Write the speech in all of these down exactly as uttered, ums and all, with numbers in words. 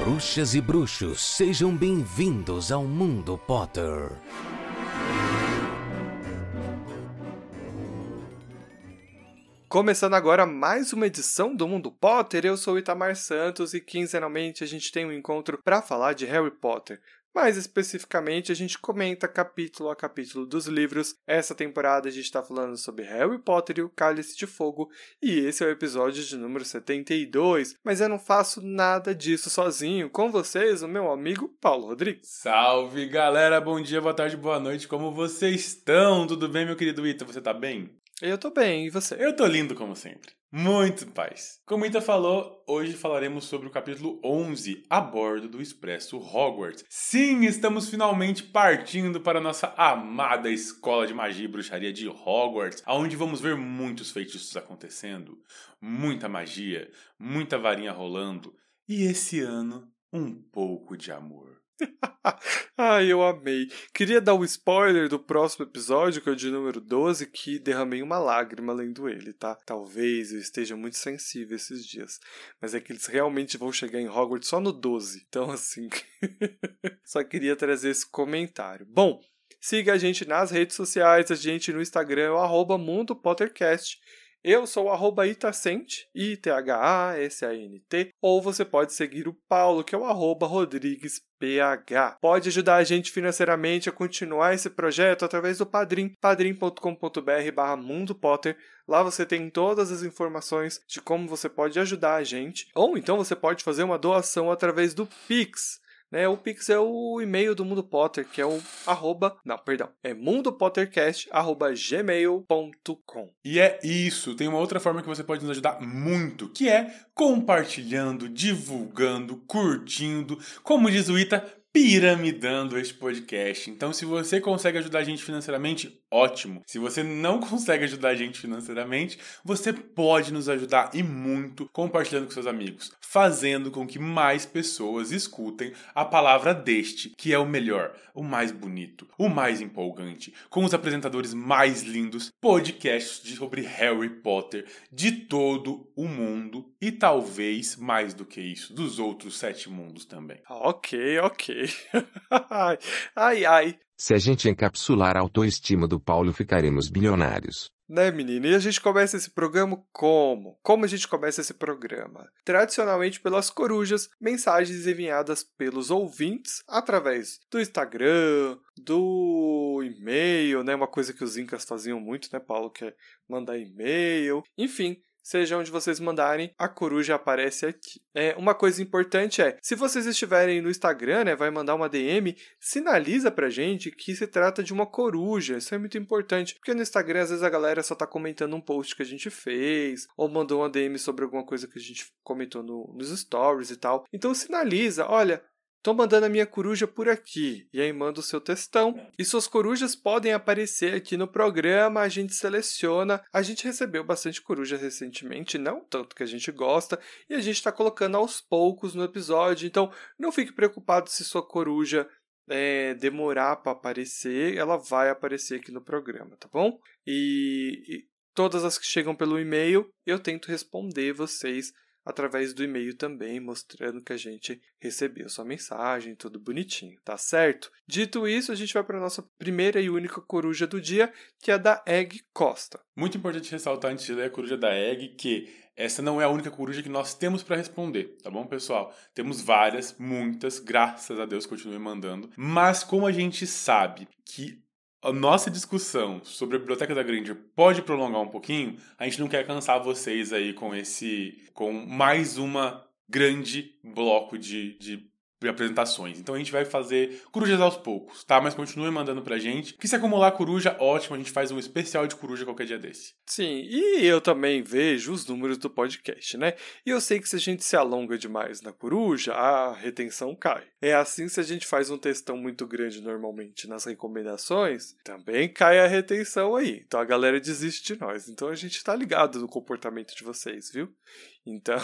Bruxas e bruxos, sejam bem-vindos ao Mundo Potter. Começando agora mais uma edição do Mundo Potter, eu sou o Itamar Santos e quinzenalmente a gente tem um encontro para falar de Harry Potter. Mais especificamente, a gente comenta capítulo a capítulo dos livros. Essa temporada a gente está falando sobre Harry Potter e o Cálice de Fogo, e esse é o episódio de número setenta e dois. Mas eu não faço nada disso sozinho. Com vocês, o meu amigo Paulo Rodrigues. Salve, galera! Bom dia, boa tarde, boa noite. Como vocês estão? Tudo bem, meu querido Ita? Você tá bem? Eu tô bem, e você? Eu tô lindo, como sempre. Muito paz. Como o Ita falou, hoje falaremos sobre o capítulo onze, a bordo do Expresso Hogwarts. Sim, estamos finalmente partindo para a nossa amada Escola de Magia e Bruxaria de Hogwarts, onde vamos ver muitos feitiços acontecendo, muita magia, muita varinha rolando, e esse ano, um pouco de amor. Ai, eu amei. Queria dar um spoiler do próximo episódio, que é o de número doze, que derramei uma lágrima lendo ele, tá? Talvez eu esteja muito sensível esses dias. Mas é que eles realmente vão chegar em Hogwarts só no doze. Então, assim, só queria trazer esse comentário. Bom, siga a gente nas redes sociais, a gente no Instagram é o arroba Mundo Pottercast. Eu sou o arroba Itacent, I T H A S A N T, ou você pode seguir o Paulo, que é o arroba RodriguesPH. Pode ajudar a gente financeiramente a continuar esse projeto através do Padrim, padrim.com.br barra Mundo Potter. Lá você tem todas as informações de como você pode ajudar a gente, ou então você pode fazer uma doação através do Pix. Né, o Pix é o e-mail do Mundo Potter, que é o arroba, não, perdão, é mundopottercast arroba gmail ponto com. E é isso, tem uma outra forma que você pode nos ajudar muito, que é compartilhando, divulgando, curtindo, como diz o Ita, piramidando este podcast. Então, se você consegue ajudar a gente financeiramente, ótimo. Se você não consegue ajudar a gente financeiramente, você pode nos ajudar e muito compartilhando com seus amigos, fazendo com que mais pessoas escutem a palavra deste, que é o melhor, o mais bonito, o mais empolgante, com os apresentadores mais lindos, podcasts sobre Harry Potter de todo o mundo e talvez, mais do que isso, dos outros sete mundos também. Ok, ok. Ai, ai. Se a gente encapsular a autoestima do Paulo, ficaremos bilionários. Né, menino? E a gente começa esse programa como? Como a gente começa esse programa? Tradicionalmente pelas corujas, mensagens enviadas pelos ouvintes através do Instagram, do e-mail, né? Uma coisa que os incas faziam muito, né, Paulo? Que é mandar e-mail. Enfim, seja onde vocês mandarem, a coruja aparece aqui. É, uma coisa importante é, se vocês estiverem no Instagram, né, vai mandar uma D M, sinaliza pra gente que se trata de uma coruja. Isso é muito importante, porque no Instagram às vezes a galera só tá comentando um post que a gente fez, ou mandou uma D M sobre alguma coisa que a gente comentou no, nos stories e tal. Então sinaliza, olha, tô mandando a minha coruja por aqui, e aí manda o seu textão. E suas corujas podem aparecer aqui no programa, a gente seleciona. A gente recebeu bastante coruja recentemente, não tanto que a gente gosta, e a gente está colocando aos poucos no episódio. Então, não fique preocupado se sua coruja é, demorar para aparecer, ela vai aparecer aqui no programa, tá bom? E, e todas as que chegam pelo e-mail, eu tento responder vocês através do e-mail também, mostrando que a gente recebeu sua mensagem, tudo bonitinho, tá certo? Dito isso, a gente vai para a nossa primeira e única coruja do dia, que é a da Egg Costa. Muito importante ressaltar antes de ler a coruja da Egg que essa não é a única coruja que nós temos para responder, tá bom, pessoal? Temos várias, muitas, graças a Deus, continue mandando. Mas como a gente sabe que a nossa discussão sobre a Biblioteca da Granger pode prolongar um pouquinho, a gente não quer cansar vocês aí com esse, com mais uma grande bloco de, de apresentações. Então a gente vai fazer corujas aos poucos, tá? Mas continue mandando pra gente. Que se acumular coruja, ótimo, a gente faz um especial de coruja qualquer dia desse. Sim, e eu também vejo os números do podcast, né? E eu sei que se a gente se alonga demais na coruja, a retenção cai. É assim, se a gente faz um textão muito grande normalmente nas recomendações, também cai a retenção aí. Então a galera desiste de nós. Então a gente tá ligado no comportamento de vocês, viu? Então...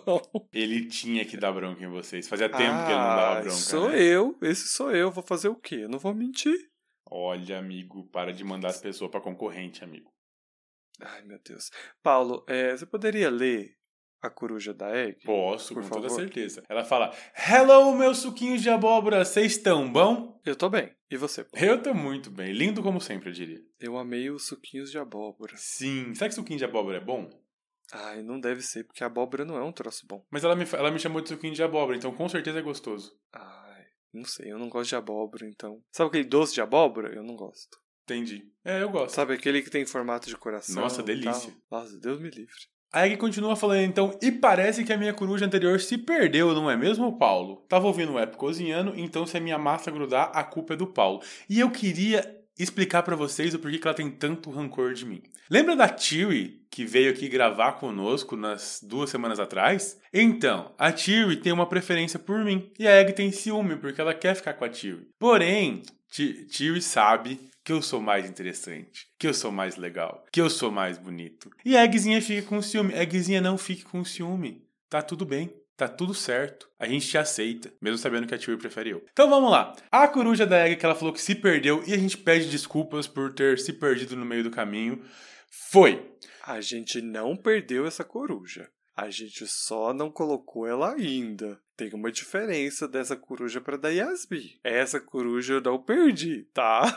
Ele tinha que dar bronca em vocês. Fazia tempo ah, que ele não dava bronca, sou né? eu. Esse sou eu. Vou fazer o quê? Eu não vou mentir. Olha, amigo, para de mandar as pessoas pra concorrente, amigo. Ai, meu Deus. Paulo, é, você poderia ler a coruja da Egg? Posso, por com favor? toda certeza. Ela fala, hello, meus suquinhos de abóbora, vocês estão bom? Eu tô bem. E você, Paulo? Eu tô muito bem. Lindo como sempre, eu diria. Eu amei os suquinhos de abóbora. Sim. Será que suquinho de abóbora é bom? Ai, não deve ser, porque a abóbora não é um troço bom. Mas ela me, ela me chamou de suquinho de abóbora, então com certeza é gostoso. Ai, não sei, eu não gosto de abóbora, então... Sabe aquele doce de abóbora? Eu não gosto. Entendi. É, eu gosto. Sabe aquele que tem formato de coração? Nossa, delícia. Tal? Nossa, Deus me livre. A Egg continua falando então, e parece que a minha coruja anterior se perdeu, não é mesmo, Paulo? Tava ouvindo o app cozinhando, então se a minha massa grudar, a culpa é do Paulo. E eu queria explicar pra vocês o porquê que ela tem tanto rancor de mim. Lembra da Chewie, que veio aqui gravar conosco nas duas semanas atrás? Então, a Chewie tem uma preferência por mim, e a Egg tem ciúme, porque ela quer ficar com a Chewie. Porém, Chewie sabe que eu sou mais interessante, que eu sou mais legal, que eu sou mais bonito. E a Eggzinha fica com ciúme. Eggzinha, não fique com ciúme. Tá tudo bem. Tá tudo certo. A gente te aceita, mesmo sabendo que a Chewie prefere eu. Então vamos lá. A coruja da Egg, que ela falou que se perdeu, e a gente pede desculpas por ter se perdido no meio do caminho, foi. A gente não perdeu essa coruja. A gente só não colocou ela ainda. Tem uma diferença dessa coruja para da Yasmin. Essa coruja eu não perdi, tá?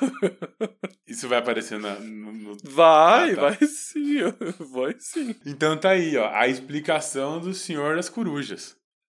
Isso vai aparecer na, no, no... Vai, ah, tá. vai sim. Vai sim. Então tá aí, ó. A explicação do Senhor das Corujas.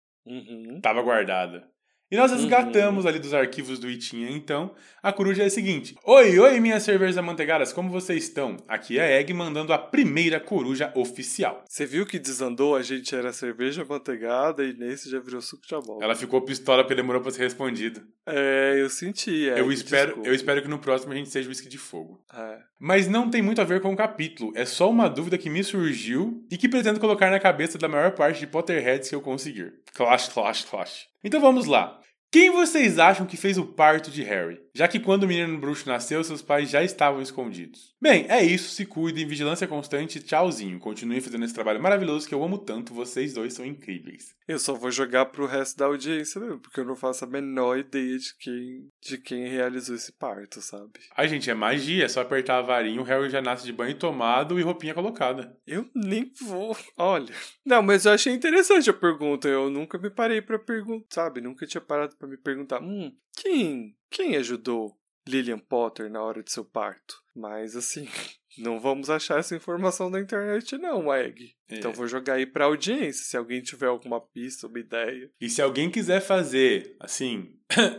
Uhum. Tava guardada. E nós resgatamos Uhum. ali dos arquivos do Itinha, então. A coruja é a seguinte. Oi, oi, minhas cervejas amanteigadas, como vocês estão? Aqui é a Egg mandando a primeira coruja oficial. Você viu que desandou? A gente era cerveja manteigada e nesse já virou suco de abóbora. Ela ficou pistola porque demorou pra ser respondida. É, eu senti. É, eu, espero, desculpa. eu espero que no próximo a gente seja whisky de fogo. É. Mas não tem muito a ver com o capítulo. É só uma dúvida que me surgiu e que pretendo colocar na cabeça da maior parte de Potterheads que eu conseguir. Clash, clash, clash. Então vamos lá. Quem vocês acham que fez o parto de Harry? Já que quando o menino bruxo nasceu, seus pais já estavam escondidos. Bem, é isso, se cuidem, vigilância constante, tchauzinho. Continuem fazendo esse trabalho maravilhoso que eu amo tanto, vocês dois são incríveis. Eu só vou jogar pro resto da audiência mesmo, porque eu não faço a menor ideia de quem, de quem realizou esse parto, sabe? Ai, gente, é magia, é só apertar a varinha, o Harry já nasce de banho tomado e roupinha colocada. Eu nem vou. Olha. Não, mas eu achei interessante a pergunta. Eu nunca me parei pra perguntar, sabe? Nunca tinha parado pra me perguntar. Hum, quem? Quem ajudou Lilian Potter na hora de seu parto? Mas assim, não vamos achar essa informação na internet não, Egg. É. Então vou jogar aí pra audiência, se alguém tiver alguma pista, uma ideia. E se alguém quiser fazer, assim,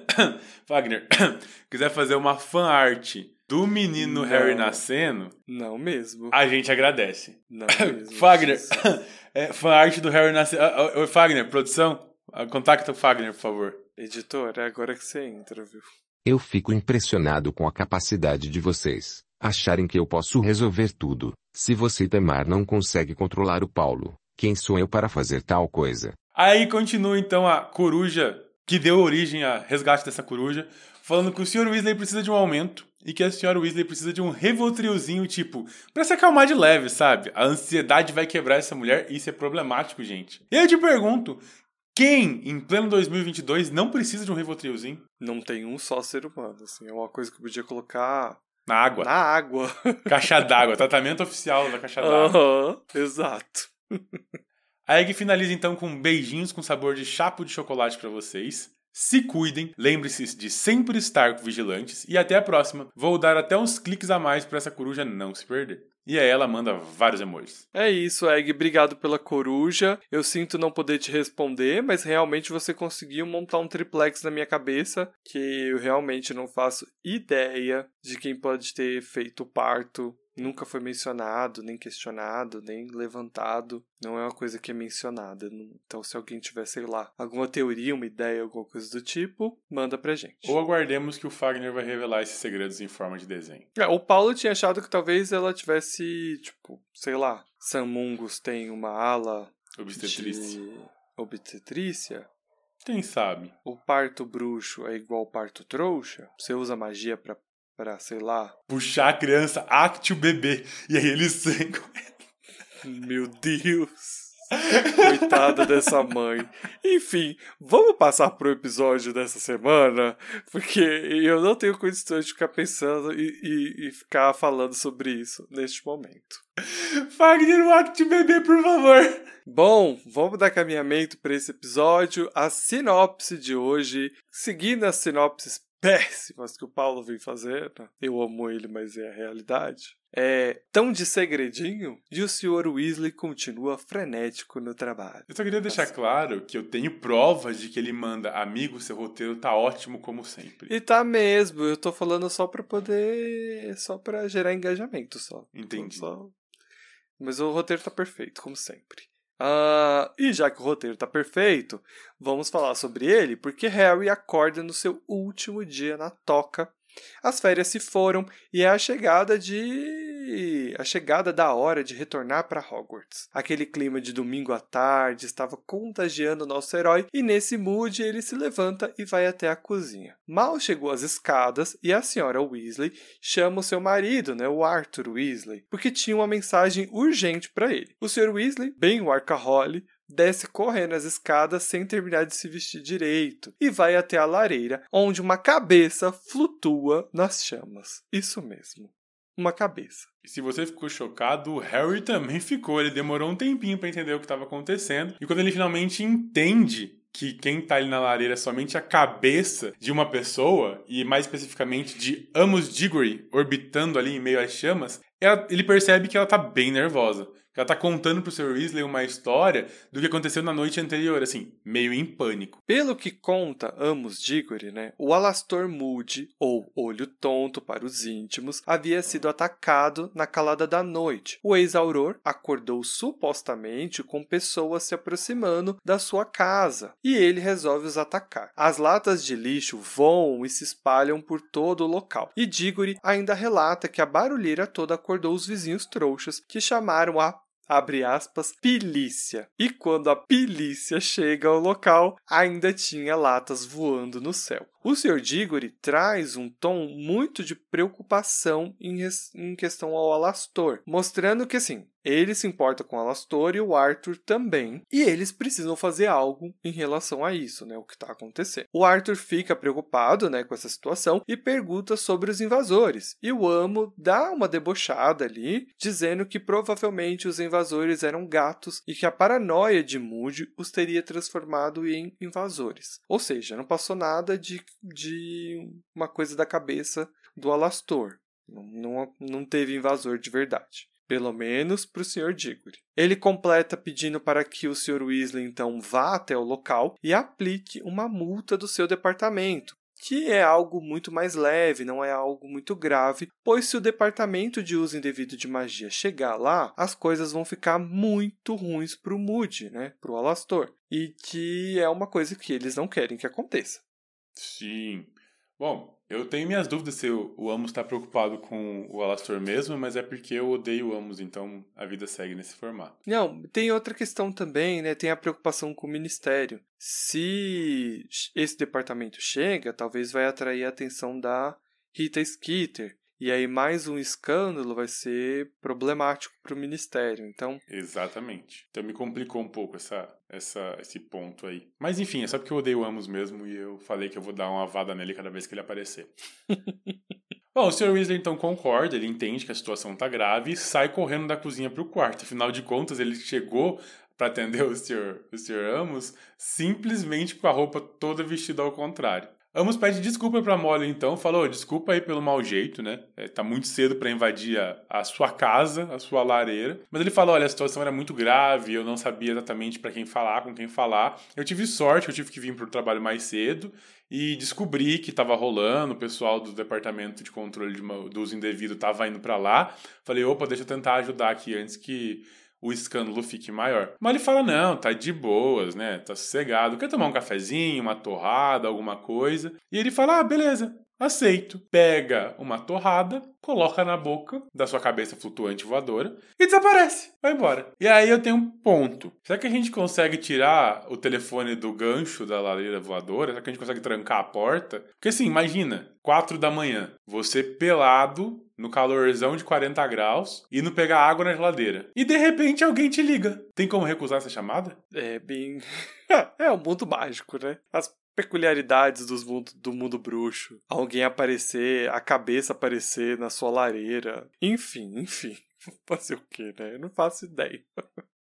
Wagner, quiser fazer uma fanart do menino Não. Harry nascendo, Não mesmo. a gente agradece. Não mesmo. Fagner, Jesus. é, fanart do Harry nascendo. Oi, Fagner, produção, contacta o Fagner, por favor. Editor, é agora que você entra, viu? Eu fico impressionado com a capacidade de vocês, acharem que eu posso resolver tudo. Se você Tamar não consegue controlar o Paulo, quem sou eu para fazer tal coisa? Aí continua então a coruja que deu origem a resgate dessa coruja, falando que o senhor Weasley precisa de um aumento e que a senhora Weasley precisa de um Rivotrilzinho, tipo, pra se acalmar de leve, sabe? A ansiedade vai quebrar essa mulher e isso é problemático, gente. E eu te pergunto, quem, em pleno dois mil e vinte e dois, não precisa de um Rivotrilzinho? Não tem um só ser humano, assim. É uma coisa que eu podia colocar Na água. na água. Caixa d'água. Tratamento oficial da caixa d'água. Aham, exato. A Egg finaliza então com beijinhos com sabor de chapo de chocolate pra vocês. Se cuidem, lembre-se de sempre estar vigilantes e até a próxima. Vou dar até uns cliques a mais pra essa coruja não se perder. E aí ela manda vários emojis. É isso, Egg. Obrigado pela coruja. Eu sinto não poder te responder, mas realmente você conseguiu montar um triplex na minha cabeça que eu realmente não faço ideia de quem pode ter feito o parto. Nunca foi mencionado, nem questionado, nem levantado. Não é uma coisa que é mencionada. Então, se alguém tiver, sei lá, alguma teoria, uma ideia, alguma coisa do tipo, manda pra gente. Ou aguardemos que o Fagner vai revelar esses segredos em forma de desenho. É, o Paulo tinha achado que talvez ela tivesse, tipo, sei lá, Samungus tem uma ala Obstetrícia. de obstetrícia. Quem sabe? O parto bruxo é igual ao parto trouxa. Você usa magia pra, pra sei lá... Puxar a criança, acte o bebê. E aí eles sangram. Meu Deus... Coitada dessa mãe. Enfim, vamos passar pro episódio dessa semana, porque eu não tenho condições de ficar pensando e, e, e ficar falando sobre isso neste momento. Fagner, o acte bebê, por favor. Bom, vamos dar caminhamento para esse episódio. A sinopse de hoje, seguindo as sinopses péssimas que o Paulo vem fazendo, eu amo ele, mas é a realidade, é tão de segredinho e o senhor Weasley continua frenético no trabalho. Eu só queria deixar assim. claro que eu tenho provas de que ele manda, amigo, seu roteiro tá ótimo como sempre. E tá mesmo, eu tô falando só pra poder, só pra gerar engajamento só. Entendi. Só... Mas o roteiro tá perfeito, como sempre. Uh, e já que o roteiro tá perfeito, vamos falar sobre ele, porque Harry acorda no seu último dia na toca. As férias se foram e é a chegada de... a chegada da hora de retornar para Hogwarts. Aquele clima de domingo à tarde estava contagiando o nosso herói e nesse mood ele se levanta e vai até a cozinha. Mal chegou às escadas e a senhora Weasley chama o seu marido, né, o Arthur Weasley, porque tinha uma mensagem urgente para ele. O senhor Weasley, bem workaholic, desce correndo as escadas sem terminar de se vestir direito e vai até a lareira, onde uma cabeça flutua nas chamas. Isso mesmo, uma cabeça. E se você ficou chocado, o Harry também ficou. Ele demorou um tempinho para entender o que estava acontecendo. E quando ele finalmente entende que quem tá ali na lareira é somente a cabeça de uma pessoa, e mais especificamente de Amos Diggory orbitando ali em meio às chamas, ela, ele percebe que ela tá bem nervosa. Ela tá contando pro senhor Weasley uma história do que aconteceu na noite anterior, assim, meio em pânico. Pelo que conta Amos Diggory, né, o Alastor Moody, ou Olho Tonto para os íntimos, havia sido atacado na calada da noite. O ex-auror acordou supostamente com pessoas se aproximando da sua casa, e ele resolve os atacar. As latas de lixo voam e se espalham por todo o local, e Diggory ainda relata que a barulheira toda acordou os vizinhos trouxas, que chamaram a abre aspas, pilícia. E quando a pilícia chega ao local, ainda tinha latas voando no céu. O senhor Diggory traz um tom muito de preocupação em, res... em questão ao Alastor, mostrando que, assim, ele se importa com o Alastor e o Arthur também, e eles precisam fazer algo em relação a isso, né, o que está acontecendo. O Arthur fica preocupado, né, com essa situação e pergunta sobre os invasores, e o Amo dá uma debochada ali, dizendo que provavelmente os invasores eram gatos e que a paranoia de Moody os teria transformado em invasores. Ou seja, não passou nada de de uma coisa da cabeça do Alastor. Não, não, não teve invasor de verdade. Pelo menos para o senhor Diggory. Ele completa pedindo para que o senhor Weasley então vá até o local e aplique uma multa do seu departamento, que é algo muito mais leve, não é algo muito grave, pois se o departamento de uso indevido de magia chegar lá, as coisas vão ficar muito ruins para o Moody, né, para o Alastor, e que é uma coisa que eles não querem que aconteça. Sim. Bom, eu tenho minhas dúvidas se o, o Amos está preocupado com o Alastor mesmo, mas é porque eu odeio o Amos, então a vida segue nesse formato. Não, tem outra questão também, né? Tem a preocupação com o Ministério. Se esse departamento chega, talvez vai atrair a atenção da Rita Skeeter. E aí mais um escândalo vai ser problemático para o Ministério, então... Exatamente. Então me complicou um pouco essa, essa, esse ponto aí. Mas enfim, é só porque eu odeio o Amos mesmo e eu falei que eu vou dar uma vada nele cada vez que ele aparecer. Bom, o senhor Weasley então concorda, ele entende que a situação tá grave e sai correndo da cozinha pro quarto. Afinal de contas, ele chegou para atender o senhor, o senhor Amos simplesmente com a roupa toda vestida ao contrário. Amos pede desculpa pra Molly, então, falou, desculpa aí pelo mau jeito, né? É, tá muito cedo pra invadir a, a sua casa, a sua lareira. Mas ele falou, olha, a situação era muito grave, eu não sabia exatamente pra quem falar, com quem falar. Eu tive sorte, eu tive que vir pro trabalho mais cedo e descobri que tava rolando, o pessoal do departamento de controle de uma, do uso indevido tava indo pra lá. Falei, opa, deixa eu tentar ajudar aqui antes que o escândalo fique maior. Mas ele fala, não, tá de boas, né? Tá sossegado. Quer tomar um cafezinho, uma torrada, alguma coisa? E ele fala, ah, beleza, aceito. Pega uma torrada, coloca na boca da sua cabeça flutuante voadora e desaparece. Vai embora. E aí eu tenho um ponto. Será que a gente consegue tirar o telefone do gancho da lareira voadora? Será que a gente consegue trancar a porta? Porque assim, imagina, quatro da manhã, você pelado no calorzão de quarenta graus, indo pegar água na geladeira. E de repente alguém te liga. Tem como recusar essa chamada? É bem... é um mundo mágico, né? As peculiaridades dos mundo, do mundo bruxo. Alguém aparecer, a cabeça aparecer na sua lareira. Enfim, enfim. Fazer o quê, né? Eu não faço ideia.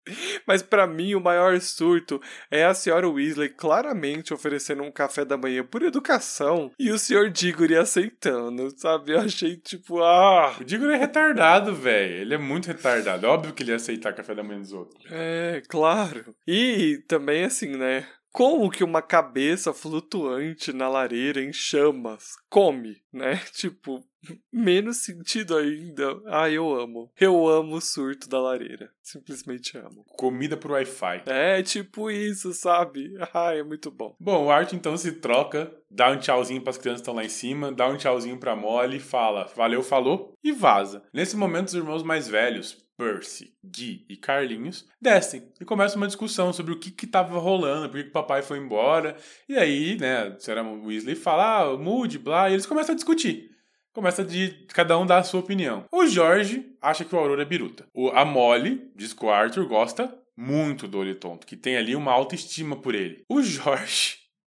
Mas pra mim o maior surto é a senhora Weasley claramente oferecendo um café da manhã por educação e o senhor Diggory aceitando, sabe? Eu achei tipo, ah... O Diggory é retardado, velho. Ele é muito retardado. Óbvio que ele ia aceitar café da manhã dos outros. É, claro. E também assim, né? Como que uma cabeça flutuante na lareira em chamas come, né? Tipo, menos sentido ainda. Ah, eu amo. Eu amo o surto da lareira. Simplesmente amo. Comida pro Wi-Fi. É, tipo isso, sabe? Ah, é muito bom. Bom, o Arthur então se troca, dá um tchauzinho pras crianças que estão lá em cima, dá um tchauzinho pra Molly, fala, valeu, falou, e vaza. Nesse momento, os irmãos mais velhos, Percy, Guy e Carlinhos, descem e começa uma discussão sobre o que que tava rolando, por que que o papai foi embora. E aí, né, a senhora Weasley fala, ah, mude, blá, e eles começam a discutir. Começa de cada um dar a sua opinião. O Jorge acha que o Auror é biruta. O, a Molly diz que o Arthur gosta muito do Olho Tonto, que tem ali uma autoestima por ele. O Jorge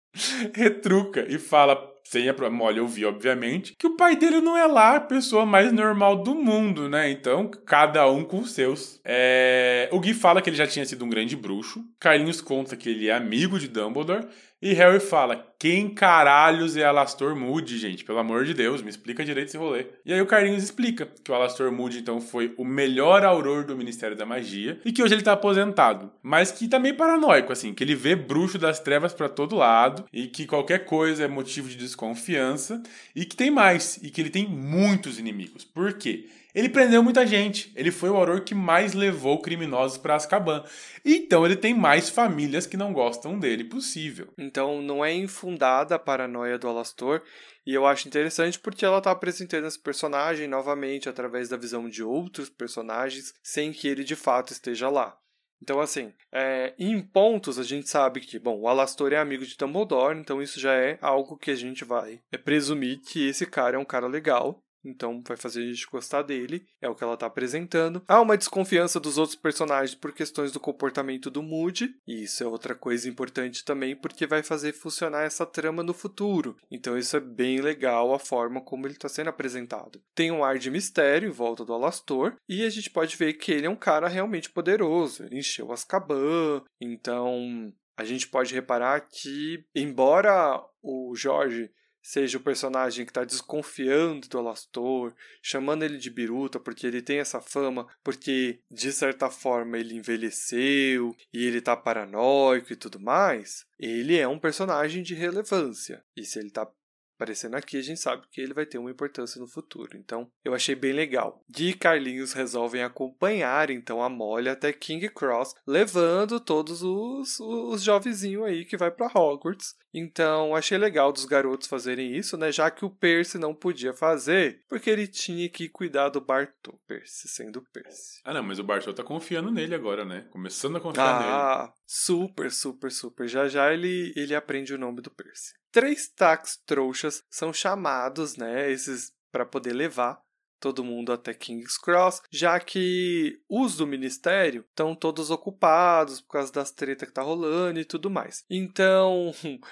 retruca e fala, sem a Molly ouvir, obviamente, que o pai dele não é lá a pessoa mais normal do mundo, né? Então, cada um com os seus. É... O Gui fala que ele já tinha sido um grande bruxo. Carlinhos conta que ele é amigo de Dumbledore. E Harry fala, quem caralhos é Alastor Moody, gente? Pelo amor de Deus, me explica direito esse rolê. E aí o Carlinhos explica que o Alastor Moody, então, foi o melhor auror do Ministério da Magia e que hoje ele tá aposentado. Mas que tá meio paranoico, assim, que ele vê bruxo das trevas pra todo lado e que qualquer coisa é motivo de desconfiança e que tem mais, e que ele tem muitos inimigos. Por quê? Ele prendeu muita gente. Ele foi o auror que mais levou criminosos para Azkaban. Então ele tem mais famílias que não gostam dele possível. Então não é infundada a paranoia do Alastor. E eu acho interessante porque ela está apresentando esse personagem novamente através da visão de outros personagens, sem que ele de fato esteja lá. Então, assim, é, em pontos a gente sabe que, bom, o Alastor é amigo de Dumbledore, então isso já é algo que a gente vai é presumir que esse cara é um cara legal. Então vai fazer a gente gostar dele, é o que ela tá apresentando. Há uma desconfiança dos outros personagens por questões do comportamento do Moody, e isso é outra coisa importante também, porque vai fazer funcionar essa trama no futuro. Então isso é bem legal, a forma como ele está sendo apresentado. Tem um ar de mistério em volta do Alastor, e a gente pode ver que ele é um cara realmente poderoso, ele encheu Azkaban, então a gente pode reparar que, embora o Jorge seja o personagem que está desconfiando do Alastor, chamando ele de biruta porque ele tem essa fama, porque de certa forma ele envelheceu e ele está paranoico e tudo mais, ele é um personagem de relevância. E se ele está aparecendo aqui, a gente sabe que ele vai ter uma importância no futuro. Então, eu achei bem legal. Gui e Carlinhos resolvem acompanhar, então, a Molly até King's Cross, levando todos os, os jovenzinhos aí que vai para Hogwarts. Então, achei legal dos garotos fazerem isso, né? Já que o Percy não podia fazer, porque ele tinha que cuidar do Bartô, Percy sendo Percy. Ah, não, mas o Bartô tá confiando nele agora, né? Começando a confiar ah, nele. Ah, super, super, super. Já já ele, ele aprende o nome do Percy. Três tax trouxas são chamados, né, esses para poder levar todo mundo até King's Cross, já que os do ministério estão todos ocupados por causa das tretas que tá rolando e tudo mais. Então,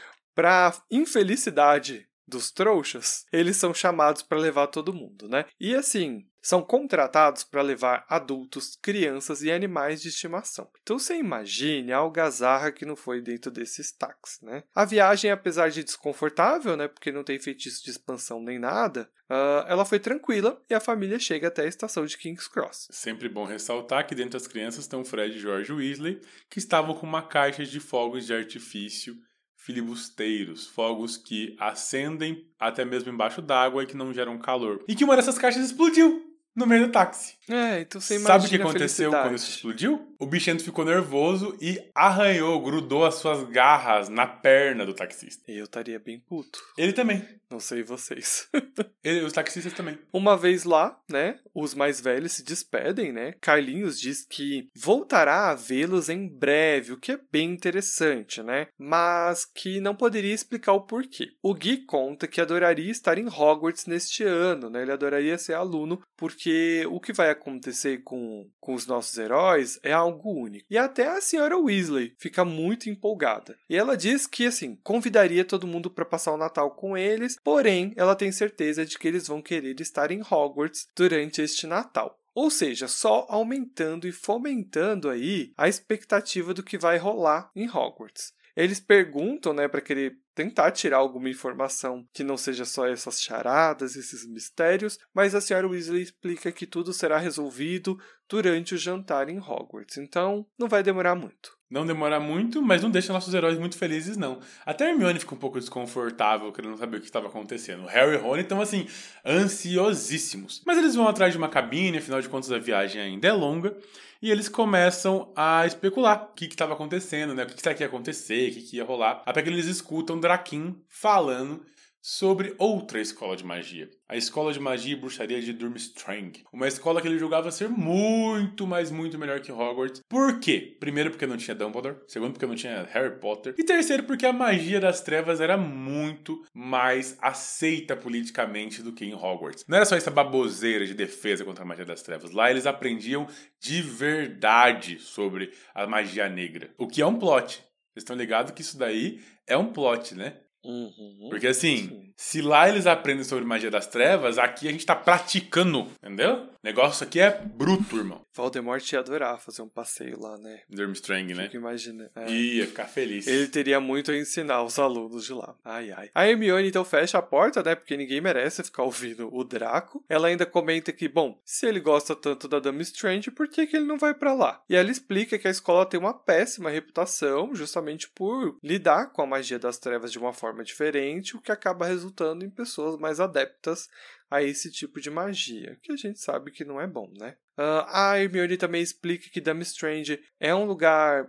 para infelicidade dos trouxas, eles são chamados para levar todo mundo, né? E assim, são contratados para levar adultos, crianças e animais de estimação. Então você imagine a algazarra que não foi dentro desses taxis, né? A viagem, apesar de desconfortável, né, porque não tem feitiço de expansão nem nada, uh, ela foi tranquila e a família chega até a estação de King's Cross. Sempre bom ressaltar que dentro das crianças estão Fred e George Weasley, que estavam com uma caixa de fogos de artifício filibusteiros, fogos que acendem até mesmo embaixo d'água e que não geram calor. E que uma dessas caixas explodiu no meio do táxi. É, então você imagina. Sabe o que aconteceu quando isso explodiu? O bichento ficou nervoso e arranhou, grudou as suas garras na perna do taxista. Eu estaria bem puto. Ele também. Não sei vocês. Ele, os taxistas também. Uma vez lá, né, os mais velhos se despedem, né? Carlinhos diz que voltará a vê-los em breve, o que é bem interessante, né? Mas que não poderia explicar o porquê. O Gui conta que adoraria estar em Hogwarts neste ano, né? Ele adoraria ser aluno, porque o que vai acontecer com, com os nossos heróis é algo único. E até a senhora Weasley fica muito empolgada. E ela diz que, assim, convidaria todo mundo para passar o Natal com eles, porém, ela tem certeza de que eles vão querer estar em Hogwarts durante este Natal. Ou seja, só aumentando e fomentando aí a expectativa do que vai rolar em Hogwarts. Eles perguntam, né, para querer tentar tirar alguma informação que não seja só essas charadas, esses mistérios, mas a senhora Weasley explica que tudo será resolvido durante o jantar em Hogwarts. Então, não vai demorar muito. Não demora muito, mas não deixa nossos heróis muito felizes, não. Até a Hermione fica um pouco desconfortável, querendo saber o que estava acontecendo. O Harry e o Rony estão, assim, ansiosíssimos. Mas eles vão atrás de uma cabine, afinal de contas a viagem ainda é longa, e eles começam a especular o que estava acontecendo, né? O que, que será que ia acontecer, o que, que ia rolar. Até que eles escutam Draquim falando sobre outra escola de magia. A Escola de Magia e Bruxaria de Durmstrang. Uma escola que ele julgava ser muito, mas muito melhor que Hogwarts. Por quê? Primeiro, porque não tinha Dumbledore. Segundo, porque não tinha Harry Potter. E terceiro, porque a magia das trevas era muito mais aceita politicamente do que em Hogwarts. Não era só essa baboseira de defesa contra a magia das trevas. Lá eles aprendiam de verdade sobre a magia negra. O que é um plot. Vocês estão ligados que isso daí é um plot, né? Uhum. Porque assim, Sim. se lá eles aprendem sobre magia das trevas, aqui a gente tá praticando, entendeu? O negócio aqui é bruto, irmão. Voldemort ia adorar fazer um passeio lá, né? Durmstrang, né? Fico imaginando. É. Ia ficar feliz. Ele teria muito a ensinar os alunos de lá. Ai, ai. A Hermione então fecha a porta, né? Porque ninguém merece ficar ouvindo o Draco. Ela ainda comenta que, bom, se ele gosta tanto da Durmstrang, por que, que ele não vai pra lá? E ela explica que a escola tem uma péssima reputação, justamente por lidar com a magia das trevas de uma forma diferente, o que acaba resultando em pessoas mais adeptas a esse tipo de magia, que a gente sabe que não é bom, né? Uh, a Hermione também explica que Durmstrang é um lugar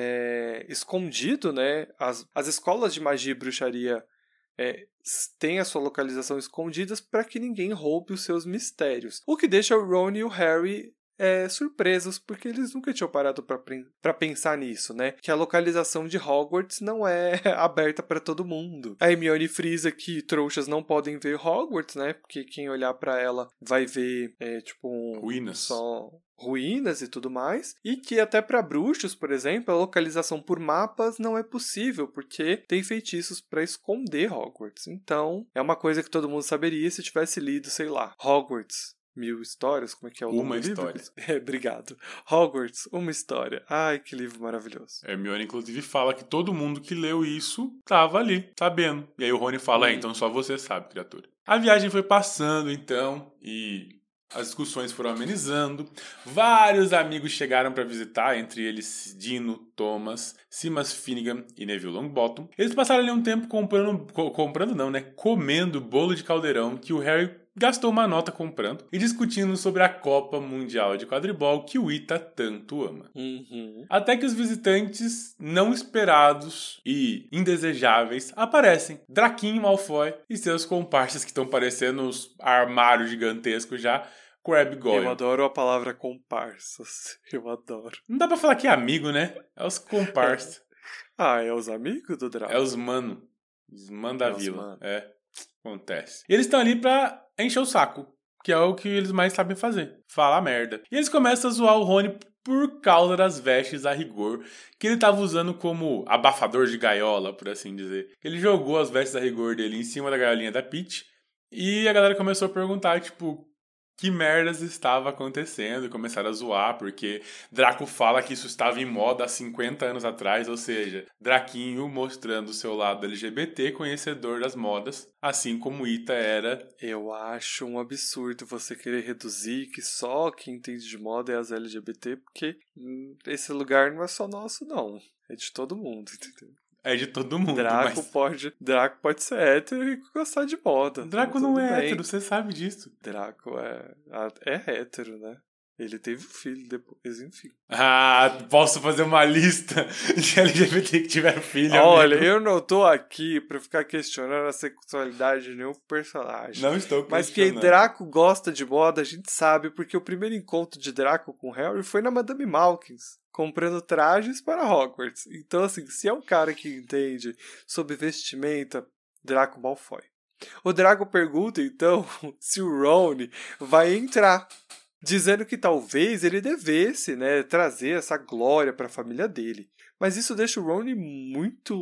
é, escondido, né? As, as escolas de magia e bruxaria é, têm a sua localização escondidas para que ninguém roube os seus mistérios. O que deixa o Ron e o Harry É, surpresos, porque eles nunca tinham parado para pensar nisso, né? Que a localização de Hogwarts não é aberta para todo mundo. A Hermione frisa que trouxas não podem ver Hogwarts, né? Porque quem olhar para ela vai ver, é, tipo, um, Ruínas. só ruínas e tudo mais. E que até para bruxos, por exemplo, a localização por mapas não é possível, porque tem feitiços para esconder Hogwarts. Então, é uma coisa que todo mundo saberia se tivesse lido, sei lá, Hogwarts. Mil histórias? Como é que é o nome Uma do livro? história. É, obrigado. Hogwarts, uma história. Ai, que livro maravilhoso. Hermione, inclusive, fala que todo mundo que leu isso tava ali, sabendo. E aí o Rony fala, Hum. é, então só você sabe, criatura. A viagem foi passando, então, e as discussões foram amenizando. Vários amigos chegaram para visitar, entre eles Dino, Thomas, Seamus Finnegan e Neville Longbottom. Eles passaram ali um tempo comprando, co- comprando não, né? Comendo bolo de caldeirão que o Harry gastou uma nota comprando e discutindo sobre a Copa Mundial de Quadribol que o Ita tanto ama. Uhum. Até que os visitantes não esperados e indesejáveis aparecem. Draquinho Malfoy e seus comparsas que estão parecendo uns armários gigantescos já. Crabbe Goyle. Eu adoro a palavra comparsas. Eu adoro. Não dá pra falar que é amigo, né? É os comparsas. Ah, é os amigos do Draco? É os mano. Os mano da É os vila. mano. É. Acontece. E eles estão ali pra encher o saco. Que é o que eles mais sabem fazer. Falar merda. E eles começam a zoar o Rony por causa das vestes a rigor. Que ele tava usando como abafador de gaiola, por assim dizer. Ele jogou as vestes a rigor dele em cima da gaiolinha da Peach. E a galera começou a perguntar, tipo... que merdas estava acontecendo e começaram a zoar, porque Draco fala que isso estava em moda há cinquenta anos atrás, ou seja, Draquinho mostrando o seu lado L G B T conhecedor das modas, assim como Ita era. Eu acho um absurdo você querer reduzir que só quem entende de moda é as L G B T, porque hum, esse lugar não é só nosso, não. É de todo mundo, entendeu? É de todo mundo, Draco, mas... pode, Draco pode ser hétero e gostar de moda. Draco então, não tudo é bem. hétero, você sabe disso. Draco é, é hétero, né? Ele teve um filho depois, enfim. Ah, posso fazer uma lista de L G B T que tiveram filho, Olha, amigo. eu não tô aqui pra ficar questionando a sexualidade de nenhum personagem. Não estou Mas que questionando. Draco gosta de moda, a gente sabe, porque o primeiro encontro de Draco com Harry foi na Madame Malkins, comprando trajes para Hogwarts. Então, assim, se é um cara que entende sobre vestimenta, Draco Malfoy. O Draco pergunta, então, se o Ron vai entrar, dizendo que talvez ele devesse, né, trazer essa glória para a família dele. Mas isso deixa o Ron muito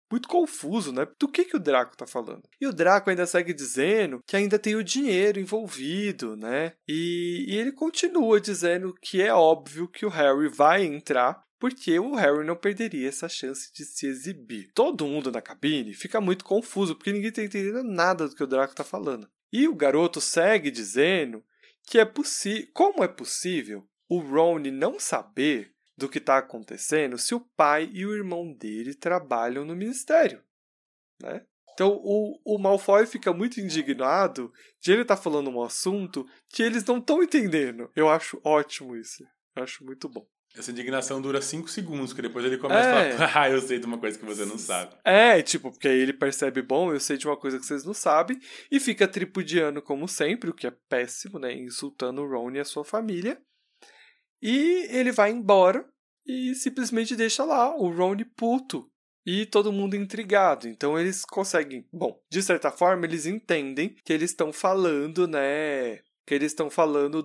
muito confuso, né? Do que, que o Draco tá falando. E o Draco ainda segue dizendo que ainda tem o dinheiro envolvido, né? E, e ele continua dizendo que é óbvio que o Harry vai entrar, porque o Harry não perderia essa chance de se exibir. Todo mundo na cabine fica muito confuso, porque ninguém tá entendendo nada do que o Draco tá falando. E o garoto segue dizendo que é possível. Como é possível o Ron não saber do que está acontecendo se o pai e o irmão dele trabalham no ministério, né? Então o, o Malfoy fica muito indignado de ele estar tá falando um assunto que eles não estão entendendo. Eu acho ótimo isso. Eu acho muito bom. Essa indignação dura cinco segundos, que depois ele começa é. a falar, ah, eu sei de uma coisa que você não sabe. É, tipo, porque aí ele percebe, bom, eu sei de uma coisa que vocês não sabem, e fica tripudiando como sempre, o que é péssimo, né? Insultando o Ron e a sua família. E ele vai embora e simplesmente deixa lá o Ron puto e todo mundo intrigado. Então eles conseguem... Bom, de certa forma, eles entendem que eles estão falando, né? Que eles estão falando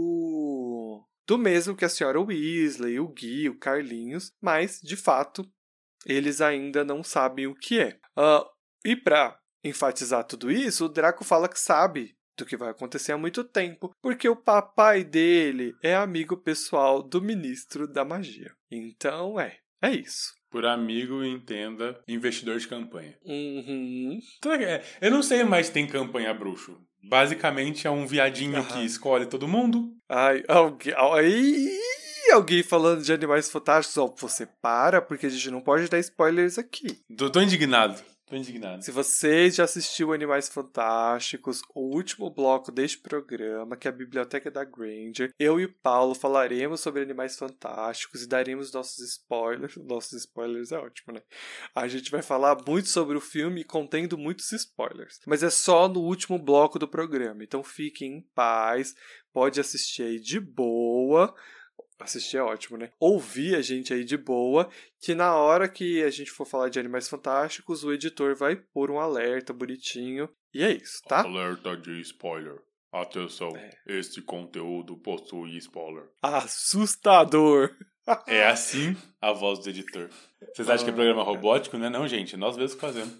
do... Do mesmo que a senhora Weasley, o Gui, o Carlinhos. Mas, de fato, eles ainda não sabem o que é. Uh, e pra enfatizar tudo isso, o Draco fala que sabe do que vai acontecer há muito tempo, porque o papai dele é amigo pessoal do ministro da magia. Então, é, é isso. Por amigo, entenda, investidor de campanha. Uhum. Então, é, eu não sei mais se tem campanha bruxo. Basicamente é um viadinho uhum. que escolhe todo mundo. Ai, alguém, ai, alguém falando de Animais Fantásticos, ó, você para, porque a gente não pode dar spoilers aqui. Tô, tô indignado. Tô indignado. Se você já assistiu Animais Fantásticos, o último bloco deste programa, que é a Biblioteca da Granger, eu e o Paulo falaremos sobre Animais Fantásticos e daremos nossos spoilers. Nossos spoilers é ótimo, né? A gente vai falar muito sobre o filme contendo muitos spoilers. Mas é só no último bloco do programa. Então fiquem em paz, pode assistir aí de boa. Assistir é ótimo, né? Ouvir a gente aí de boa, que na hora que a gente for falar de Animais Fantásticos, o editor vai pôr um alerta bonitinho. E é isso, tá? Alerta de spoiler. Atenção, é. Este conteúdo possui spoiler. Assustador! É assim a voz do editor. Vocês acham ah, que é programa robótico, né? Não, gente, nós mesmos fazemos.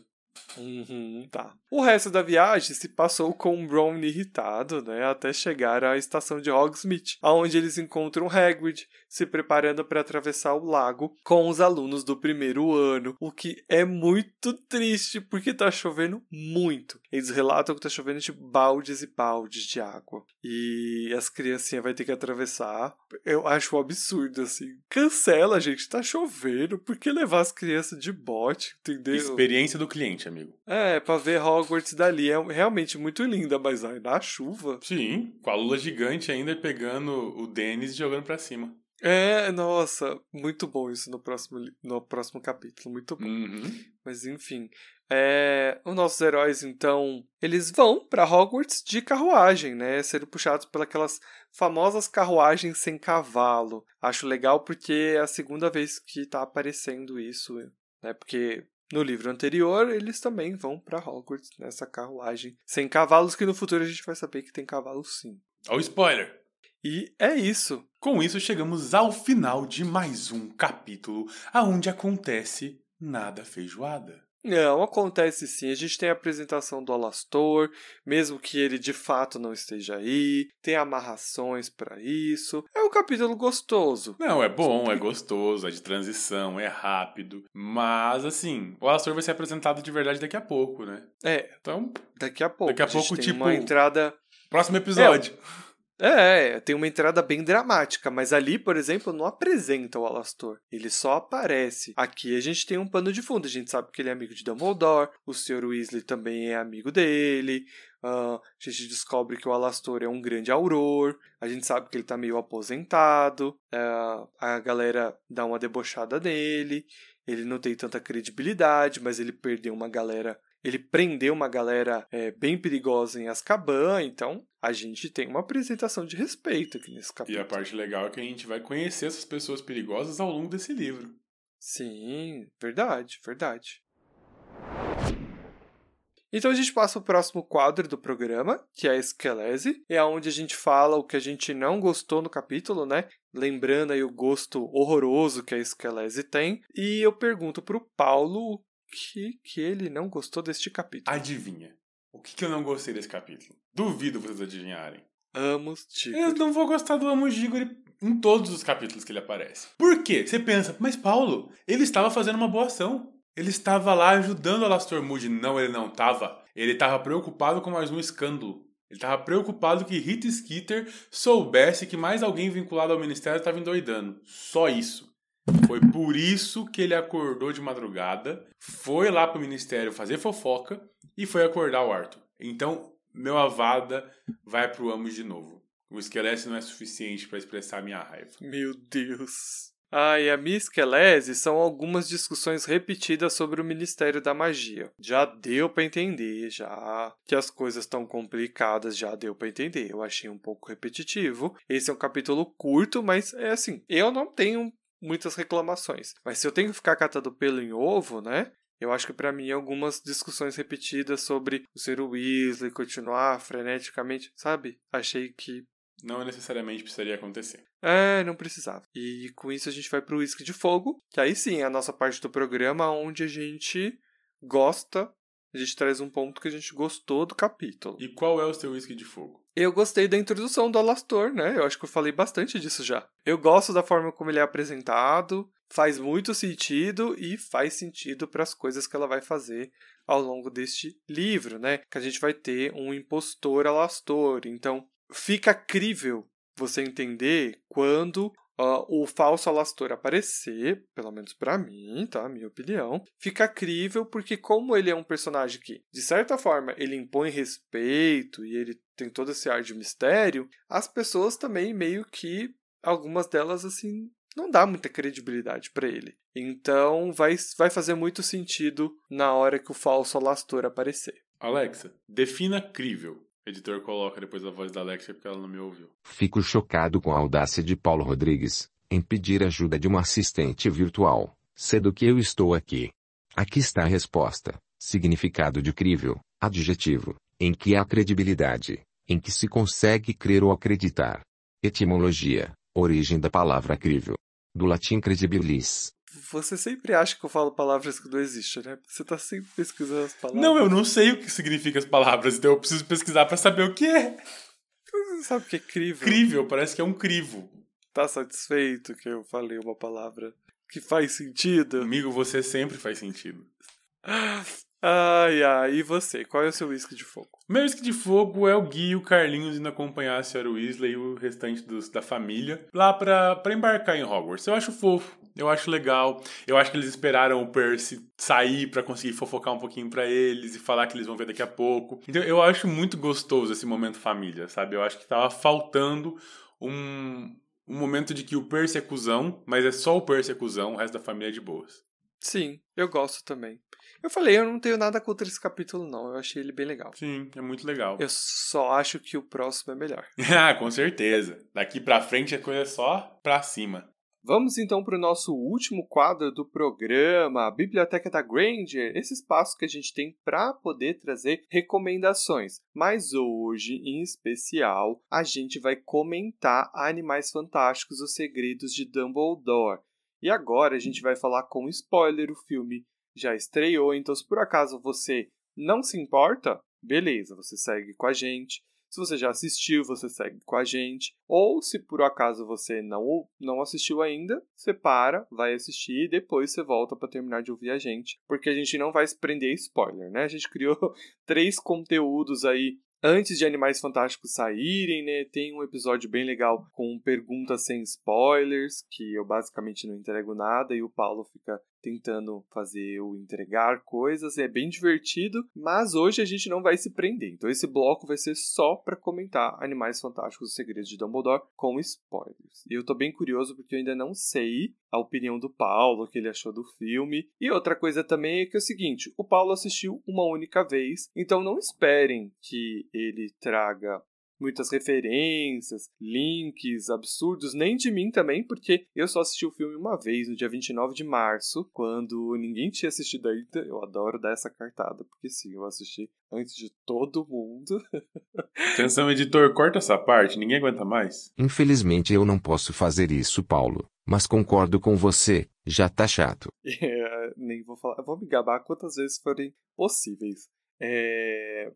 Uhum, tá. O resto da viagem se passou com o Ron irritado, né, até chegar à estação de Hogsmeade, onde eles encontram Hagrid se preparando para atravessar o lago com os alunos do primeiro ano, o que é muito triste porque tá chovendo muito. Eles relatam que tá chovendo de baldes e baldes de água e as criancinhas vão ter que atravessar. Eu acho um absurdo, assim. Cancela, gente, tá chovendo, por que levar as crianças de bote, entendeu? Experiência do cliente, amigo. É, pra ver Hogwarts dali. É realmente muito linda, mas aí na chuva. Sim, com a lula gigante ainda pegando o Dennis e jogando pra cima. É, nossa, muito bom isso no próximo, no próximo capítulo, muito bom. Uhum. Mas enfim, é, os nossos heróis, então, eles vão pra Hogwarts de carruagem, né? Sendo puxados pelas famosas carruagens sem cavalo. Acho legal porque é a segunda vez que tá aparecendo isso, né? Porque no livro anterior, eles também vão pra Hogwarts nessa carruagem sem cavalos, que no futuro a gente vai saber que tem cavalo sim. Olha o spoiler! E é isso. Com isso, chegamos ao final de mais um capítulo, aonde acontece nada feijoada. Não, acontece sim. A gente tem a apresentação do Alastor, mesmo que ele de fato não esteja aí. Tem amarrações pra isso. É um capítulo gostoso. Não, é bom, é gostoso, é de transição, é rápido. Mas, assim, o Alastor vai ser apresentado de verdade daqui a pouco, né? É. Então, daqui a pouco. Daqui a, a pouco, tem tipo, uma entrada... próximo episódio. É, É, tem uma entrada bem dramática, mas ali, por exemplo, não apresenta o Alastor. Ele só aparece. Aqui a gente tem um pano de fundo. A gente sabe que ele é amigo de Dumbledore, o senhor Weasley também é amigo dele. Uh, a gente descobre que o Alastor é um grande auror. A gente sabe que ele tá meio aposentado. Uh, a galera dá uma debochada nele. Ele não tem tanta credibilidade, mas ele perdeu uma galera... Ele prendeu uma galera é, bem perigosa em Azkaban, então a gente tem uma apresentação de respeito aqui nesse capítulo. E a parte legal é que a gente vai conhecer essas pessoas perigosas ao longo desse livro. Sim, verdade, verdade. Então a gente passa o próximo quadro do programa, que é a Esquelese, é onde a gente fala o que a gente não gostou no capítulo, né? Lembrando aí o gosto horroroso que a Esquelese tem. E eu pergunto pro Paulo... O que que ele não gostou deste capítulo? Adivinha. O que, que eu não gostei desse capítulo? Duvido vocês adivinharem. Amos Diggory. Eu não vou gostar do Amos Diggory em todos os capítulos que ele aparece. Por quê? Você pensa, mas Paulo, ele estava fazendo uma boa ação. Ele estava lá ajudando Alastor Moody. Não, ele não estava. Ele estava preocupado com mais um escândalo. Ele estava preocupado que Rita Skeeter soubesse que mais alguém vinculado ao ministério estava endoidando. Só isso. Foi por isso que ele acordou de madrugada, foi lá pro ministério fazer fofoca e foi acordar o Arthur. Então, meu Avada vai pro Amos de novo. O Skelese não é suficiente para expressar minha raiva. Meu Deus. Ah, e a minha Skelese são algumas discussões repetidas sobre o Ministério da Magia. Já deu pra entender, já que as coisas estão complicadas, já deu pra entender. Eu achei um pouco repetitivo. Esse é um capítulo curto, mas é assim, eu não tenho muitas reclamações. Mas se eu tenho que ficar catando pelo em ovo, né? Eu acho que pra mim algumas discussões repetidas sobre o ser Weasley continuar freneticamente, sabe? Achei que não necessariamente precisaria acontecer. É, não precisava. E com isso a gente vai pro Whisky de Fogo, que aí sim é a nossa parte do programa onde a gente gosta, a gente traz um ponto que a gente gostou do capítulo. E qual é o seu Whisky de Fogo? Eu gostei da introdução do Alastor, né? Eu acho que eu falei bastante disso já. Eu gosto da forma como ele é apresentado, faz muito sentido e faz sentido para as coisas que ela vai fazer ao longo deste livro, né? Que a gente vai ter um impostor Alastor. Então, fica crível você entender quando uh, o falso Alastor aparecer, pelo menos pra mim, tá? Minha opinião. Fica crível porque como ele é um personagem que, de certa forma, ele impõe respeito e ele tem todo esse ar de mistério, as pessoas também meio que, algumas delas, assim, não dá muita credibilidade pra ele. Então, vai, vai fazer muito sentido na hora que o falso Alastor aparecer. Alexa, defina crível. O editor coloca depois a voz da Alexia porque ela não me ouviu. Fico chocado com a audácia de Paulo Rodrigues em pedir ajuda de uma assistente virtual, sendo que eu estou aqui. Aqui está a resposta. Significado de crível, adjetivo, em que há credibilidade, em que se consegue crer ou acreditar. Etimologia, origem da palavra crível. Do latim credibilis. Você sempre acha que eu falo palavras que não existem, né? Você tá sempre pesquisando as palavras. Não, eu não sei o que significa as palavras, então eu preciso pesquisar pra saber o que é. Você sabe o que é crível? Crível, parece que é um crivo. Tá satisfeito que eu falei uma palavra que faz sentido? Amigo, você sempre faz sentido. Ai, ai, e você? Qual é o seu whisky de fogo? Meu whisky de fogo é o Gui e o Carlinhos indo acompanhar a senhora Weasley e o restante dos, da família lá pra, pra embarcar em Hogwarts. Eu acho fofo, eu acho legal. Eu acho que eles esperaram o Percy sair pra conseguir fofocar um pouquinho pra eles e falar que eles vão ver daqui a pouco. Então eu acho muito gostoso esse momento família, sabe? Eu acho que tava faltando um, um momento de que o Percy é cuzão, mas é só o Percy é cuzão, o resto da família é de boas. Sim, eu gosto também. Eu falei, eu não tenho nada contra esse capítulo, não. Eu achei ele bem legal. Sim, é muito legal. Eu só acho que o próximo é melhor. Ah, com certeza. Daqui pra frente a coisa é só pra cima. Vamos então para o nosso último quadro do programa, a Biblioteca da Granger, esse espaço que a gente tem para poder trazer recomendações. Mas hoje, em especial, a gente vai comentar Animais Fantásticos, Os Segredos de Dumbledore. E agora a gente vai falar com spoiler, o filme já estreou, então se por acaso você não se importa, beleza, você segue com a gente. Se você já assistiu, você segue com a gente. Ou se por acaso você não, não assistiu ainda, você para, vai assistir e depois você volta para terminar de ouvir a gente. Porque a gente não vai se prender a spoiler, né? A gente criou três conteúdos aí antes de Animais Fantásticos saírem, né? Tem um episódio bem legal com perguntas sem spoilers, que eu basicamente não entrego nada e o Paulo fica tentando fazer eu entregar coisas, é bem divertido, mas hoje a gente não vai se prender. Então esse bloco vai ser só para comentar Animais Fantásticos, Os Segredos de Dumbledore com spoilers. E eu tô bem curioso porque eu ainda não sei a opinião do Paulo, o que ele achou do filme. E outra coisa também é que é o seguinte, o Paulo assistiu uma única vez, então não esperem que ele traga muitas referências, links absurdos, nem de mim também, porque eu só assisti o filme uma vez, no dia vinte e nove de março, quando ninguém tinha assistido ainda. Eu adoro dar essa cartada, porque sim, eu assisti antes de todo mundo. Atenção, editor, corta essa parte, ninguém aguenta mais. Infelizmente eu não posso fazer isso, Paulo, mas concordo com você, já tá chato. É, nem vou falar, vou me gabar quantas vezes forem possíveis. É...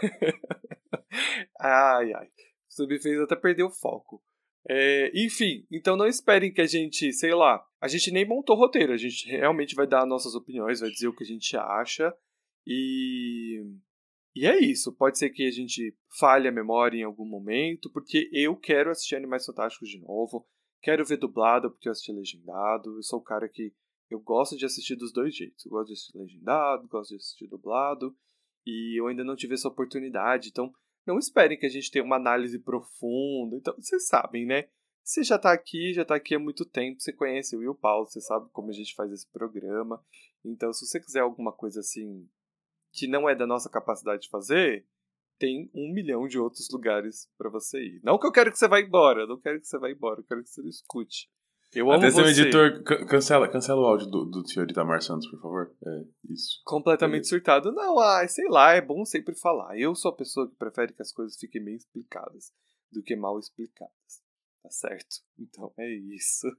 ai, ai. Isso me fez até perder o foco. É, enfim, então não esperem que a gente, sei lá, a gente nem montou roteiro, a gente realmente vai dar nossas opiniões, vai dizer o que a gente acha e... E é isso, pode ser que a gente falhe a memória em algum momento, porque eu quero assistir Animais Fantásticos de novo, quero ver dublado porque eu assisti legendado, eu sou o cara que eu gosto de assistir dos dois jeitos, eu gosto de assistir legendado, gosto de assistir dublado, e eu ainda não tive essa oportunidade, então não esperem que a gente tenha uma análise profunda, então vocês sabem, né? Você já tá aqui, já tá aqui há muito tempo, você conhece o Will Paulo, você sabe como a gente faz esse programa, então se você quiser alguma coisa assim que não é da nossa capacidade de fazer, tem um milhão de outros lugares pra você ir. Não que eu quero que você vá embora, eu não quero que você vá embora, eu quero que você não escute. Eu amo Atenção, você. editor, can- cancela, cancela o áudio do, do senhor Itamar Santos, por favor. É, isso. Completamente surtado. Não, ai, sei lá, é bom sempre falar. Eu sou a pessoa que prefere que as coisas fiquem bem explicadas do que mal explicadas. Tá certo? Então é isso.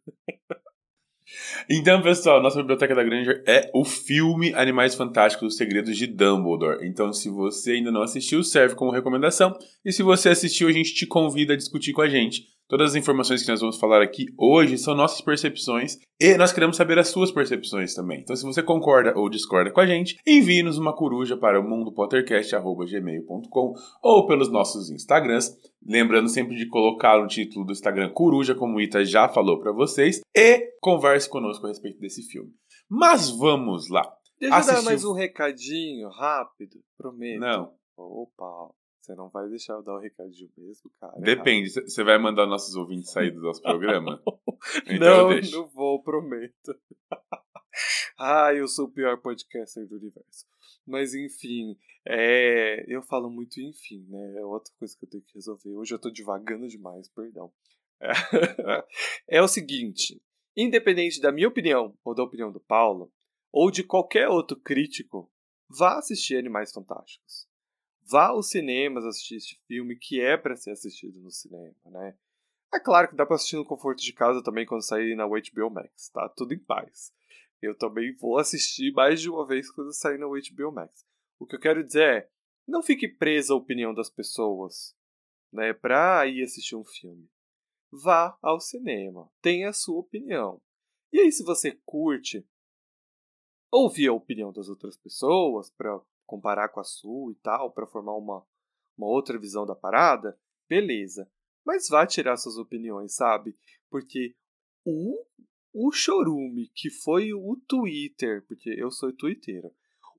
Então, pessoal, nossa Biblioteca da Granger é o filme Animais Fantásticos, Os Segredos de Dumbledore. Então, se você ainda não assistiu, serve como recomendação. E se você assistiu, a gente te convida a discutir com a gente. Todas as informações que nós vamos falar aqui hoje são nossas percepções e nós queremos saber as suas percepções também. Então, se você concorda ou discorda com a gente, envie-nos uma coruja para o mundo pottercast arroba gmail ponto com ou pelos nossos Instagrams. Lembrando sempre de colocar no título do Instagram Coruja, como o Ita já falou para vocês, e converse conosco a respeito desse filme. Mas vamos lá. Deixa eu dar Assistiu- mais um recadinho rápido, prometo. Não, Opa, você não vai deixar eu dar o recadinho mesmo, cara? É depende. Você vai mandar nossos ouvintes sair do nosso programa? Então não, eu deixo. não vou, prometo. ah, eu sou o pior podcaster do universo. Mas enfim, é... eu falo muito enfim, né? É outra coisa que eu tenho que resolver. Hoje eu tô divagando demais, perdão. É, é o seguinte, independente da minha opinião ou da opinião do Paulo, ou de qualquer outro crítico, vá assistir Animais Fantásticos. Vá aos cinemas assistir este filme que é para ser assistido no cinema, né? É claro que dá pra assistir no conforto de casa também quando sair na H B O Max, tá? Tudo em paz. Eu também vou assistir mais de uma vez quando sair na H B O Max. O que eu quero dizer é, não fique preso à opinião das pessoas, né, pra ir assistir um filme. Vá ao cinema, tenha a sua opinião. E aí, se você curte ouvir a opinião das outras pessoas pra comparar com a sua e tal, pra formar uma, uma outra visão da parada, beleza. Mas vá tirar suas opiniões, sabe? Porque o, o chorume, que foi o Twitter, porque eu sou twitteiro,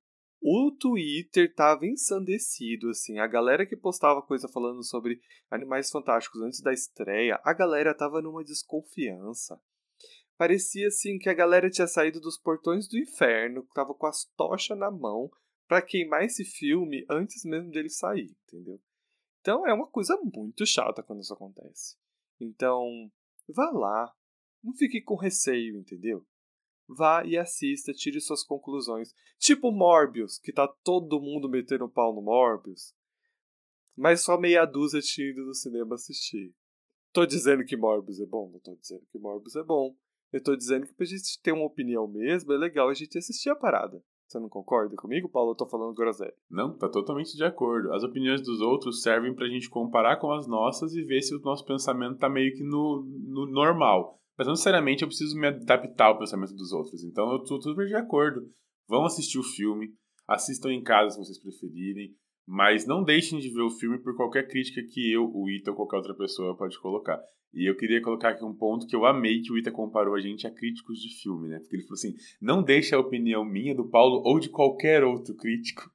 o Twitter tava ensandecido, assim. A galera que postava coisa falando sobre Animais Fantásticos antes da estreia, a galera tava numa desconfiança. Parecia, assim, que a galera tinha saído dos portões do inferno, tava com as tochas na mão pra queimar esse filme antes mesmo dele sair, entendeu? Então é uma coisa muito chata quando isso acontece. Então, vá lá. Não fique com receio, entendeu? Vá e assista, tire suas conclusões. Tipo Morbius, que tá todo mundo metendo o pau no Morbius. Mas só meia dúzia tinha ido no cinema assistir. Tô dizendo que Morbius é bom? Não tô dizendo que Morbius é bom. Eu tô dizendo que pra gente ter uma opinião mesmo, é legal a gente assistir a parada. Você não concorda comigo, Paulo? Eu tô falando groselha. Não, tá totalmente de acordo. As opiniões dos outros servem pra gente comparar com as nossas e ver se o nosso pensamento tá meio que no, no normal. Mas não necessariamente eu preciso me adaptar ao pensamento dos outros. Então eu tô super de acordo. Vão assistir o filme, assistam em casa se vocês preferirem, mas não deixem de ver o filme por qualquer crítica que eu, o Ita ou qualquer outra pessoa pode colocar. E eu queria colocar aqui um ponto que eu amei que o Ita comparou a gente a críticos de filme, né? Porque ele falou assim, não deixe a opinião minha, do Paulo ou de qualquer outro crítico.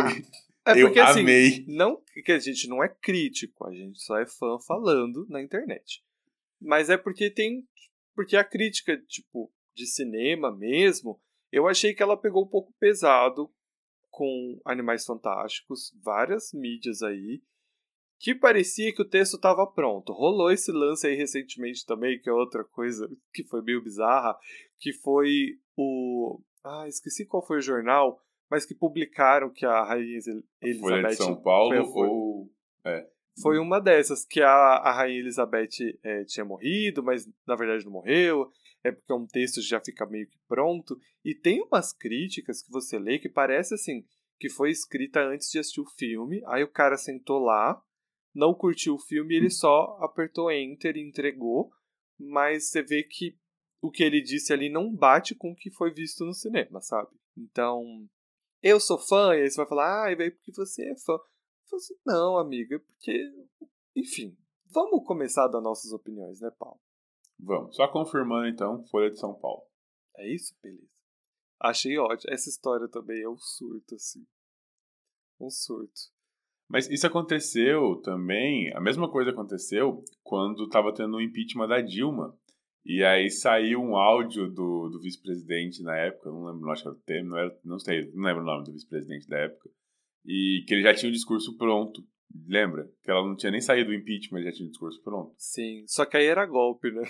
É Eu porque, amei. assim, não, que a gente não é crítico, a gente só é fã falando na internet. Mas é porque tem... Porque a crítica, tipo, de cinema mesmo, eu achei que ela pegou um pouco pesado com Animais Fantásticos, várias mídias aí, que parecia que o texto estava pronto. Rolou esse lance aí recentemente também, que é outra coisa que foi meio bizarra, que foi o... Ah, esqueci qual foi o jornal, mas que publicaram que a Rainha Elizabeth... Folha de São Paulo foi, ou... É. Foi uma dessas, que a, a Rainha Elizabeth é, tinha morrido, mas na verdade não morreu. É porque um texto já fica meio que pronto. E tem umas críticas que você lê que parece assim, que foi escrita antes de assistir o filme. Aí o cara sentou lá, não curtiu o filme e ele só apertou Enter e entregou. Mas você vê que o que ele disse ali não bate com o que foi visto no cinema, sabe? Então, eu sou fã, e aí você vai falar, ah, é porque você é fã. Eu falo assim, não, amiga, porque... Enfim, vamos começar a dar nossas opiniões, né, Paulo? Vamos. Só confirmando, então, Folha de São Paulo. É isso? Beleza. Achei ótimo. Essa história também é um surto, assim. Um surto. Mas isso aconteceu também... A mesma coisa aconteceu quando estava tendo o impeachment da Dilma. E aí saiu um áudio do, do vice-presidente na época. Não lembro, acho que era o Temer. Não, era, não sei, não lembro o nome do vice-presidente da época. E que ele já tinha o discurso pronto. Lembra? Que ela não tinha nem saído do impeachment, ele já tinha o discurso pronto. Sim, só que aí era golpe, né?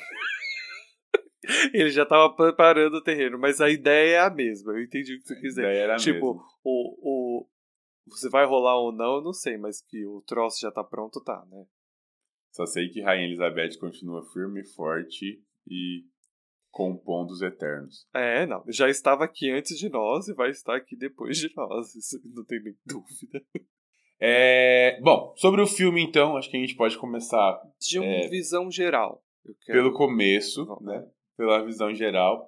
Ele já tava preparando o terreno, mas a ideia é a mesma. Eu entendi o que você quiser. A ideia era a tipo, mesma. O, o, você vai rolar ou não, eu não sei, mas que o troço já tá pronto, tá, né? Só sei que Rainha Elizabeth continua firme, forte e compondo os eternos. É, não. Já estava aqui antes de nós e vai estar aqui depois de nós. Isso não tem nem dúvida. É, bom, sobre o filme, então, acho que a gente pode começar... De uma é, visão geral. Eu quero... Pelo começo, Não, né? Pela visão geral.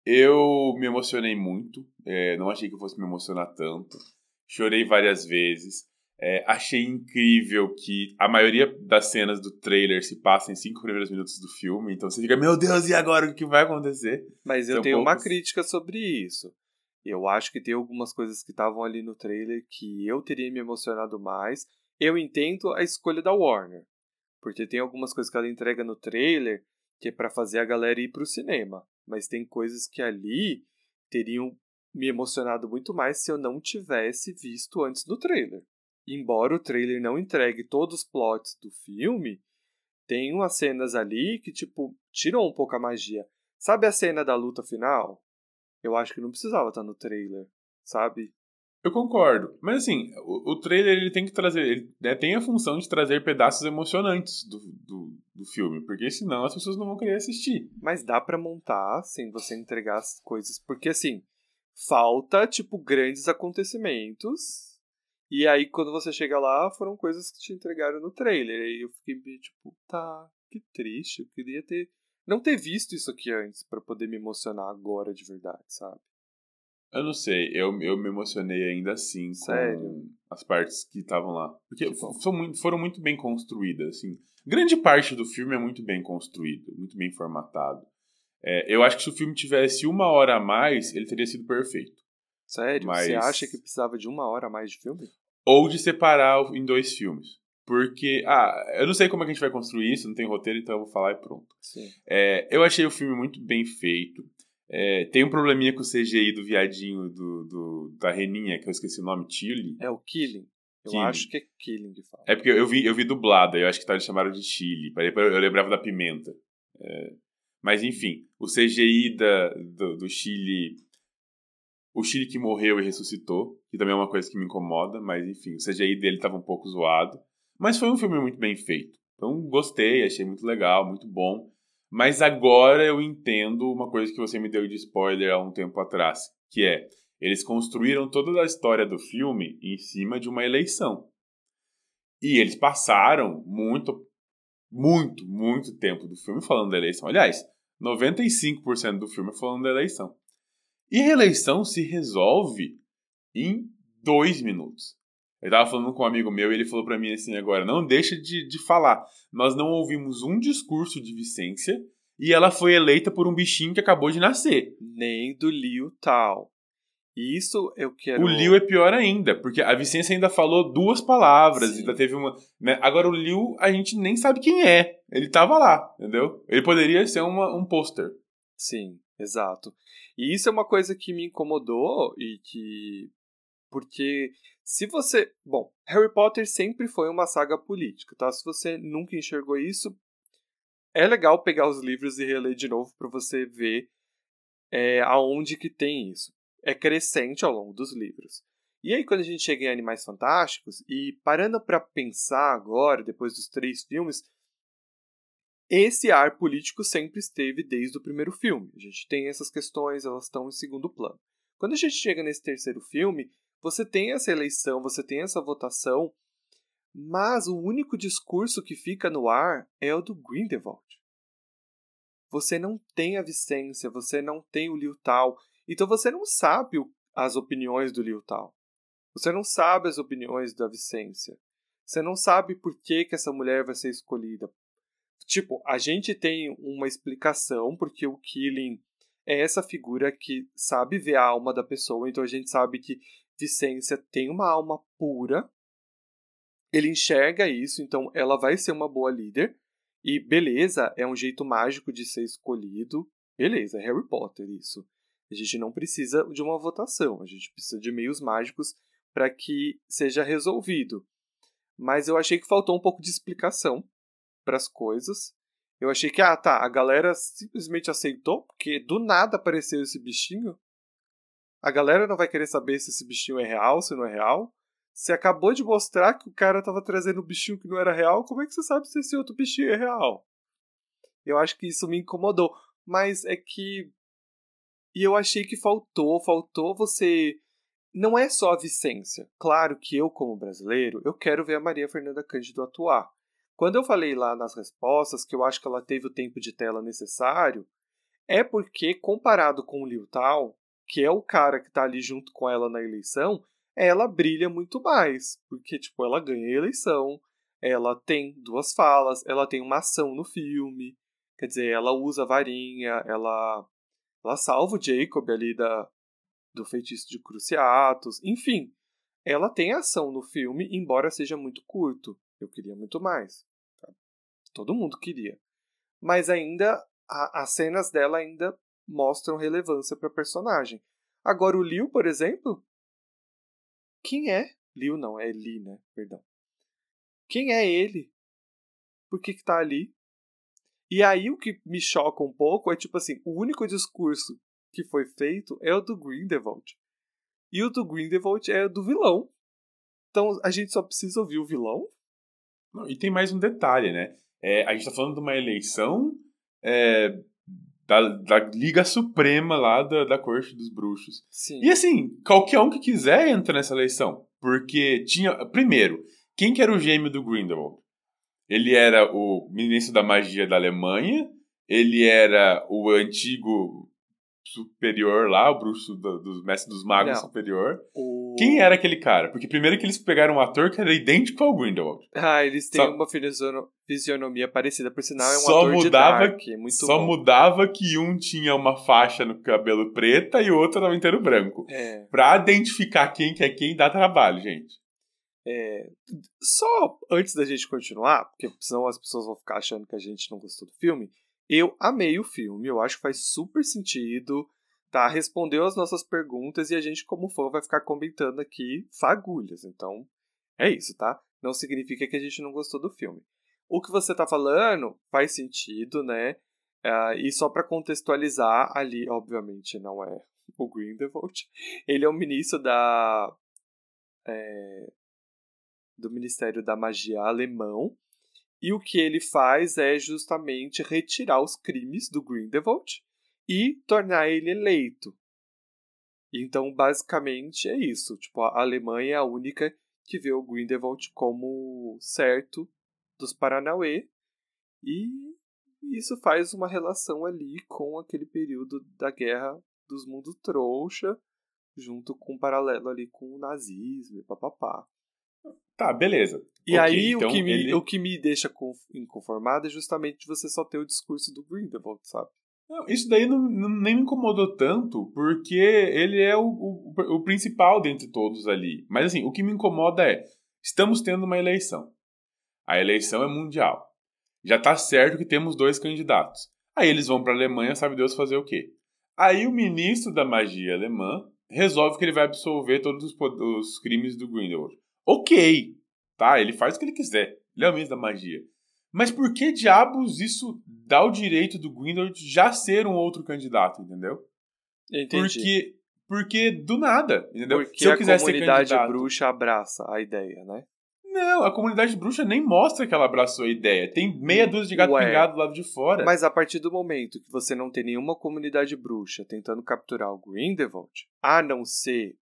Eu me emocionei muito. É, não achei que eu fosse me emocionar tanto. Chorei várias vezes. É, achei incrível que a maioria das cenas do trailer se passa em cinco primeiros minutos do filme. Então você fica, meu Deus, e agora o que vai acontecer? Mas eu São tenho poucos... uma crítica sobre isso. Eu acho que tem algumas coisas que estavam ali no trailer que eu teria me emocionado mais. Eu entendo a escolha da Warner. Porque tem algumas coisas que ela entrega no trailer que é pra fazer a galera ir pro cinema. Mas tem coisas que ali teriam me emocionado muito mais se eu não tivesse visto antes do trailer. Embora o trailer não entregue todos os plots do filme, tem umas cenas ali que, tipo, tiram um pouco a magia. Sabe a cena da luta final? Eu acho que não precisava estar no trailer, sabe? Eu concordo. Mas assim, o, o trailer ele tem que trazer. Ele né, tem a função de trazer pedaços emocionantes do, do, do filme. Porque senão as pessoas não vão querer assistir. Mas dá pra montar sem você entregar as coisas. Porque assim, falta, tipo, grandes acontecimentos. E aí, quando você chega lá, foram coisas que te entregaram no trailer. E aí eu fiquei meio tipo, tá, que triste. Eu queria ter. Não ter visto isso aqui antes pra poder me emocionar agora de verdade, sabe? Eu não sei, eu, eu me emocionei ainda assim Sério? com as partes que estavam lá. Porque Que bom. foram muito, foram muito bem construídas, assim. Grande parte do filme é muito bem construído, muito bem formatado. É, eu acho que se o filme tivesse uma hora a mais, ele teria sido perfeito. Sério? Mas... Você acha que precisava de uma hora a mais de filme? Ou de separar em dois filmes. Porque, ah, eu não sei como é que a gente vai construir isso, não tem roteiro, então eu vou falar e pronto. Sim. É, eu achei o filme muito bem feito. É, tem um probleminha com o C G I do viadinho do, do, da reninha, que eu esqueci o nome, Chile. É o Killing. Eu Killing. acho que é Killing que fala. É porque eu vi, eu vi dublado, eu acho que tá, eles chamaram de Chile. Eu lembrava da pimenta. É, mas enfim, o C G I da, do, do Chile... O Chile que morreu e ressuscitou, que também é uma coisa que me incomoda, mas enfim, o C G I dele tava um pouco zoado. Mas foi um filme muito bem feito. Então gostei, achei muito legal, muito bom. Mas agora eu entendo uma coisa que você me deu de spoiler há um tempo atrás, que é, eles construíram toda a história do filme em cima de uma eleição. E eles passaram muito, muito, muito tempo do filme falando da eleição. Aliás, noventa e cinco por cento do filme falando da eleição. E a eleição se resolve em dois minutos. Eu tava falando com um amigo meu e ele falou pra mim assim agora, não deixa de, de falar. Nós não ouvimos um discurso de Vicência e ela foi eleita por um bichinho que acabou de nascer. Nem do Liu Tal. Isso eu quero... O Liu é pior ainda, porque a Vicência ainda falou duas palavras, Sim. ainda teve uma... Né? Agora o Liu a gente nem sabe quem é. Ele tava lá, entendeu? Ele poderia ser uma, um pôster. Sim, exato. E isso é uma coisa que me incomodou e que Porque se você... Bom, Harry Potter sempre foi uma saga política, tá? Se você nunca enxergou isso, é legal pegar os livros e reler de novo para você ver é, aonde que tem isso. É crescente ao longo dos livros. E aí, quando a gente chega em Animais Fantásticos, e parando para pensar agora, depois dos três filmes, esse ar político sempre esteve desde o primeiro filme. A gente tem essas questões, elas estão em segundo plano. Quando a gente chega nesse terceiro filme, você tem essa eleição, você tem essa votação, mas o único discurso que fica no ar é o do Grindelwald. Você não tem a Vicência, você não tem o Liu Tal, então você não sabe as opiniões do Liu Tal. Você não sabe as opiniões da Vicência. Você não sabe por que, que essa mulher vai ser escolhida. Tipo, a gente tem uma explicação porque o Killing é essa figura que sabe ver a alma da pessoa, então a gente sabe que Vicência tem uma alma pura, ele enxerga isso, então ela vai ser uma boa líder, e beleza, é um jeito mágico de ser escolhido, beleza, é Harry Potter isso. A gente não precisa de uma votação, a gente precisa de meios mágicos para que seja resolvido. Mas eu achei que faltou um pouco de explicação para as coisas. Eu achei que, ah, tá, a galera simplesmente aceitou, porque do nada apareceu esse bichinho. A galera não vai querer saber se esse bichinho é real, se não é real. Você acabou de mostrar que o cara tava trazendo um bichinho que não era real, como é que você sabe se esse outro bichinho é real? Eu acho que isso me incomodou. Mas é que... E eu achei que faltou, faltou você... Não é só a Vicência. Claro que eu, como brasileiro, eu quero ver a Maria Fernanda Cândido atuar. Quando eu falei lá nas respostas que eu acho que ela teve o tempo de tela necessário, é porque, comparado com o Liu Tal, que é o cara que tá ali junto com ela na eleição, ela brilha muito mais. Porque, tipo, ela ganha a eleição, ela tem duas falas, ela tem uma ação no filme, quer dizer, ela usa a varinha, ela, ela salva o Jacob ali da... do feitiço de Cruciatus, enfim, ela tem ação no filme, embora seja muito curto. Eu queria muito mais. Tá? Todo mundo queria. Mas ainda, a, as cenas dela ainda mostram relevância para a personagem. Agora, o Liu, por exemplo, quem é? Liu não, é Li, né? Perdão. Quem é ele? Por que que tá ali? E aí o que me choca um pouco é tipo assim, o único discurso que foi feito é o do Grindelwald. E o do Grindelwald é o do vilão. Então a gente só precisa ouvir o vilão? Não, e tem mais um detalhe, né? É, a gente tá falando de uma eleição é, da, da Liga Suprema lá da, da Corte dos Bruxos. Sim. E assim, qualquer um que quiser entra nessa eleição. Porque tinha... Primeiro, quem que era o gêmeo do Grindelwald? Ele era o ministro da magia da Alemanha, ele era o antigo superior lá, o bruxo do, dos mestres dos magos Não. superior. O... Quem era aquele cara? Porque primeiro que eles pegaram um ator que era idêntico ao Grindelwald. Ah, eles têm Só... uma fisionomia parecida, por sinal é um só ator mudava, de Dark, muito Só bom. mudava que um tinha uma faixa no cabelo preta e o outro era inteiro branco. É. Pra identificar quem que é quem dá trabalho, gente. É, só antes da gente continuar, porque senão as pessoas vão ficar achando que a gente não gostou do filme, eu amei o filme, eu acho que faz super sentido, tá? Respondeu as nossas perguntas e a gente, como fã, vai ficar comentando aqui fagulhas. Então, é isso, tá? Não significa que a gente não gostou do filme. O que você tá falando faz sentido, né? Uh, e só para contextualizar, ali, obviamente, não é o Grindelwald. Ele é o ministro da... É, do Ministério da Magia alemão, e o que ele faz é justamente retirar os crimes do Grindelwald e tornar ele eleito. Então, basicamente, é isso. Tipo, a Alemanha é a única que vê o Grindelwald como certo dos Paranauê, e isso faz uma relação ali com aquele período da Guerra dos Mundos Trouxa, junto com um paralelo ali com o nazismo e papapá. Tá, beleza. E okay, aí então o, que me, ele... o que me deixa inconformado é justamente você só ter o discurso do Grindelwald, sabe? Não, isso daí não, não, nem me incomodou tanto, porque ele é o, o, o principal dentre todos ali. Mas assim, o que me incomoda é, estamos tendo uma eleição. A eleição é mundial. Já tá certo que temos dois candidatos. Aí eles vão pra Alemanha, sabe Deus fazer o quê? Aí o ministro da magia alemã resolve que ele vai absolver todos os, os crimes do Grindelwald. Ok, tá? Ele faz o que ele quiser. Ele é o ministro da magia. Mas por que diabos isso dá o direito do Grindelwald já ser um outro candidato, entendeu? Entendi. Porque, porque do nada, entendeu? Porque Se eu a quiser ser comunidade candidato... bruxa abraça a ideia, né? Não, a comunidade bruxa nem mostra que ela abraçou a ideia. Tem meia dúzia de gato Ué, pingado do lado de fora. Mas a partir do momento que você não tem nenhuma comunidade bruxa tentando capturar o Grindelwald, a não ser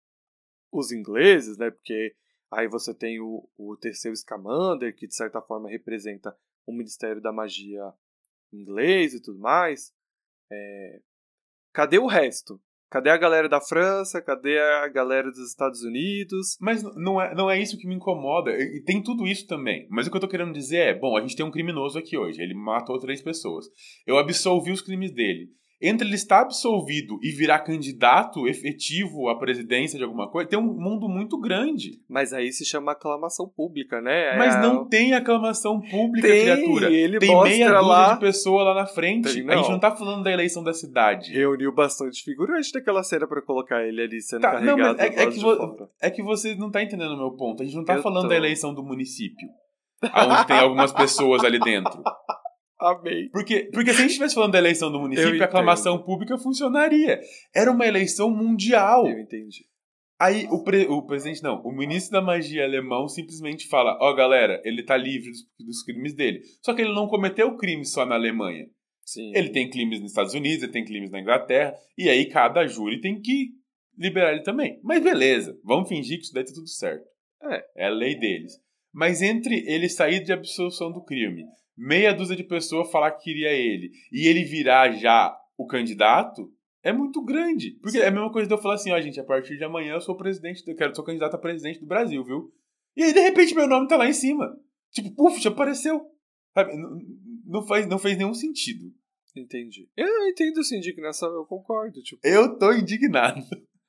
os ingleses, né? Porque aí você tem o, o terceiro Scamander, que de certa forma representa o Ministério da Magia inglês e tudo mais. É... Cadê o resto? Cadê a galera da França? Cadê a galera dos Estados Unidos? Mas não é, não é isso que me incomoda. E tem tudo isso também. Mas o que eu tô querendo dizer é... Bom, a gente tem um criminoso aqui hoje. Ele matou três pessoas. Eu absolvi os crimes dele. Entre ele estar absolvido e virar candidato efetivo à presidência de alguma coisa, tem um mundo muito grande. Mas aí se chama aclamação pública, né? Mas é não a... tem aclamação pública, tem, criatura. Ele tem mostra meia dúzia lá... de pessoas lá na frente. Tem, a gente não tá falando da eleição da cidade. Reuniu bastante figurante daquela cena pra colocar ele ali sendo tá, carregado. Não, mas é, é, que vo... é que você não tá entendendo o meu ponto. A gente não tá Eu falando tô... da eleição do município. Onde tem algumas pessoas ali dentro. Amei. Porque, porque se a gente estivesse falando da eleição do município, a aclamação pública funcionaria. Era uma eleição mundial. Eu entendi. Aí o, pre, o presidente, não, o ministro da magia alemão simplesmente fala, ó, oh, galera, ele tá livre dos, dos crimes dele. Só que ele não cometeu crime só na Alemanha. Sim. Ele tem crimes nos Estados Unidos, ele tem crimes na Inglaterra, e aí cada júri tem que liberar ele também. Mas beleza, vamos fingir que isso daí tá tudo certo. É. É a lei deles. Mas entre ele sair de absolução do crime, meia dúzia de pessoas falar que queria ele, e ele virar já o candidato, é muito grande. Porque Sim. é a mesma coisa de eu falar assim, ó, oh, gente, a partir de amanhã eu sou presidente, eu quero ser candidato a presidente do Brasil, viu? E aí, de repente, meu nome tá lá em cima. Tipo, puf, já apareceu. Sabe? Não, não, faz, não fez nenhum sentido. Entendi. Eu entendo essa indignação, eu concordo. Tipo. Eu tô indignado.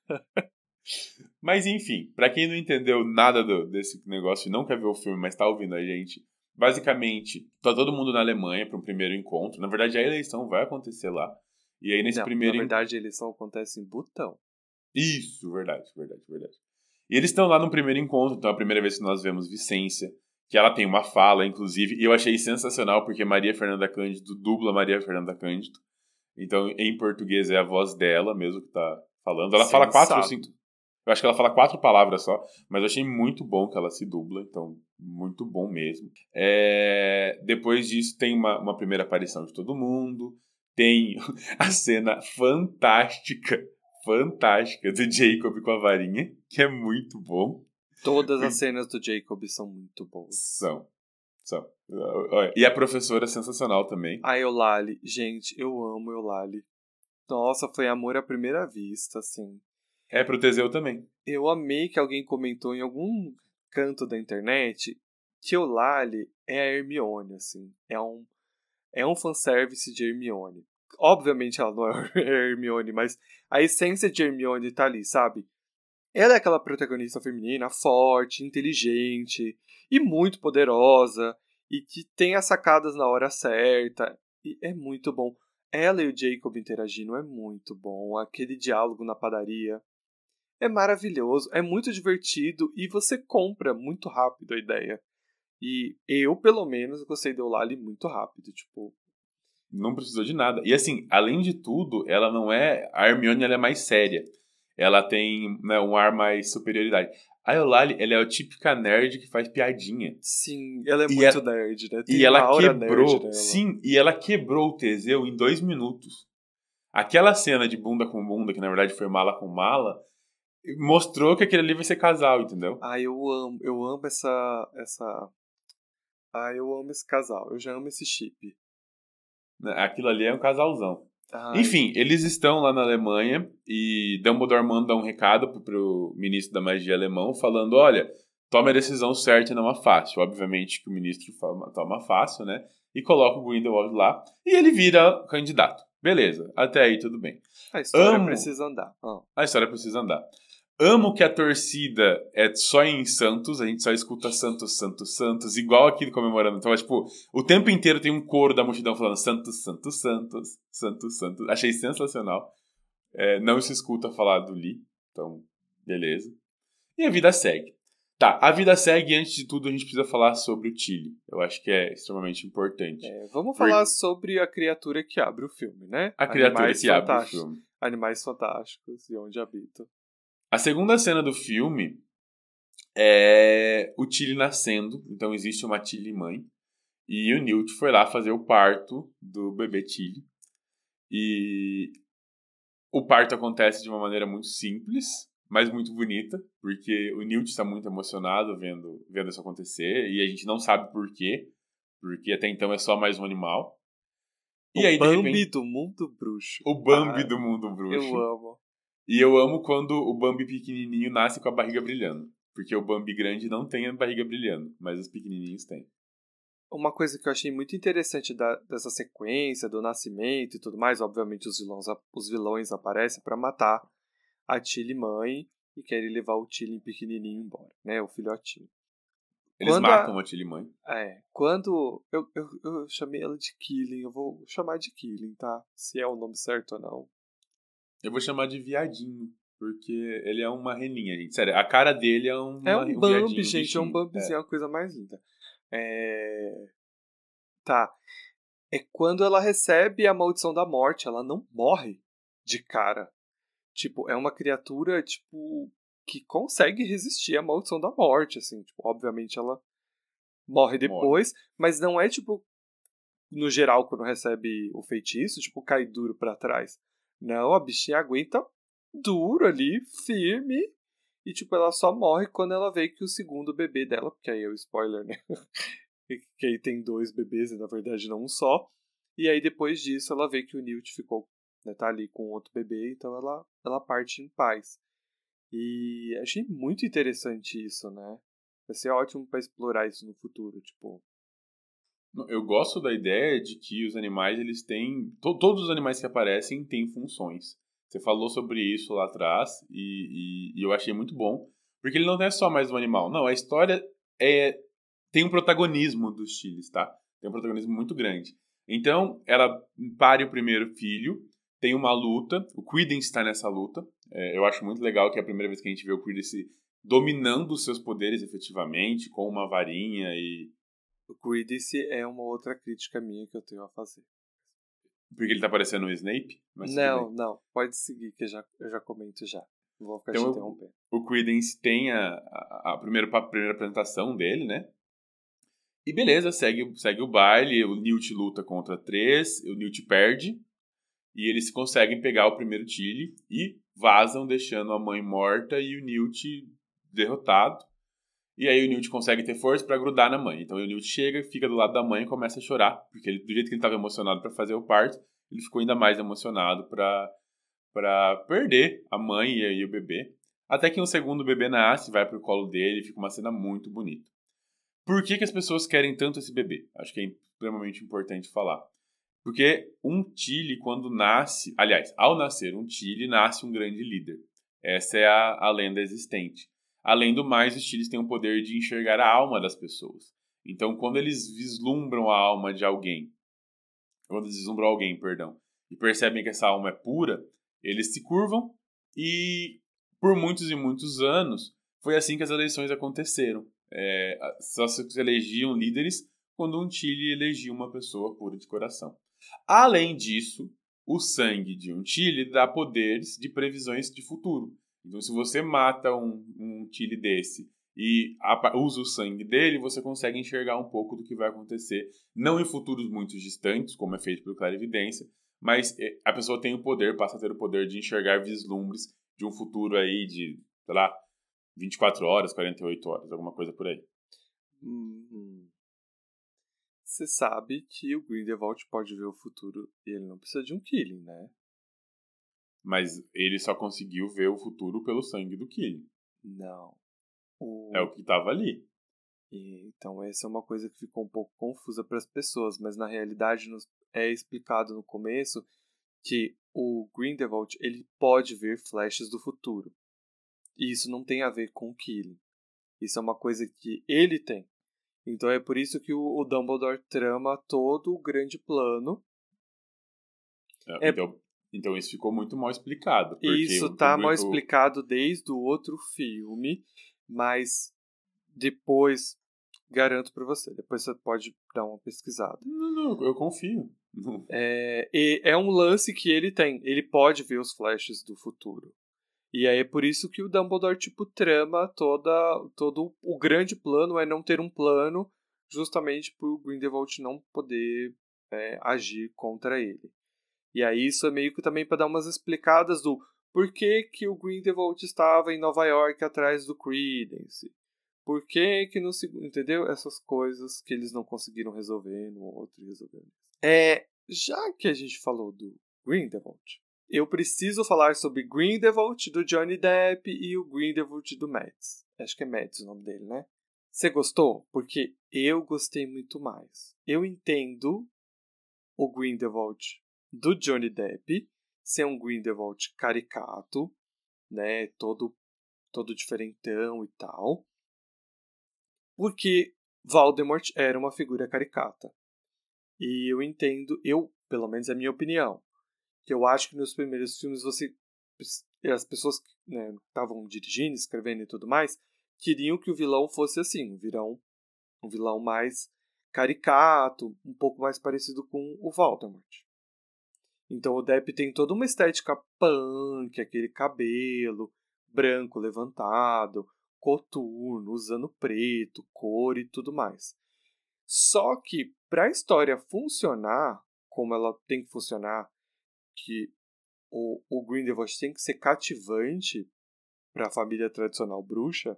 Mas, enfim, pra quem não entendeu nada do, desse negócio e não quer ver o filme, mas tá ouvindo a gente, basicamente, tá todo mundo na Alemanha para um primeiro encontro. Na verdade, a eleição vai acontecer lá. E aí, nesse não, primeiro... Na verdade, a eleição acontece em Butão. Isso, verdade, verdade, verdade. E eles estão lá no primeiro encontro, então é a primeira vez que nós vemos Vicência, que ela tem uma fala, inclusive, e eu achei sensacional, porque Maria Fernanda Cândido dubla Maria Fernanda Cândido. Então, em português, é a voz dela mesmo que tá falando. Ela Sensato. fala quatro ou cinco... Eu acho que ela fala quatro palavras só, mas eu achei muito bom que ela se dubla, então, muito bom mesmo. É... Depois disso, tem uma, uma primeira aparição de todo mundo, tem a cena fantástica, fantástica do Jacob com a varinha, que é muito bom. Todas as cenas do Jacob são muito boas. São, são. E a professora é sensacional também. A Eulalie, gente, eu amo Eulalie. Nossa, foi amor à primeira vista, assim. É pro Teseu também. Eu amei que alguém comentou em algum canto da internet que Eulalie é a Hermione, assim. É um, é um fanservice de Hermione. Obviamente ela não é Hermione, mas a essência de Hermione tá ali, sabe? Ela é aquela protagonista feminina forte, inteligente e muito poderosa e que tem as sacadas na hora certa. E é muito bom. Ela e o Jacob interagindo é muito bom. Aquele diálogo na padaria é maravilhoso, é muito divertido e você compra muito rápido a ideia. E eu, pelo menos, gostei da Eulalie muito rápido, tipo... Não precisou de nada. E assim, além de tudo, ela não é... A Hermione, ela é mais séria. Ela tem, né, um ar mais superioridade. A Eulalie, ela é a típica nerd que faz piadinha. Sim, ela é e muito ela, nerd, né? Tem e ela aura quebrou... nerd nela. Sim, e ela quebrou o Teseu em dois minutos. Aquela cena de bunda com bunda, que na verdade foi mala com mala... mostrou que aquele ali vai ser casal, entendeu? Ah, eu amo, eu amo essa, essa... Ah, eu amo esse casal, eu já amo esse chip. Aquilo ali é um casalzão. Ai. Enfim, eles estão lá na Alemanha e Dumbledore manda um recado pro, pro ministro da magia alemão falando, olha, tome a decisão certa e não a fácil. Obviamente que o ministro toma fácil, né? E coloca o Grindelwald lá e ele vira candidato. Beleza, até aí tudo bem. A história Amo... precisa andar. Oh. A história precisa andar. Amo que a torcida é só em Santos, a gente só escuta Santos, Santos, Santos, igual aquilo comemorando. Então, é, tipo, o tempo inteiro tem um coro da multidão falando Santos, Santos, Santos, Santos, Santos. Achei sensacional. É, não se escuta falar do Lee. Então, beleza. E a vida segue. Tá, a vida segue e antes de tudo a gente precisa falar sobre o Tilly. Eu acho que é extremamente importante. É, vamos Por- falar sobre a criatura que abre o filme, né? A criatura Animais que abre o fantásticos. filme. Animais fantásticos e onde habitam. A segunda cena do filme é o Tilly nascendo. Então existe uma Tilly mãe. E o Newt foi lá fazer o parto do bebê Tilly. E o parto acontece de uma maneira muito simples, mas muito bonita, porque o Newt está muito emocionado vendo, vendo isso acontecer, e a gente não sabe por quê, porque até então é só mais um animal. E o aí, de Bambi repente, do mundo bruxo. o Bambi Ah, do mundo bruxo. Eu amo. E eu amo quando o Bambi pequenininho nasce com a barriga brilhando, porque o Bambi grande não tem a barriga brilhando, mas os pequenininhos têm. Uma coisa que eu achei muito interessante da, dessa sequência, do nascimento e tudo mais, obviamente os vilões, os vilões aparecem para matar a Tilly mãe e querem levar o Tilly pequenininho embora, né, o filhotinho. Eles Quando matam a, a Tilly mãe. É, quando eu, eu, eu chamei ela de Killing, eu vou chamar de Killing, tá? Se é o nome certo ou não. Eu vou chamar de viadinho, porque ele é uma reninha, gente. Sério, a cara dele é uma, É um um Bambi, viadinho, gente, bichinho. é um Bambizinho, é a coisa mais linda. É... Tá. É quando ela recebe a maldição da morte, ela não morre de cara. Tipo, é uma criatura, tipo, que consegue resistir à maldição da morte, assim. Tipo, obviamente ela morre depois, Morre. mas não é, tipo, no geral, quando recebe o feitiço, tipo, cai duro pra trás. Não, a bichinha aguenta duro ali, firme, e, tipo, ela só morre quando ela vê que o segundo bebê dela, porque aí é o spoiler, né? Que aí tem dois bebês, e na verdade não um só. E aí depois disso ela vê que o Newt ficou, né, tá ali com outro bebê, então ela, ela parte em paz. E achei muito interessante isso, né? Vai ser ótimo pra explorar isso no futuro, tipo. Eu gosto da ideia de que os animais, eles têm... To, todos os animais que aparecem têm funções. Você falou sobre isso lá atrás e, e, e eu achei muito bom. Porque ele não é só mais um animal. Não, a história é, tem um protagonismo dos Chiles, tá? Tem um protagonismo muito grande. Então, ela pare o primeiro filho, tem uma luta, o Credence está nessa luta. É, eu acho muito legal que é a primeira vez que a gente vê o Credence dominando os seus poderes efetivamente, com uma varinha e... O Credence é uma outra crítica minha que eu tenho a fazer. Porque ele tá parecendo o Snape? Mas tudo Não, bem. não. Pode seguir que eu já, eu já comento já. Não vou ficar Então, te o, interrompendo. o Credence tem a, a, a, primeira, a primeira apresentação dele, né? E beleza, segue, segue o baile. O Newt luta contra três. O Newt perde. E eles conseguem pegar o primeiro Tilly e vazam, deixando a mãe morta e o Newt derrotado. E aí o Newt consegue ter força pra grudar na mãe. Então o Newt chega, fica do lado da mãe e começa a chorar. Porque ele, do jeito que ele estava emocionado pra fazer o parto, ele ficou ainda mais emocionado pra, pra perder a mãe e, e o bebê. Até que um segundo bebê nasce, vai pro colo dele e fica uma cena muito bonita. Por que, que as pessoas querem tanto esse bebê? Acho que é extremamente importante falar. Porque um Tilly, quando nasce... Aliás, ao nascer um Tilly, nasce um grande líder. Essa é a, a lenda existente. Além do mais, os Tillys têm o poder de enxergar a alma das pessoas. Então, quando eles vislumbram a alma de alguém, quando eles vislumbram alguém, perdão, e percebem que essa alma é pura, eles se curvam e, por muitos e muitos anos, foi assim que as eleições aconteceram. É, só se elegiam líderes quando um Tilly elegia uma pessoa pura de coração. Além disso, o sangue de um Tilly dá poderes de previsões de futuro. Então, se você mata um, um Tilly desse e usa o sangue dele, você consegue enxergar um pouco do que vai acontecer, não em futuros muito distantes, como é feito pelo Clarividência, mas a pessoa tem o poder, passa a ter o poder de enxergar vislumbres de um futuro aí de, sei lá, vinte e quatro horas, quarenta e oito horas, alguma coisa por aí. Uhum. Você sabe que o Grindelwald pode ver o futuro e ele não precisa de um Killing, né? Mas ele só conseguiu ver o futuro pelo sangue do Killing. Não. O... É o que estava ali. E, então essa é uma coisa que ficou um pouco confusa para as pessoas, mas na realidade nos é explicado no começo que o Grindelwald ele pode ver flashes do futuro. E isso não tem a ver com o Killing. Isso é uma coisa que ele tem. Então é por isso que o, o Dumbledore trama todo o grande plano. É, É... Então, Então isso ficou muito mal explicado. Porque Isso o, tá o, mal o, explicado desde o outro filme, mas depois, garanto pra você, depois você pode dar uma pesquisada. Não, não, eu confio. É, e é um lance que ele tem, ele pode ver os flashes do futuro. E aí é por isso que o Dumbledore, tipo, trama toda, todo o grande plano é não ter um plano, justamente pro Grindelwald não poder é, agir contra ele. E aí isso é meio que também para dar umas explicadas do por que, que o Grindelwald estava em Nova York atrás do Credence. Por que que no segundo... Entendeu? Essas coisas que eles não conseguiram resolver no outro resolveram. É, já que a gente falou do Grindelwald, eu preciso falar sobre Grindelwald do Johnny Depp e o Grindelwald do Mads. Acho que é Mads o nome dele, né? Você gostou? Porque eu gostei muito mais. Eu entendo o Grindelwald do Johnny Depp ser um Grindelwald caricato, né, todo todo diferentão e tal, porque Voldemort era uma figura caricata. E eu entendo, eu, pelo menos é a minha opinião, que eu acho que nos primeiros filmes você as pessoas que né, estavam dirigindo, escrevendo e tudo mais, queriam que o vilão fosse assim, um vilão, um vilão mais caricato, um pouco mais parecido com o Voldemort. Então o Depp tem toda uma estética punk, aquele cabelo branco levantado, coturno, usando preto, cor e tudo mais. Só que para a história funcionar como ela tem que funcionar, que o, o Grindelwald tem que ser cativante para a família tradicional bruxa,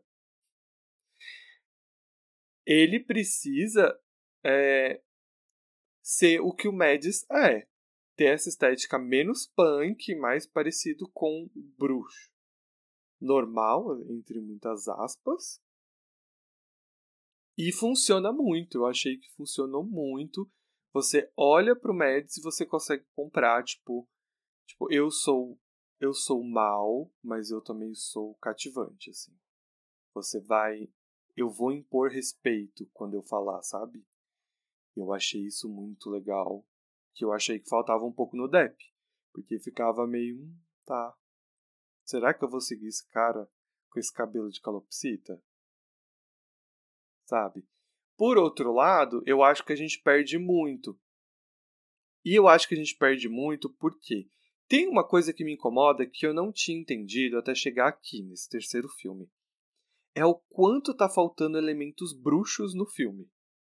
ele precisa é, ser o que o Mads é. Ter essa estética menos punk, mais parecido com bruxo. Normal, entre muitas aspas. E funciona muito. Eu achei que funcionou muito. Você olha pro Mads e você consegue comprar, tipo, tipo, eu sou eu sou mal, mas eu também sou cativante, assim. Você vai, eu vou impor respeito quando eu falar, sabe? Eu achei isso muito legal. Que eu achei que faltava um pouco no Depp. Porque ficava meio, hum, tá. Será que eu vou seguir esse cara com esse cabelo de calopsita? Sabe? Por outro lado, eu acho que a gente perde muito. E eu acho que a gente perde muito porque tem uma coisa que me incomoda que eu não tinha entendido até chegar aqui, nesse terceiro filme. É o quanto tá faltando elementos bruxos no filme.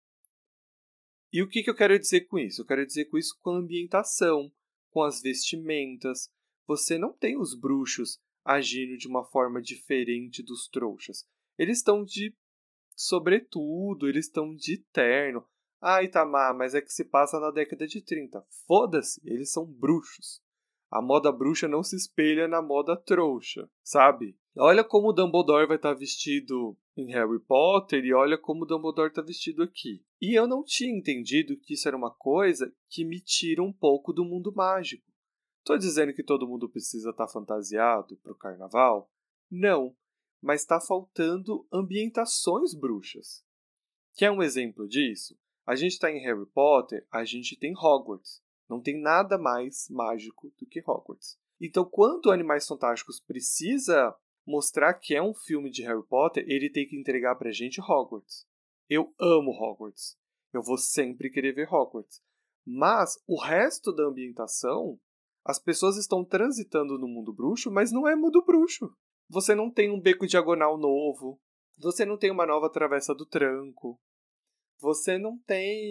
E o que, que eu quero dizer com isso? Eu quero dizer com isso com a ambientação, com as vestimentas. Você não tem os bruxos agindo de uma forma diferente dos trouxas. Eles estão de sobretudo, eles estão de terno. Ah, Itamar, mas é que se passa na década de trinta. Foda-se, eles são bruxos. A moda bruxa não se espelha na moda trouxa, sabe? Olha como o Dumbledore vai estar vestido em Harry Potter e olha como o Dumbledore está vestido aqui. E eu não tinha entendido que isso era uma coisa que me tira um pouco do mundo mágico. Tô dizendo que todo mundo precisa estar fantasiado pro carnaval? Não, mas está faltando ambientações bruxas. Quer um exemplo disso? A gente está em Harry Potter, a gente tem Hogwarts. Não tem nada mais mágico do que Hogwarts. Então, quando Animais Fantásticos precisa mostrar que é um filme de Harry Potter, ele tem que entregar pra gente Hogwarts. Eu amo Hogwarts. Eu vou sempre querer ver Hogwarts. Mas o resto da ambientação, as pessoas estão transitando no mundo bruxo, mas não é mundo bruxo. Você não tem um beco diagonal novo. Você não tem uma nova travessa do tranco. Você não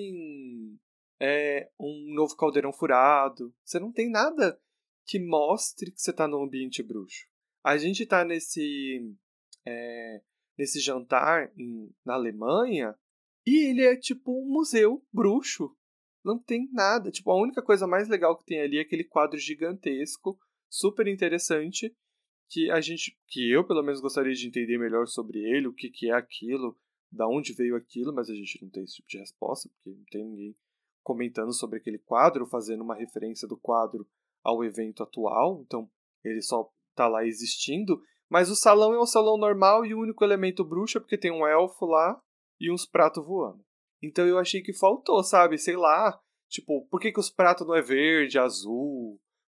tem é, um novo caldeirão furado. Você não tem nada que mostre que você está num ambiente bruxo. A gente está nesse, é, nesse jantar em, na Alemanha e ele é tipo um museu bruxo. Não tem nada. Tipo, a única coisa mais legal que tem ali é aquele quadro gigantesco, super interessante, que a gente, que eu pelo menos gostaria de entender melhor sobre ele, o que, que é aquilo, da onde veio aquilo, mas a gente não tem esse tipo de resposta, porque não tem ninguém comentando sobre aquele quadro, fazendo uma referência do quadro ao evento atual, então ele só tá lá existindo, mas o salão é um salão normal e o único elemento bruxo é porque tem um elfo lá e uns pratos voando. Então eu achei que faltou, sabe? Sei lá, tipo, por que, que os pratos não é verde, azul?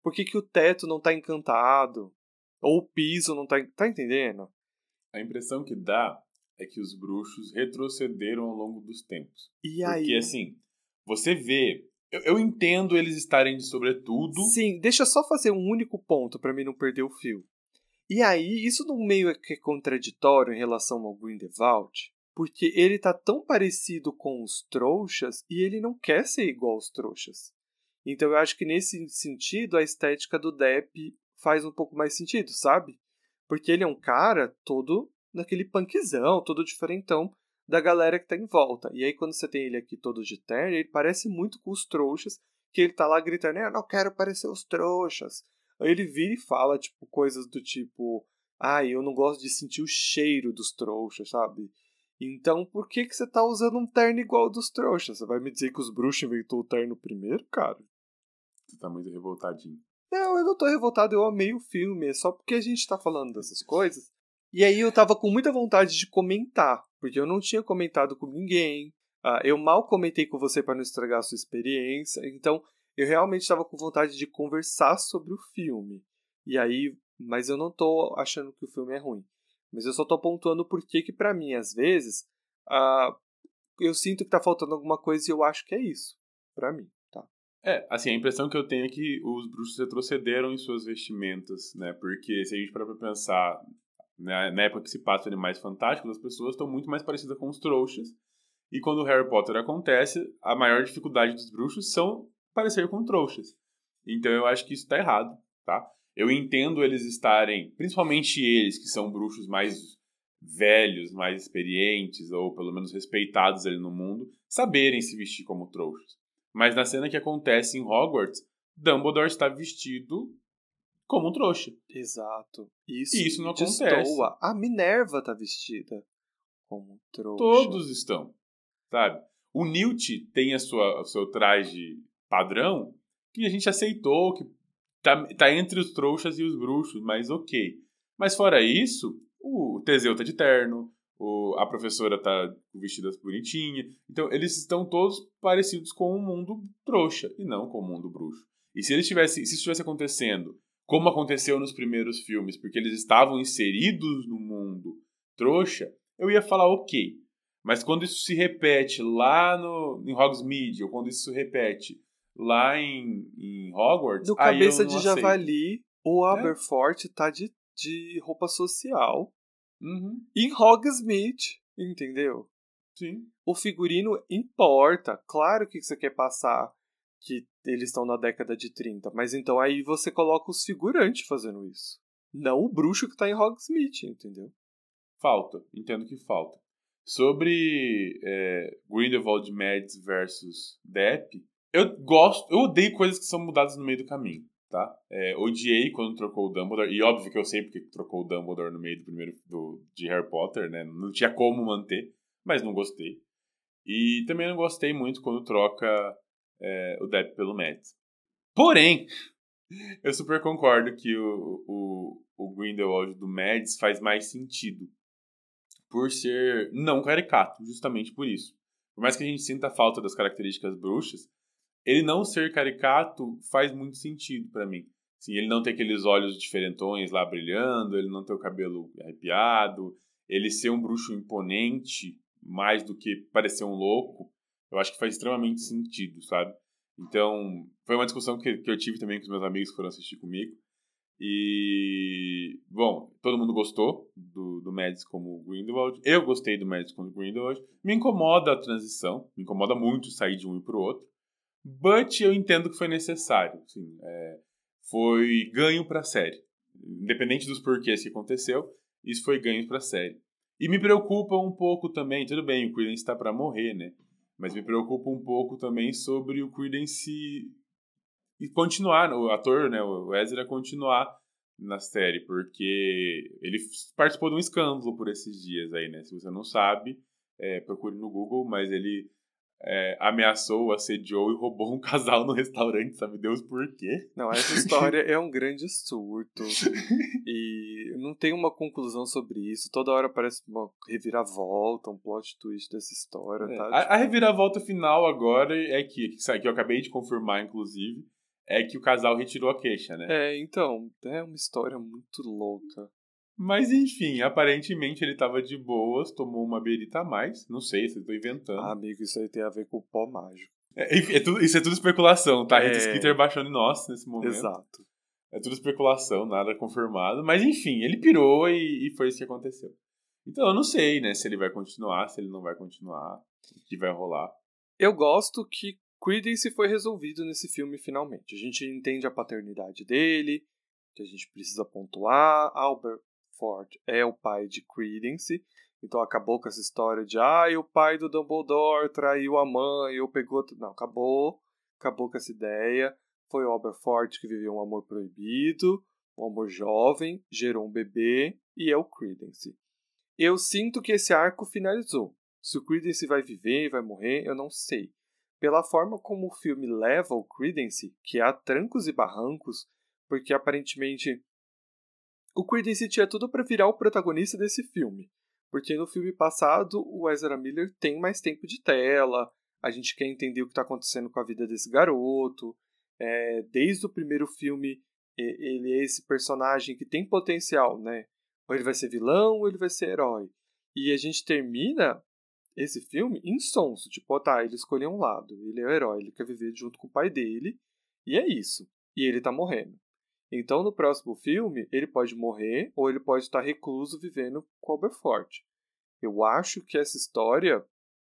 Por que, que o teto não tá encantado? Ou o piso não tá... Tá entendendo? A impressão que dá é que os bruxos retrocederam ao longo dos tempos. E Porque, aí? assim, você vê... Eu, eu entendo eles estarem de sobretudo... Sim, deixa eu só fazer um único ponto pra mim não perder o fio. E aí, isso não meio que é contraditório em relação ao Grindelwald, porque ele tá tão parecido com os trouxas e ele não quer ser igual aos trouxas. Então eu acho que nesse sentido a estética do Depp faz um pouco mais sentido, sabe? Porque ele é um cara todo naquele punkzão, todo diferentão da galera que tá em volta. E aí quando você tem ele aqui todo de terno, ele parece muito com os trouxas, que ele tá lá gritando, eu não quero parecer os trouxas. Aí ele vira e fala, tipo, coisas do tipo, ah, eu não gosto de sentir o cheiro dos trouxas, sabe? Então, por que que você tá usando um terno igual ao dos trouxas? Você vai me dizer que os bruxos inventou o terno primeiro, cara? Você tá muito revoltadinho. Não, eu não tô revoltado, eu amei o filme, é só porque a gente tá falando dessas coisas. E aí eu tava com muita vontade de comentar, porque eu não tinha comentado com ninguém, ah, eu mal comentei com você para não estragar a sua experiência, então eu realmente estava com vontade de conversar sobre o filme. E aí, mas eu não tô achando que o filme é ruim. Mas eu só tô pontuando porque que pra mim, às vezes, ah, eu sinto que tá faltando alguma coisa e eu acho que é isso. Pra mim, tá? É, assim, a impressão que eu tenho é que os bruxos retrocederam em suas vestimentas, né? Porque se a gente parar pra pensar, né, na época que se passa Animais Fantásticos, as pessoas estão muito mais parecidas com os trouxas. E quando o Harry Potter acontece, a maior dificuldade dos bruxos são parecer com trouxas. Então eu acho que isso tá errado, tá? Eu entendo eles estarem, principalmente eles, que são bruxos mais velhos, mais experientes, ou pelo menos respeitados ali no mundo, saberem se vestir como trouxas. Mas na cena que acontece em Hogwarts, Dumbledore está vestido como um trouxa. Exato. Isso, E isso não acontece. destoa. A Minerva tá vestida como um trouxa. Todos estão, sabe? O Newt tem a sua, o seu traje padrão que a gente aceitou, que tá, tá entre os trouxas e os bruxos, mas ok. Mas fora isso, o Teseu tá de terno, o, a professora tá vestida bonitinha. Então eles estão todos parecidos com o mundo trouxa e não com o mundo bruxo. E se eles tivesse, se isso estivesse acontecendo, como aconteceu nos primeiros filmes, porque eles estavam inseridos no mundo trouxa, eu ia falar ok. Mas quando isso se repete lá no, em Hogsmeade, ou quando isso se repete lá em, em Hogwarts, No aí Cabeça eu não de aceito. Javali, o É. Aberforth tá de, de roupa social Uhum, em Hogsmeade, entendeu? sim. O figurino importa. Claro que você quer passar que eles estão na década de trinta, mas então aí você coloca os figurantes fazendo isso. Não o bruxo que tá em Hogsmeade, entendeu? Falta, entendo que falta. Sobre é, Grindelwald Mads versus Depp, eu gosto, eu odeio coisas que são mudadas no meio do caminho, tá? É, odiei quando trocou o Dumbledore, e óbvio que eu sei porque trocou o Dumbledore no meio do primeiro do, de Harry Potter, né? Não tinha como manter, mas não gostei. E também não gostei muito quando troca é, o Depp pelo Mads. Porém, eu super concordo que o, o, o Grindelwald do Mads faz mais sentido. Por ser não caricato, justamente por isso. Por mais que a gente sinta a falta das características bruxas, ele não ser caricato faz muito sentido pra mim. Assim, ele não ter aqueles olhos diferentões lá brilhando, ele não ter o cabelo arrepiado, ele ser um bruxo imponente, mais do que parecer um louco, eu acho que faz extremamente sentido, sabe? Então, foi uma discussão que, que eu tive também com os meus amigos que foram assistir comigo. E, bom, todo mundo gostou do, do Mads como Grindelwald. Eu gostei do Mads como Grindelwald. Me incomoda a transição, me incomoda muito sair de um e pro outro. But eu entendo que foi necessário. Assim, é, foi ganho pra série. Independente dos porquês que aconteceu, isso foi ganho pra série. E me preocupa um pouco também, tudo bem, o Credence tá pra morrer, né? Mas me preocupa um pouco também sobre o Credence e continuar, o ator, né, o Ezra, continuar na série, porque ele participou de um escândalo por esses dias aí, né? Se você não sabe, é, procure no Google, mas ele é, ameaçou, assediou e roubou um casal no restaurante, sabe Deus por quê? Não, essa história é um grande surto. E não tem uma conclusão sobre isso. Toda hora parece uma reviravolta, um plot twist dessa história, É, tá? a, a reviravolta final agora é que, que eu acabei de confirmar, inclusive, é que o casal retirou a queixa, né? É, então, é uma história muito louca. Mas enfim, aparentemente ele tava de boas, tomou uma berita a mais. Não sei se eu tô inventando. Ah, amigo, isso aí tem a ver com o pó mágico. É, enfim, é tudo- isso é tudo especulação, tá? A Rita É. Skeeter baixando em nós nesse momento. Exato. É tudo especulação, nada confirmado. Mas enfim, ele pirou e, e foi isso que aconteceu. Então eu não sei, né, se ele vai continuar, se ele não vai continuar, o que vai rolar. Eu gosto que Creedence foi resolvido nesse filme finalmente. A gente entende a paternidade dele, que a gente precisa pontuar. Albert Ford é o pai de Creedence, então acabou com essa história de ah, o pai do Dumbledore traiu a mãe, ou pegou... Não, acabou. Acabou com essa ideia. Foi o Albert Ford que viveu um amor proibido, um amor jovem, gerou um bebê, e é o Creedence. Eu sinto que esse arco finalizou. Se o Creedence vai viver, vai morrer, eu não sei. Pela forma como o filme leva o Creedence, que há trancos e barrancos, porque aparentemente o Creedence tinha tudo para virar o protagonista desse filme. Porque no filme passado o Ezra Miller tem mais tempo de tela, a gente quer entender o que está acontecendo com a vida desse garoto. É, desde o primeiro filme, ele é esse personagem que tem potencial, né? Ou ele vai ser vilão ou ele vai ser herói. E a gente termina esse filme insonso. Tipo, oh, tá, ele escolheu um lado. Ele é o herói, ele quer viver junto com o pai dele. E é isso. E ele tá morrendo. Então, no próximo filme, ele pode morrer ou ele pode estar recluso vivendo com Albert Ford. Eu acho que essa história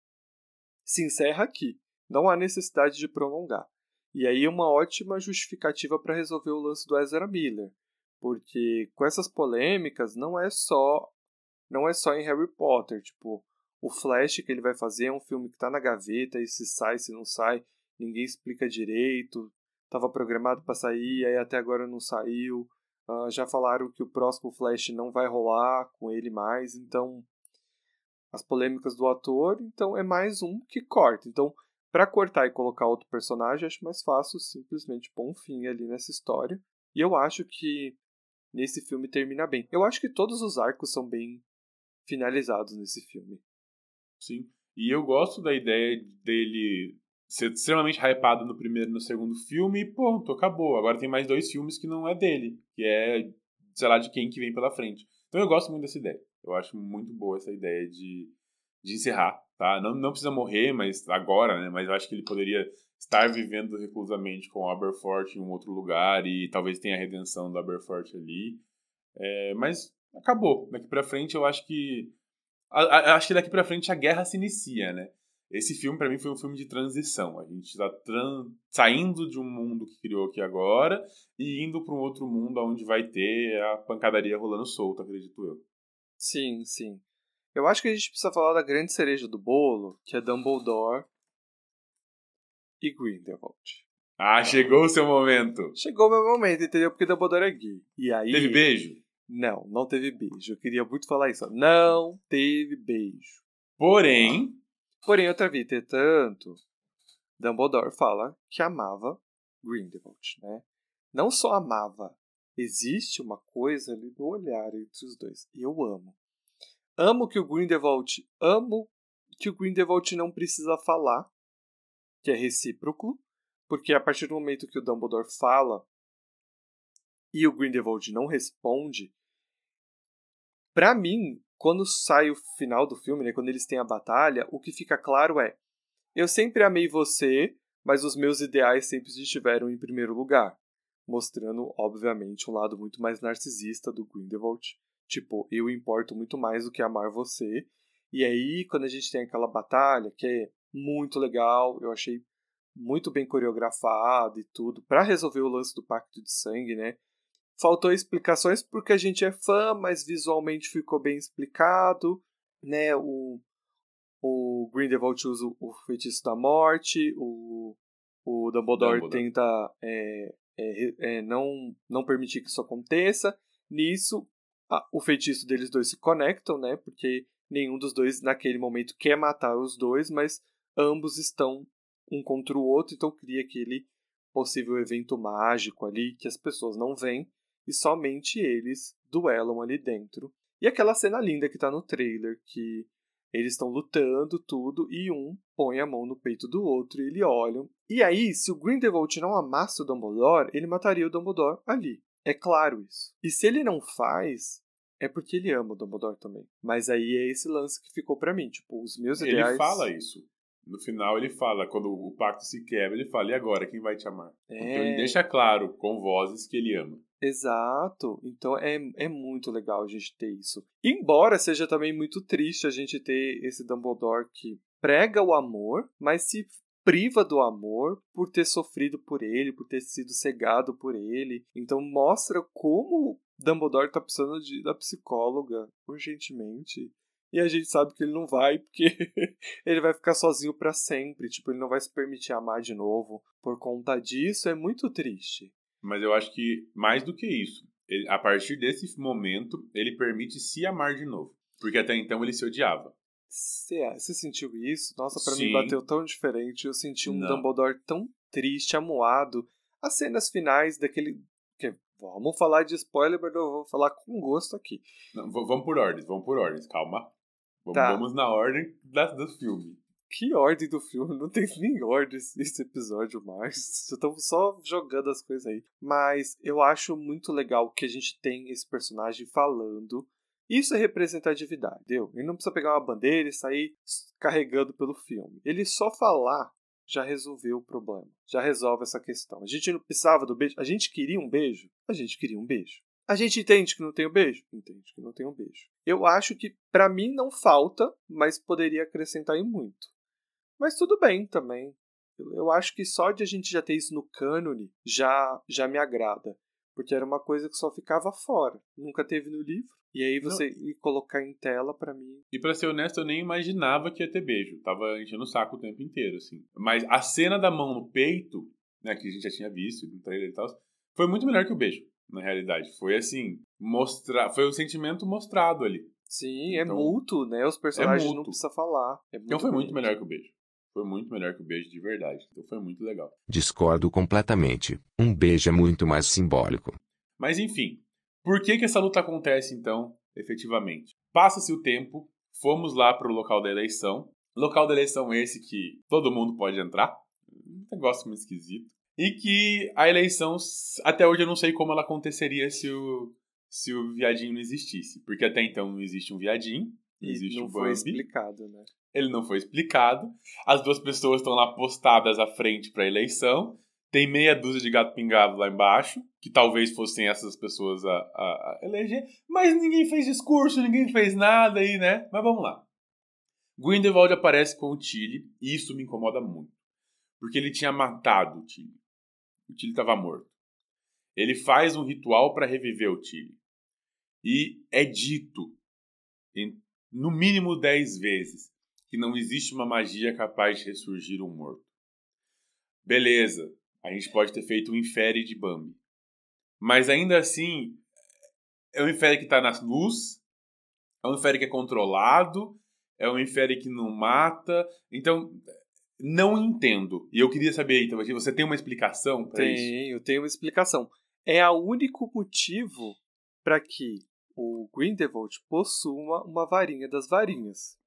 se encerra aqui. Não há necessidade de prolongar. E aí uma ótima justificativa para resolver o lance do Ezra Miller. Porque com essas polêmicas não é só não é só em Harry Potter, tipo, o Flash que ele vai fazer é um filme que tá na gaveta e se sai, se não sai, ninguém explica direito. Tava programado para sair, aí até agora não saiu. Uh, já falaram que o próximo Flash não vai rolar com ele mais, então as polêmicas do ator, então é mais um que corta. Então, para cortar e colocar outro personagem, acho mais fácil simplesmente pôr um fim ali nessa história. E eu acho que nesse filme termina bem. Eu acho que todos os arcos são bem finalizados nesse filme. Sim. E eu gosto da ideia dele ser extremamente hypado no primeiro e no segundo filme e ponto, acabou. Agora tem mais dois filmes que não é dele, que é, sei lá, de quem que vem pela frente. Então eu gosto muito dessa ideia. Eu acho muito boa essa ideia de, de encerrar, tá? Não, não precisa morrer, mas agora, né? Mas eu acho que ele poderia estar vivendo reclusamente com o Aberforth em um outro lugar e talvez tenha a redenção do Aberforth ali. É, mas acabou. Daqui pra frente eu acho que a, a, acho que daqui pra frente a guerra se inicia, né? Esse filme pra mim foi um filme de transição. A gente tá tran- saindo de um mundo que criou aqui agora e indo pra um outro mundo onde vai ter a pancadaria rolando solta, acredito eu. Sim, sim. Eu acho que a gente precisa falar da grande cereja do bolo, que é Dumbledore e Grindelwald. Ah, chegou o seu momento. Chegou o meu momento, entendeu? Porque Dumbledore é gay. E aí... Teve beijo? Não, não teve beijo. Eu queria muito falar isso. Não teve beijo. Porém... Porém, outra vez, entretanto, Dumbledore fala que amava Grindelwald, né? Não só amava. Existe uma coisa ali no olhar entre os dois. E eu amo. Amo que o Grindelwald... Amo que o Grindelwald não precisa falar, que é recíproco, porque a partir do momento que o Dumbledore fala e o Grindelwald não responde, pra mim, quando sai o final do filme, né, quando eles têm a batalha, o que fica claro é: eu sempre amei você, mas os meus ideais sempre estiveram em primeiro lugar. Mostrando, obviamente, um lado muito mais narcisista do Grindelwald. Tipo, eu importo muito mais do que amar você. E aí, quando a gente tem aquela batalha, que é muito legal, eu achei muito bem coreografado e tudo, pra resolver o lance do Pacto de Sangue, né? Faltou explicações porque a gente é fã, mas visualmente ficou bem explicado, né? O, o Grindelwald usa o feitiço da morte, o, o Dumbledore, Dumbledore. tenta é, é, é, não, não permitir que isso aconteça. Nisso, a, o feitiço deles dois se conectam, né? Porque nenhum dos dois naquele momento quer matar os dois, mas ambos estão um contra o outro, então cria aquele possível evento mágico ali que as pessoas não veem e somente eles duelam ali dentro. E aquela cena linda que tá no trailer, que eles estão lutando tudo e um põe a mão no peito do outro e eles olham E aí, se o Grindelwald não amasse o Dumbledore, ele mataria o Dumbledore ali. É claro isso. E se ele não faz, é porque ele ama o Dumbledore também. Mas aí é esse lance que ficou pra mim. Tipo, os meus Ele ideais... fala isso. No final ele fala, quando o pacto se quebra, ele fala, e agora, quem vai te amar? É... Então ele deixa claro, com vozes, que ele ama. Exato. Então é, é muito legal a gente ter isso. Embora seja também muito triste a gente ter esse Dumbledore que prega o amor, mas se priva do amor por ter sofrido por ele, por ter sido cegado por ele. Então mostra como Dumbledore tá precisando de, da psicóloga urgentemente. E a gente sabe que ele não vai, porque ele vai ficar sozinho pra sempre. Tipo, ele não vai se permitir amar de novo. Por conta disso, é muito triste. Mas eu acho que, mais do que isso, ele, a partir desse momento, ele permite se amar de novo. Porque até então ele se odiava. Você sentiu isso? Nossa, pra Sim. mim bateu tão diferente. Eu senti um Não. Dumbledore tão triste, amuado. As cenas finais daquele... Que, vamos falar de spoiler, mas eu vou falar com gosto aqui. Não, v- vamos por ordens, vamos por ordens, calma. Vamos, Tá. vamos na ordem da, do filme. Que ordem do filme? Não tem nem ordem esse episódio mais. Estamos só jogando as coisas aí. Mas eu acho muito legal que a gente tem esse personagem falando. Isso é representatividade, entendeu? Ele não precisa pegar uma bandeira e sair carregando pelo filme. Ele só falar já resolveu o problema. Já resolve essa questão. A gente não precisava do beijo. A gente queria um beijo? A gente queria um beijo. A gente entende que não tem um beijo? Entende que não tem um beijo. Eu acho que, pra mim, não falta, mas poderia acrescentar em muito. Mas tudo bem também. Eu acho que só de a gente já ter isso no cânone já, já me agrada. Porque era uma coisa que só ficava fora. Nunca teve no livro. E aí você não. ir colocar em tela, pra mim... E pra ser honesto, eu nem imaginava que ia ter beijo. Tava enchendo o saco o tempo inteiro, assim. Mas a cena da mão no peito, né, que a gente já tinha visto no trailer e tal, foi muito melhor que o beijo, na realidade. Foi assim, mostrar, foi o sentimento mostrado ali. Sim, então, é mútuo, né? Os personagens é não precisam falar. É muito então foi muito bonito. melhor que o beijo. Foi muito melhor que o beijo de verdade. Então foi muito legal. Discordo completamente. Um beijo é muito mais simbólico. Mas enfim, por que que essa luta acontece então, efetivamente? Passa-se o tempo, fomos lá para o local da eleição. Local da eleição esse que todo mundo pode entrar. Um negócio muito esquisito. E que a eleição, até hoje eu não sei como ela aconteceria se o, se o viadinho não existisse. Porque até então não existe um viadinho, não existe não um foi Bambi. explicado, né? Ele não foi explicado. As duas pessoas estão lá postadas à frente para a eleição. Tem meia dúzia de gato pingado lá embaixo, que talvez fossem essas pessoas a, a, a eleger. Mas ninguém fez discurso, ninguém fez nada aí, né? Mas vamos lá. Grindelwald aparece com o Tilly, e isso me incomoda muito. Porque ele tinha matado o Tilly. O Tilly estava morto. Ele faz um ritual para reviver o Tilly. E é dito, em, no mínimo dez vezes, que não existe uma magia capaz de ressurgir um morto. Beleza, a gente pode ter feito um infere de Bambi. Mas ainda assim, é um infere que está na luz, é um infere que é controlado, é um infere que não mata. Então, não entendo. E eu queria saber, então, você tem uma explicação para isso? Tenho, tenho uma explicação. É o único motivo para que o Grindelwald possua uma varinha das varinhas.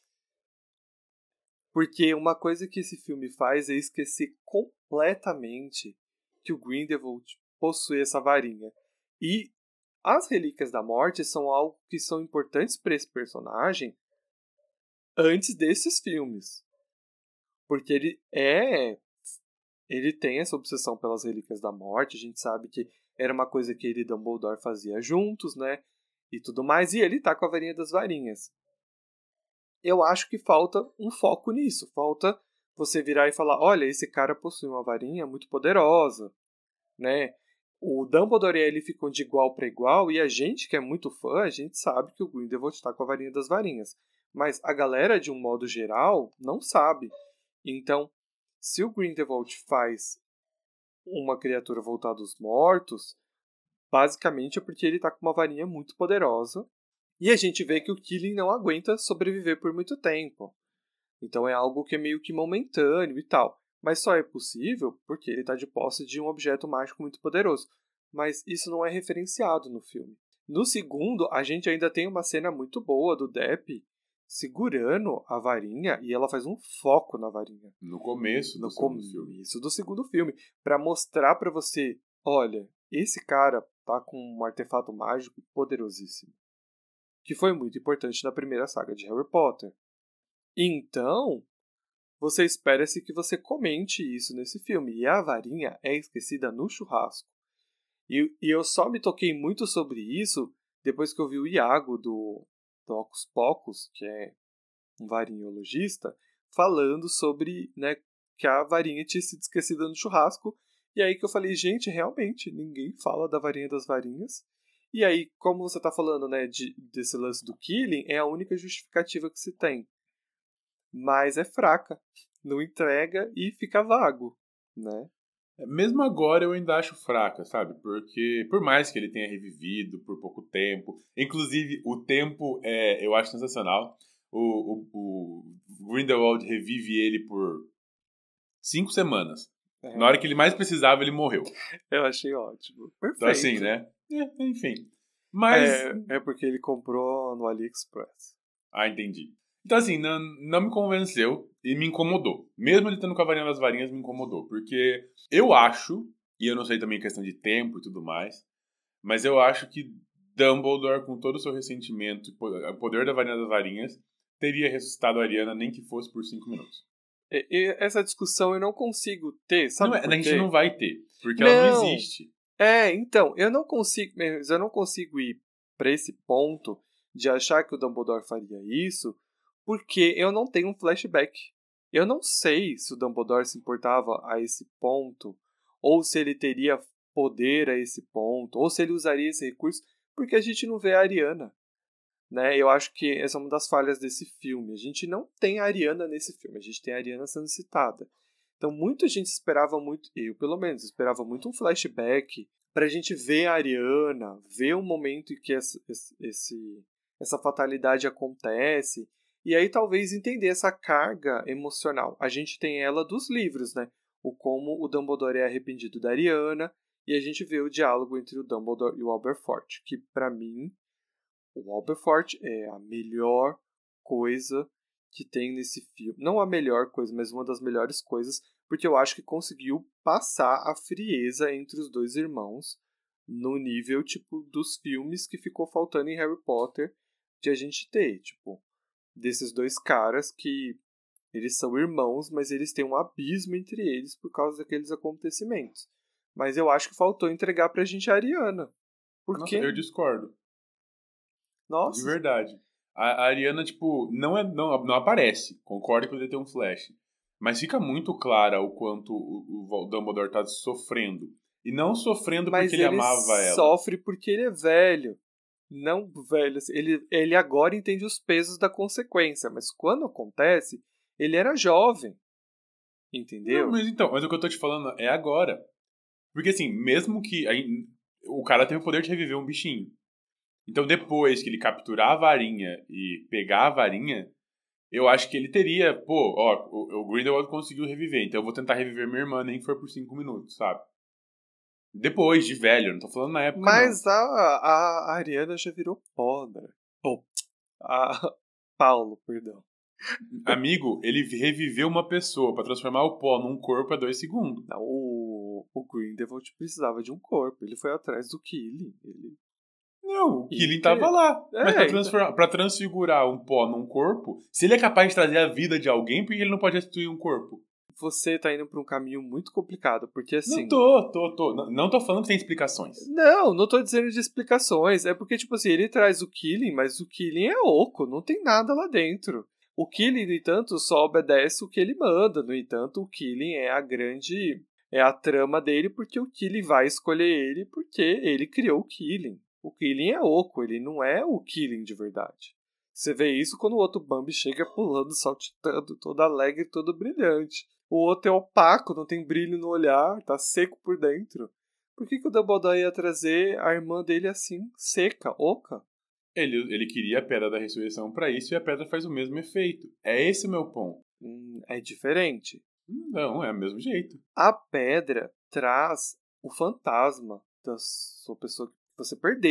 Porque uma coisa que esse filme faz é esquecer completamente que o Grindelwald possui essa varinha. E as Relíquias da Morte são algo que são importantes para esse personagem antes desses filmes. Porque ele é... Ele tem essa obsessão pelas Relíquias da Morte. A gente sabe que era uma coisa que ele e Dumbledore fazia juntos, né? E tudo mais. E ele tá com a varinha das varinhas. Eu acho que falta um foco nisso. Falta você virar e falar, olha, esse cara possui uma varinha muito poderosa, né? O Dumbledore e ele ficam de igual para igual, e a gente que é muito fã, a gente sabe que o Grindelwald está com a varinha das varinhas. Mas a galera, de um modo geral, não sabe. Então, se o Grindelwald faz uma criatura voltada aos mortos, basicamente é porque ele está com uma varinha muito poderosa. E a gente vê que o Killing não aguenta sobreviver por muito tempo. Então é algo que é meio que momentâneo e tal. Mas só é possível porque ele está de posse de um objeto mágico muito poderoso. Mas isso não é referenciado no filme. No segundo, a gente ainda tem uma cena muito boa do Depp segurando a varinha e ela faz um foco na varinha. No começo do No segundo filme. começo do segundo filme. Pra mostrar pra você, olha, esse cara tá com um artefato mágico poderosíssimo. Que foi muito importante na primeira saga de Harry Potter. Então, você espera-se que você comente isso nesse filme. E a varinha é esquecida no churrasco. E, e eu só me toquei muito sobre isso depois que eu vi o Iago do, do Hocus Pocus, que é um varinhologista, falando sobre, né, que a varinha tinha sido esquecida no churrasco. E aí que eu falei, gente, realmente, ninguém fala da varinha das varinhas. E aí, como você tá falando, né, de, desse lance do Killing, é a única justificativa que se tem. Mas é fraca. Não entrega e fica vago, né? Mesmo agora eu ainda acho fraca, sabe? Porque por mais que ele tenha revivido por pouco tempo, inclusive o tempo é, eu acho sensacional. O, o, o Grindelwald revive ele por cinco semanas. É. Na hora que ele mais precisava, ele morreu. Eu achei ótimo. Perfeito. Então assim, né? É, enfim. Mas... É, é porque ele comprou no AliExpress. Ah, entendi. Então, assim, não, não me convenceu e me incomodou. Mesmo ele tendo com a varinha das varinhas, me incomodou. Porque eu acho, e eu não sei também questão de tempo e tudo mais, mas eu acho que Dumbledore, com todo o seu ressentimento e o poder da varinha das varinhas, teria ressuscitado a Ariana, nem que fosse por cinco minutos. E, e essa discussão eu não consigo ter, sabe Não, por a quê? gente não vai ter, porque não. ela não existe. É, então, eu não consigo, eu não consigo ir pra esse ponto de achar que o Dumbledore faria isso, porque eu não tenho um flashback. Eu não sei se o Dumbledore se importava a esse ponto, ou se ele teria poder a esse ponto, ou se ele usaria esse recurso, porque a gente não vê a Ariana. Né? Eu acho que essa é uma das falhas desse filme. A gente não tem a Ariana nesse filme, a gente tem a Ariana sendo citada. Então muita gente esperava muito, eu pelo menos, esperava muito um flashback pra gente ver a Ariana, ver o momento em que essa, esse, essa fatalidade acontece, e aí talvez entender essa carga emocional. A gente tem ela dos livros, né? O como o Dumbledore é arrependido da Ariana, e a gente vê o diálogo entre o Dumbledore e o Aberforth, que pra mim, o Aberforth é a melhor coisa que tem nesse filme. Não a melhor coisa, mas uma das melhores coisas, porque eu acho que conseguiu passar a frieza entre os dois irmãos no nível, tipo, dos filmes que ficou faltando em Harry Potter de a gente ter, tipo, desses dois caras que eles são irmãos, mas eles têm um abismo entre eles por causa daqueles acontecimentos. Mas eu acho que faltou entregar pra gente a Ariana. Por Nossa, quê? eu discordo. Nossa. De verdade. A, a Ariana, tipo, não, é, não, não aparece. Concordo que ele tem um flash. Mas fica muito clara o quanto o, o Dumbledore tá sofrendo. E não sofrendo Mas porque ele, ele amava ela. sofre porque ele é velho. Não velho. Ele, ele agora entende os pesos da consequência. Mas quando acontece, ele era jovem. Entendeu? Não, mas então, mas o que eu tô te falando é agora. Porque assim, mesmo que aí, o cara tem o poder de reviver um bichinho. Então depois que ele capturar a varinha e pegar a varinha, eu acho que ele teria, pô, ó, o, o Grindelwald conseguiu reviver, então eu vou tentar reviver minha irmã, nem que for por cinco minutos, sabe? Depois, de velho, não tô falando na época, Mas não. a, a Ariana já virou pó, né? Oh, a Paulo, perdão. Amigo, ele reviveu uma pessoa pra transformar o pó num corpo a dois segundos. Não, o, o Grindelwald precisava de um corpo. Ele foi atrás do Killing. Ele... Não, o Killing E tava que- lá. É, Mas pra, então- transformar, pra transfigurar um pó num corpo, se ele é capaz de trazer a vida de alguém, por que ele não pode restituir um corpo? Você tá indo pra um caminho muito complicado, porque assim... Não tô, tô, tô. Não, não tô falando que tem explicações. Não, não tô dizendo de explicações. É porque, tipo assim, ele traz o Killing, mas o Killing é oco, não tem nada lá dentro. O Killing, no entanto, só obedece o que ele manda. No entanto, o Killing é a grande... É a trama dele, porque o Killing vai escolher ele, porque ele criou o Killing. O Killing é oco, ele não é o Killing de verdade. Você vê isso quando o outro Bambi chega pulando, saltitando, todo alegre, todo brilhante. O outro é opaco, não tem brilho no olhar, tá seco por dentro. Por que, que o Dumbledore ia trazer a irmã dele assim, seca, oca? Ele, ele queria a Pedra da Ressurreição pra isso e a pedra faz o mesmo efeito. É esse o meu ponto. Hum, é diferente. Não, é o mesmo jeito. A pedra traz o fantasma da sua pessoa que você perdeu.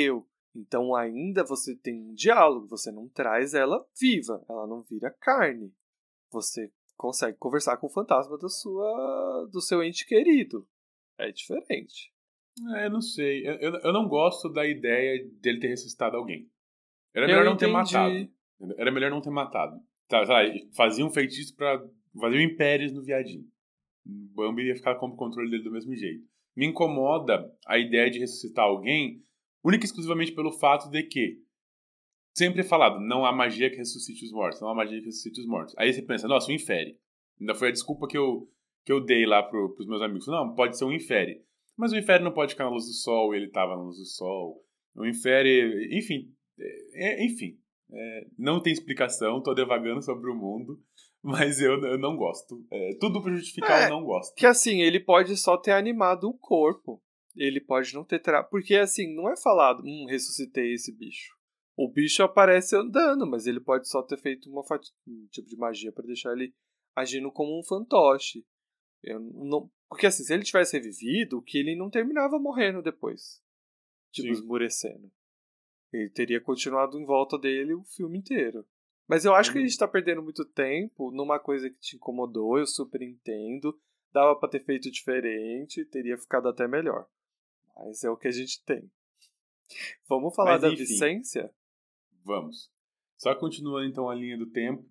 Então ainda você tem um diálogo, você não traz ela viva, ela não vira carne. Você consegue conversar com o fantasma da sua, do seu ente querido. É diferente. É, eu não sei. Eu, eu, eu não gosto da ideia dele ter ressuscitado alguém. Era Eu melhor não entendi. ter matado. Era melhor não ter matado. Tá, tá, fazia um feitiço pra fazer o Impérios no viadinho. O Bambi ia ficar com o controle dele do mesmo jeito. Me incomoda a ideia de ressuscitar alguém única e exclusivamente pelo fato de que sempre é falado, não há magia que ressuscite os mortos, não há magia que ressuscite os mortos. Aí você pensa, nossa, o infere. Ainda foi a desculpa que eu, que eu dei lá pro, pros meus amigos. Não, pode ser um infere. Mas o infere não pode ficar na luz do sol, ele tava na luz do sol. O infere, enfim, é, enfim. É, não tem explicação, tô devagando sobre o mundo, mas eu, eu não gosto. É, tudo pra justificar É, eu não gosto. Que assim, ele pode só ter animado o corpo. Ele pode não ter... Tra... Porque assim, não é falado, hum, ressuscitei esse bicho. O bicho aparece andando, mas ele pode só ter feito uma fat... um tipo de magia pra deixar ele agindo como um fantoche. Eu não... Porque assim, se ele tivesse revivido, o Killing não terminava morrendo depois. Tipo, Sim. esmurecendo. Ele teria continuado em volta dele o filme inteiro. Mas eu acho Uhum. que a gente tá perdendo muito tempo numa coisa que te incomodou, eu super entendo. Dava pra ter feito diferente, teria ficado até melhor. Mas é o que a gente tem. Vamos falar Mas, da enfim. Vicência? Vamos. Só continuando então a linha do tempo,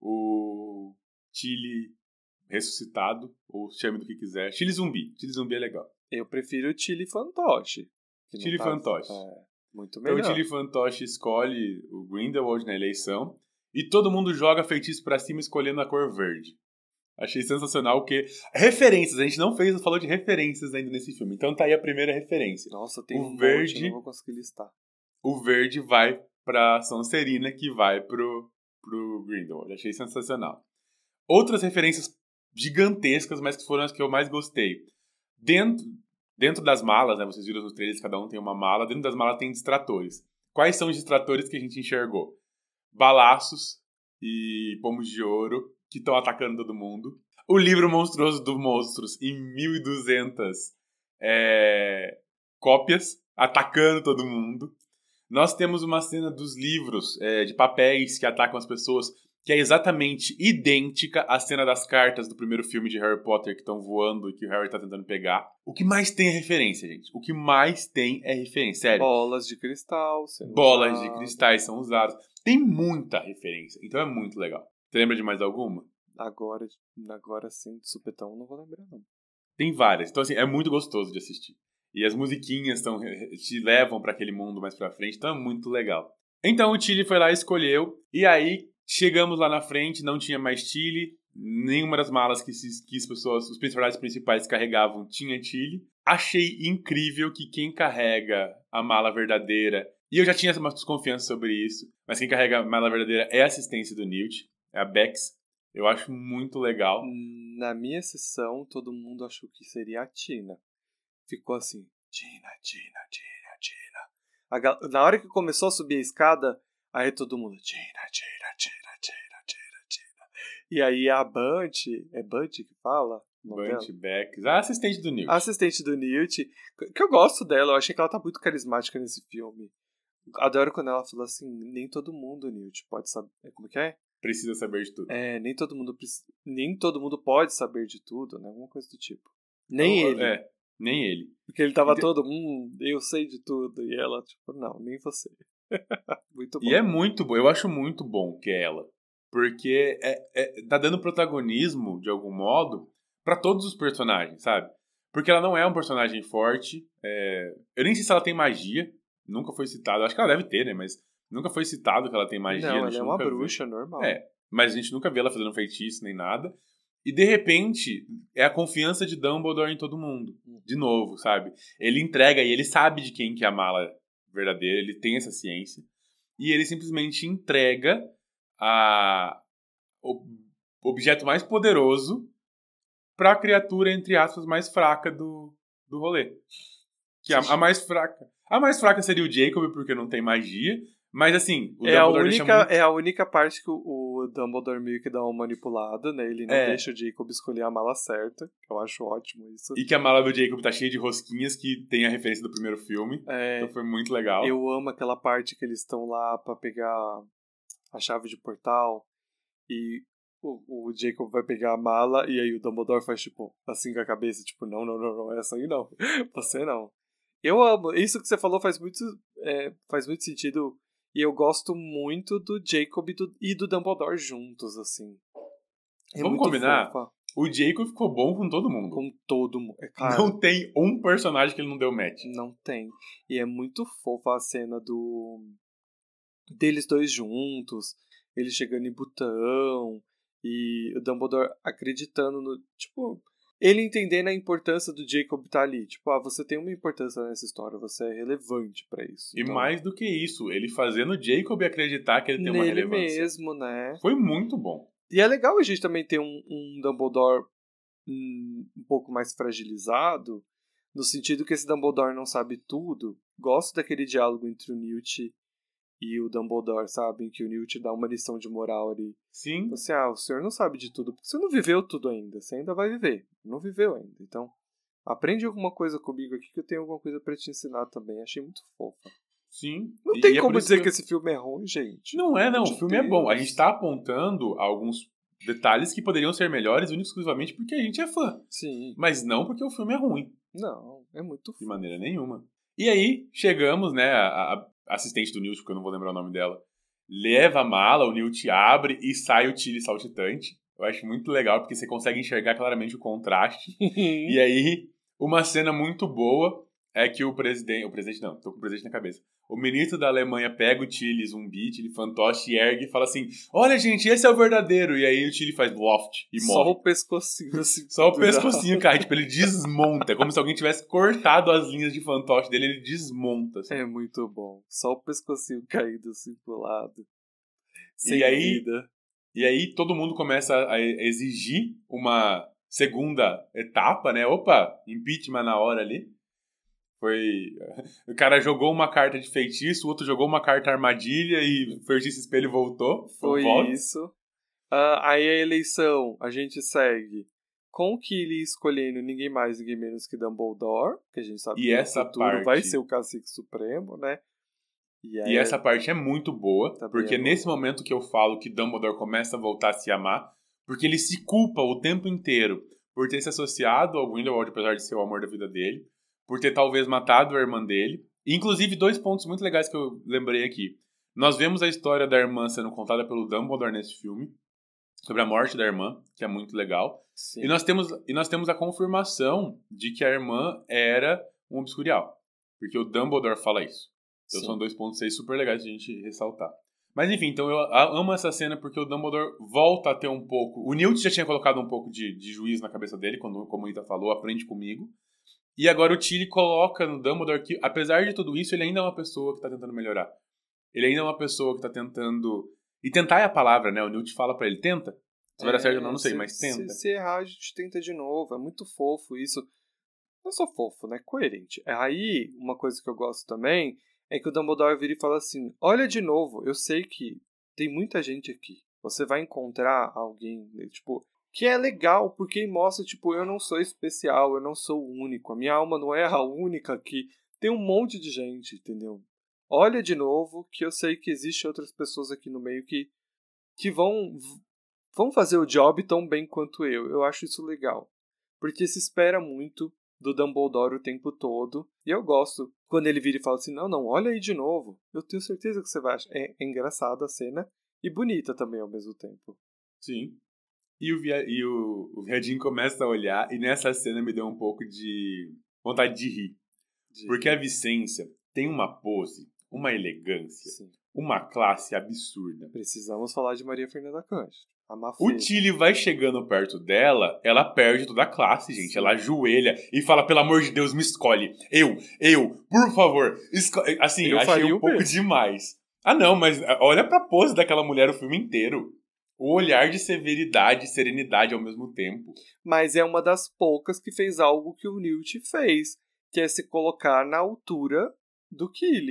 o Chile ressuscitado, ou chame do que quiser. Chile zumbi. Chile zumbi é legal. Eu prefiro o Chile Fantoche. que não Chile tá- Fantoche. É, muito Então melhor. o Chile Fantoche escolhe o Grindelwald na eleição e todo mundo joga feitiço pra cima escolhendo a cor verde. Achei sensacional porque referências, a gente não fez, falou de referências ainda nesse filme. Então tá aí a primeira referência. Nossa, tem o um verde, monte, eu não vou conseguir listar. O verde vai pra Sonserina, que vai pro, pro Grindelwald. Achei sensacional. Outras referências gigantescas, mas que foram as que eu mais gostei. Dentro, dentro das malas, né? Vocês viram nos trailers, cada um tem uma mala. Dentro das malas tem distratores. Quais são os distratores que a gente enxergou? Balaços e pomos de ouro que estão atacando todo mundo. O livro monstruoso dos monstros em mil e duzentas é, cópias, atacando todo mundo. Nós temos uma cena dos livros é, de papéis que atacam as pessoas, que é exatamente idêntica à cena das cartas do primeiro filme de Harry Potter que estão voando e que o Harry tá tentando pegar. O que mais tem é referência, gente. O que mais tem é referência, sério. Bolas de cristal. sendo Bolas usado. de cristais são usadas. Tem muita referência, então é muito legal. Você lembra de mais alguma? Agora, agora sim, de supetão, não vou lembrar, não. Tem várias. Então, assim, é muito gostoso de assistir. E as musiquinhas tão, te levam pra aquele mundo mais pra frente, então é muito legal. Então o Chile foi lá e escolheu, e aí chegamos lá na frente, não tinha mais Chile, nenhuma das malas que, se, que as pessoas, os personagens principais carregavam tinha Chile. Achei incrível que quem carrega a mala verdadeira, e eu já tinha uma desconfiança sobre isso, mas quem carrega a mala verdadeira é a assistência do Newt, é a Bex. Eu acho muito legal. Na minha sessão, todo mundo achou que seria a Tina. Ficou assim, Tina, Tina, Tina, Tina. A gal... Na hora que começou a subir a escada, aí todo mundo, Tina, Tina, Tina, Tina, Tina, Tina. E aí a Bunty, é Bunty que fala? Bunty, Bex, a assistente do Newt. A assistente do Newt, que eu gosto dela, eu achei que ela tá muito carismática nesse filme. Adoro quando ela fala assim, nem todo mundo, Newt, pode saber, como que é? Precisa saber de tudo. É, nem todo mundo nem todo mundo pode saber de tudo, né? Alguma coisa do tipo. Nem então, ele. É, nem ele. Porque ele tava Ente... todo, hum, eu sei de tudo. E ela, tipo, não, nem você. Muito bom. E é muito bom, eu acho muito bom que é ela. Porque é, é, tá dando protagonismo, de algum modo, pra todos os personagens, sabe? Porque ela não é um personagem forte. É... Eu nem sei se ela tem magia. Nunca foi citado. Acho que ela deve ter, né? Mas nunca foi citado que ela tem magia. Não, ela é uma vê. bruxa normal. É, mas a gente nunca vê ela fazendo feitiço nem nada. E de repente, é a confiança de Dumbledore em todo mundo. De novo, sabe? Ele entrega e ele sabe de quem que é a mala verdadeira, ele tem essa ciência. E ele simplesmente entrega a, o objeto mais poderoso pra criatura, entre aspas, mais fraca do, do rolê. Que a, a mais fraca. A mais fraca seria o Jacob, porque não tem magia. Mas assim, o é a Dumbledore única deixa muito... É a única parte que o, o o Dumbledore meio que dá uma manipulada, né? Ele não É. deixa o Jacob escolher a mala certa. Eu acho ótimo isso. E que a mala do Jacob tá cheia de rosquinhas, que tem a referência do primeiro filme. É, Então foi muito legal. eu amo aquela parte que eles estão lá pra pegar a chave de portal e o, o Jacob vai pegar a mala e aí o Dumbledore faz tipo assim com a cabeça, tipo, não, não, não, não, essa aí não. Você não. Eu amo. Isso que você falou faz muito, é, faz muito sentido. E eu gosto muito do Jacob e do, e do Dumbledore juntos, assim. É Vamos muito combinar? fofa. O Jacob ficou bom com todo mundo. Com todo mundo. É, cara, Não tem um personagem que ele não deu match. não tem. E é muito fofa a cena do deles dois juntos, eles chegando em Butão, e o Dumbledore acreditando no... Tipo, ele entendendo a importância do Jacob estar ali. Tipo, ah, você tem uma importância nessa história, você é relevante pra isso. E Então, mais do que isso, ele fazendo o Jacob acreditar que ele tem uma nele relevância. mesmo, né? Foi muito bom. E é legal a gente também ter um, um Dumbledore um, um pouco mais fragilizado, no sentido que esse Dumbledore não sabe tudo. Gosto daquele diálogo entre o Newt e o Dumbledore, sabe? Em que o Newt dá uma lição de moral ali. Sim. Assim, ah, o senhor não sabe de tudo, porque você não viveu tudo ainda. Você ainda vai viver. Não viveu ainda. Então, aprende alguma coisa comigo aqui que eu tenho alguma coisa pra te ensinar também. Achei muito fofa. Sim. Não E- tem e é como por isso dizer que que eu- esse filme é ruim, gente. Não é, não. Meu O filme é bom. A Deus. gente tá apontando alguns detalhes que poderiam ser melhores única e exclusivamente porque a gente é fã. Sim. Mas não porque o filme é ruim. Não, é muito De fofa. maneira nenhuma. E aí, chegamos, né? A, a assistente do Newt, porque eu não vou lembrar o nome dela, leva a mala, o Newt abre e sai o Tilly saltitante. Eu acho muito legal, porque você consegue enxergar claramente o contraste. E aí, uma cena muito boa é que o presidente... O presidente não, tô com o presidente na cabeça. O ministro da Alemanha pega o Tilly zumbi, Tilly fantoche, ergue e fala assim: olha, gente, esse é o verdadeiro. E aí o Tilly faz loft e Só morre. o pescocinho assim. Só o pendurado. pescocinho cai, tipo, ele desmonta. É como se alguém tivesse cortado as linhas de fantoche dele, ele desmonta. Assim. É muito bom. Só o pescocinho caído assim pro lado. Sem E aí- vida. E aí todo mundo começa a exigir uma segunda etapa, né? Opa, impeachment na hora ali. Foi... O cara jogou uma carta de feitiço, o outro jogou uma carta armadilha e o feitiço espelho voltou. Foi Volta. isso. Ah, aí a eleição, a gente segue com o Killy escolhendo ninguém mais, ninguém menos que Dumbledore, que a gente sabe E que essa no futuro parte- vai ser o Cacique Supremo, né? E, aí E essa parte é muito boa, Também porque é boa. nesse momento que eu falo que Dumbledore começa a voltar a se amar, porque ele se culpa o tempo inteiro por ter se associado ao Grindelwald, apesar de ser o amor da vida dele, por ter talvez matado a irmã dele. E, inclusive, dois pontos muito legais que eu lembrei aqui. Nós vemos a história da irmã sendo contada pelo Dumbledore nesse filme, sobre a morte da irmã, que é muito legal. sim. E nós temos, e nós temos a confirmação de que a irmã era um obscurial, porque o Dumbledore fala isso. Então Sim. são dois pontos aí super legais de a gente ressaltar. Mas enfim, então eu a- amo essa cena porque o Dumbledore volta a ter um pouco... O Newt já tinha colocado um pouco de, de juízo na cabeça dele, quando, como o Ita falou, aprende comigo. E agora o Tilly coloca no Dumbledore que, apesar de tudo isso, ele ainda é uma pessoa que tá tentando melhorar. Ele ainda é uma pessoa que tá tentando... E tentar é a palavra, né? O Newt fala pra ele, tenta. Se vai dar certo ou não, não sei, se, mas tenta. Se, se errar, a gente tenta de novo. É muito fofo isso. Não só fofo, né? Coerente. Aí, uma coisa que eu gosto também é que o Dumbledore vira e fala assim: olha de novo, eu sei que tem muita gente aqui. Você vai encontrar alguém, né, tipo, que é legal, porque mostra, tipo, eu não sou especial, eu não sou único. A minha alma não é a única aqui. Tem um monte de gente, entendeu? Olha de novo, que eu sei que existe outras pessoas aqui no meio que, que vão, vão fazer o job tão bem quanto eu. Eu acho isso legal. Porque se espera muito do Dumbledore o tempo todo. E eu gosto quando ele vira e fala assim: não, não, olha aí de novo. Eu tenho certeza que você vai achar. É, é engraçada a cena e bonita também ao mesmo tempo. Sim. E o, via... e o... o viadinho começa a olhar e nessa cena me deu um pouco de vontade de rir. De- Porque a Vicência tem uma pose, uma elegância, Sim. uma classe absurda. Precisamos falar de Maria Fernanda Cândido. A Mafê. O Tilly vai chegando perto dela, ela perde toda a classe, gente. Sim. Ela ajoelha e fala, pelo amor de Deus, me escolhe. Eu, eu, por favor. Esco... Assim, Eu achei faria um o pouco mesmo. demais. Ah, não, mas olha pra pose daquela mulher o filme inteiro. O olhar de severidade e serenidade ao mesmo tempo. Mas é uma das poucas que fez algo que o Newt fez, que é se colocar na altura do Killing.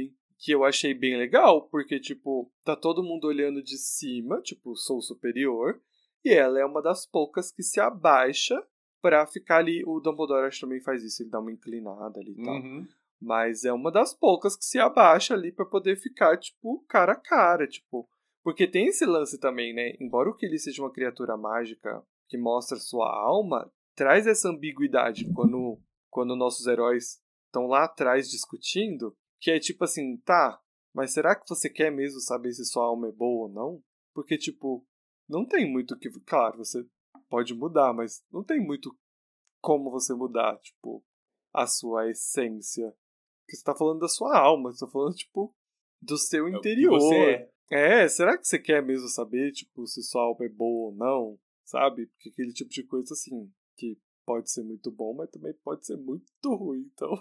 que eu achei bem legal, porque, tipo, tá todo mundo olhando de cima, tipo, sou superior, e ela é uma das poucas que se abaixa pra ficar ali. O Dumbledore acho que também faz isso, ele dá uma inclinada ali e tal. Uhum. Mas é uma das poucas que se abaixa ali pra poder ficar, tipo, cara a cara, tipo. Porque tem esse lance também, né? Embora o Quirrell seja uma criatura mágica que mostra sua alma, traz essa ambiguidade quando, quando nossos heróis estão lá atrás discutindo, que é tipo assim, tá, mas será que você quer mesmo saber se sua alma é boa ou não? Porque, tipo, não tem muito que... Claro, você pode mudar, mas não tem muito como você mudar, tipo, a sua essência. Porque você tá falando da sua alma, você tá falando, tipo, do seu interior. É o que você é. É, será que você quer mesmo saber, tipo, se sua alma é boa ou não? Sabe? Porque aquele tipo de coisa, assim, que pode ser muito bom, mas também pode ser muito ruim, então...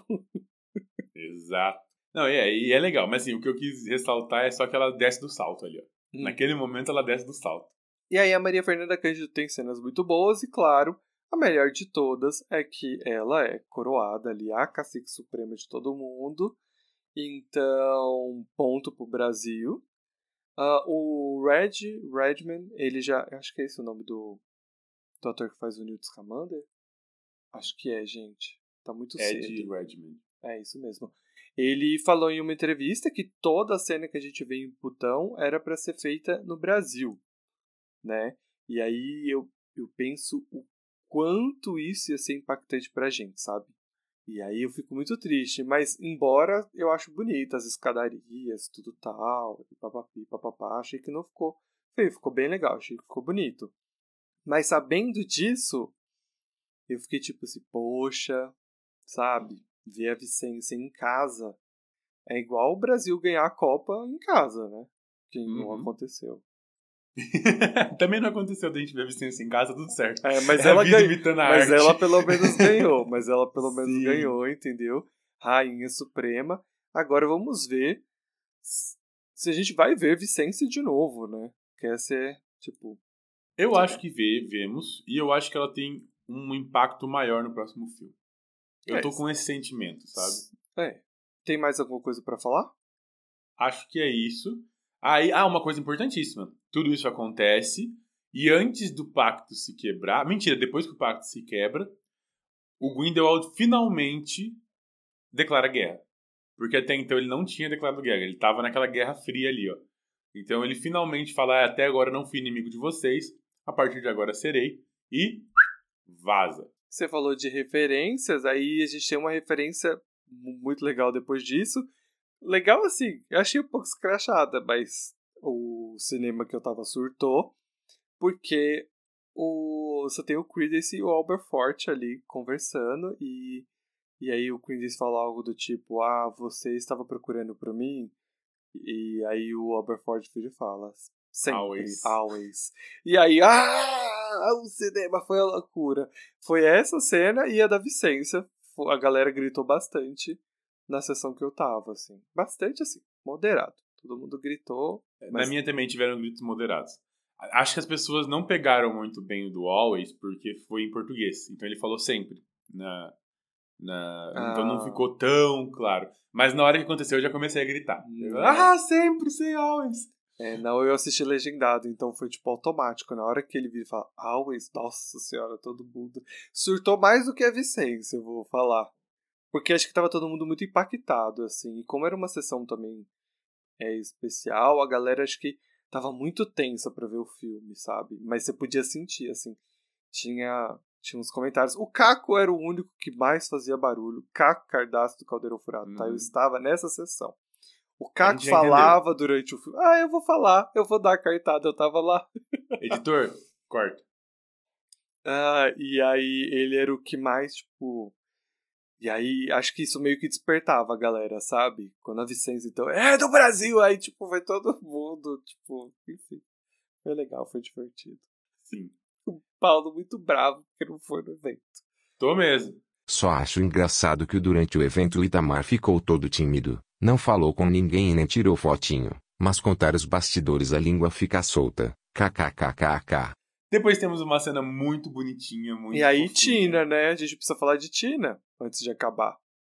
Exato. Não, e é, e é legal, mas assim, o que eu quis ressaltar é só que ela desce do salto ali, ó. Hum. Naquele momento ela desce do salto. E aí a Maria Fernanda Cândido tem cenas muito boas e, claro, a melhor de todas é que ela é coroada ali, a cacique suprema de todo mundo. Então, ponto pro Brasil. Uh, o Red Redman, ele já... Acho que é esse o nome do, do ator que faz o Newt Scamander. Acho que é, gente. Tá muito Ed cedo. Ed Redman. É isso mesmo. Ele falou em uma entrevista que toda a cena que a gente vê em Putão era para ser feita no Brasil, né? E aí eu, eu penso o quanto isso ia ser impactante pra gente, sabe? E aí eu fico muito triste, mas embora eu acho bonita as escadarias, tudo tal, e papapi, papapá, achei que não ficou feio, ficou bem legal, achei que ficou bonito. Mas sabendo disso, eu fiquei tipo assim, poxa, sabe? Ver a Vicência em casa é igual o Brasil ganhar a Copa em casa, né? Que uhum. não aconteceu. Também não aconteceu da gente ver a Vicência em casa, tudo certo. É, mas é ela ganhou. Mas arte. ela pelo menos ganhou. Mas ela pelo menos Sim. ganhou, entendeu? Rainha Suprema. Agora vamos ver se a gente vai ver Vicência de novo, né? Quer ser, tipo... Eu acho que vê, vemos. E eu acho que ela tem um impacto maior no próximo filme. Eu é, tô com esse sentimento, sabe? É. Tem mais alguma coisa pra falar? Acho que é isso. Aí, ah, uma coisa importantíssima. Tudo isso acontece e antes do pacto se quebrar... Mentira, depois que o pacto se quebra, o Grindelwald finalmente declara guerra. Porque até então ele não tinha declarado guerra. Ele tava naquela guerra fria ali, ó. Então ele finalmente fala, ah, até agora não fui inimigo de vocês, a partir de agora serei, e vaza. Você falou de referências, aí a gente tem uma referência muito legal depois disso. Legal assim, eu achei um pouco escrachada, mas o cinema que eu tava surtou, porque o, você tem o Credence e o Aberforth ali conversando, e, e aí o Credence fala algo do tipo, ah, você estava procurando por mim? E aí o Aberforth fala, sempre, always. always. E aí, ah, o cinema foi a loucura. Foi essa cena e a da Vicência. A galera gritou bastante na sessão que eu tava, assim. Bastante, assim, moderado. Todo mundo gritou. Mas... Na minha também tiveram gritos moderados. Acho que as pessoas não pegaram muito bem o do Always, porque foi em português. Então ele falou sempre. Na, na... Ah. Então não ficou tão claro. Mas na hora que aconteceu eu já comecei a gritar. Hum. Ah, sempre, sem Always. É, não, eu assisti legendado, então foi tipo automático. Na hora que ele vira e fala Always, nossa senhora, todo mundo surtou mais do que a Vicência, eu vou falar. Porque acho que tava todo mundo muito impactado, assim. E como era uma sessão também é, especial, a galera acho que tava muito tensa pra ver o filme, sabe? Mas você podia sentir, assim. Tinha, tinha uns comentários. O Caco era o único que mais fazia barulho. Caco Cardaço do Caldeirão Furado, hum. tá? Eu estava nessa sessão. O Caco falava entendeu. Durante o filme. Ah, eu vou falar, eu vou dar a cartada, eu tava lá. Editor, corta. Ah, e aí ele era o que mais, tipo... E aí, acho que isso meio que despertava a galera, sabe? Quando a Vicência, então, é do Brasil! Aí, tipo, foi todo mundo, tipo, enfim. Foi legal, foi divertido. Sim. O Paulo muito bravo porque não foi no evento. Tô mesmo. Só acho engraçado que durante o evento o Itamar ficou todo tímido, não falou com ninguém e nem tirou fotinho, mas contar os bastidores a língua fica solta. Kkkkkk. Depois temos uma cena muito bonitinha, muito E aí fofinha. Tina, né? A gente precisa falar de Tina antes de acabar.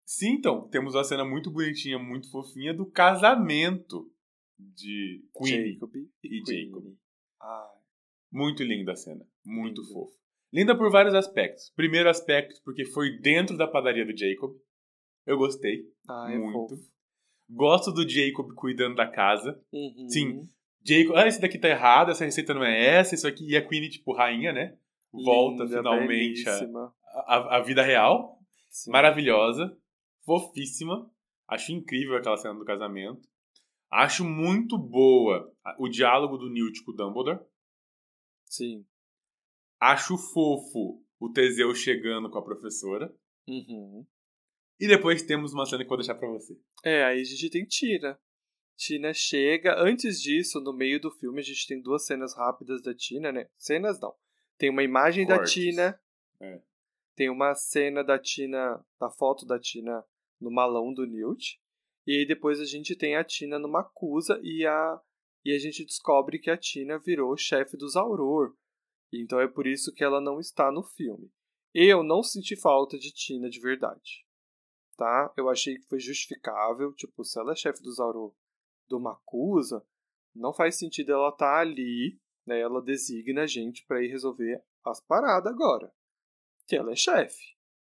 Sim, então, temos uma cena muito bonitinha, muito fofinha do casamento de Queenie Jacob e, e Queenie. Jacob. Ai, Muito linda a cena, muito lindo. fofa. Linda por vários aspectos. Primeiro aspecto, porque foi dentro da padaria do Jacob. Eu gostei, Ai, é muito. fofo. Gosto do Jacob cuidando da casa. Uhum. Sim, Jacob, ah, esse daqui tá errado, essa receita não é essa, isso aqui. E a Queenie, tipo, rainha, né? Volta Linda, finalmente a, belíssima. a, a vida real. Sim. Maravilhosa, fofíssima. Acho incrível aquela cena do casamento. Acho muito boa o diálogo do Newt com o Dumbledore. Sim. Acho fofo o Teseu chegando com a professora. Uhum. E depois temos uma cena que eu vou deixar pra você. É, aí a gente tem Tina. Tina chega. Antes disso, no meio do filme, a gente tem duas cenas rápidas da Tina, né? Cenas não. Tem uma imagem Cortes. da Tina. É. Tem uma cena da Tina, da foto da Tina no malão do Newt. E aí depois a gente tem a Tina numa acusa e a, e a gente descobre que a Tina virou chefe dos Auror. Então é por isso que ela não está no filme. Eu não senti falta de Tina de verdade. Tá? Eu achei que foi justificável. Tipo, se ela é chefe dos Auror de uma acusa, não faz sentido ela estar ali, né? Ela designa a gente para ir resolver as paradas agora. Que ela é chefe.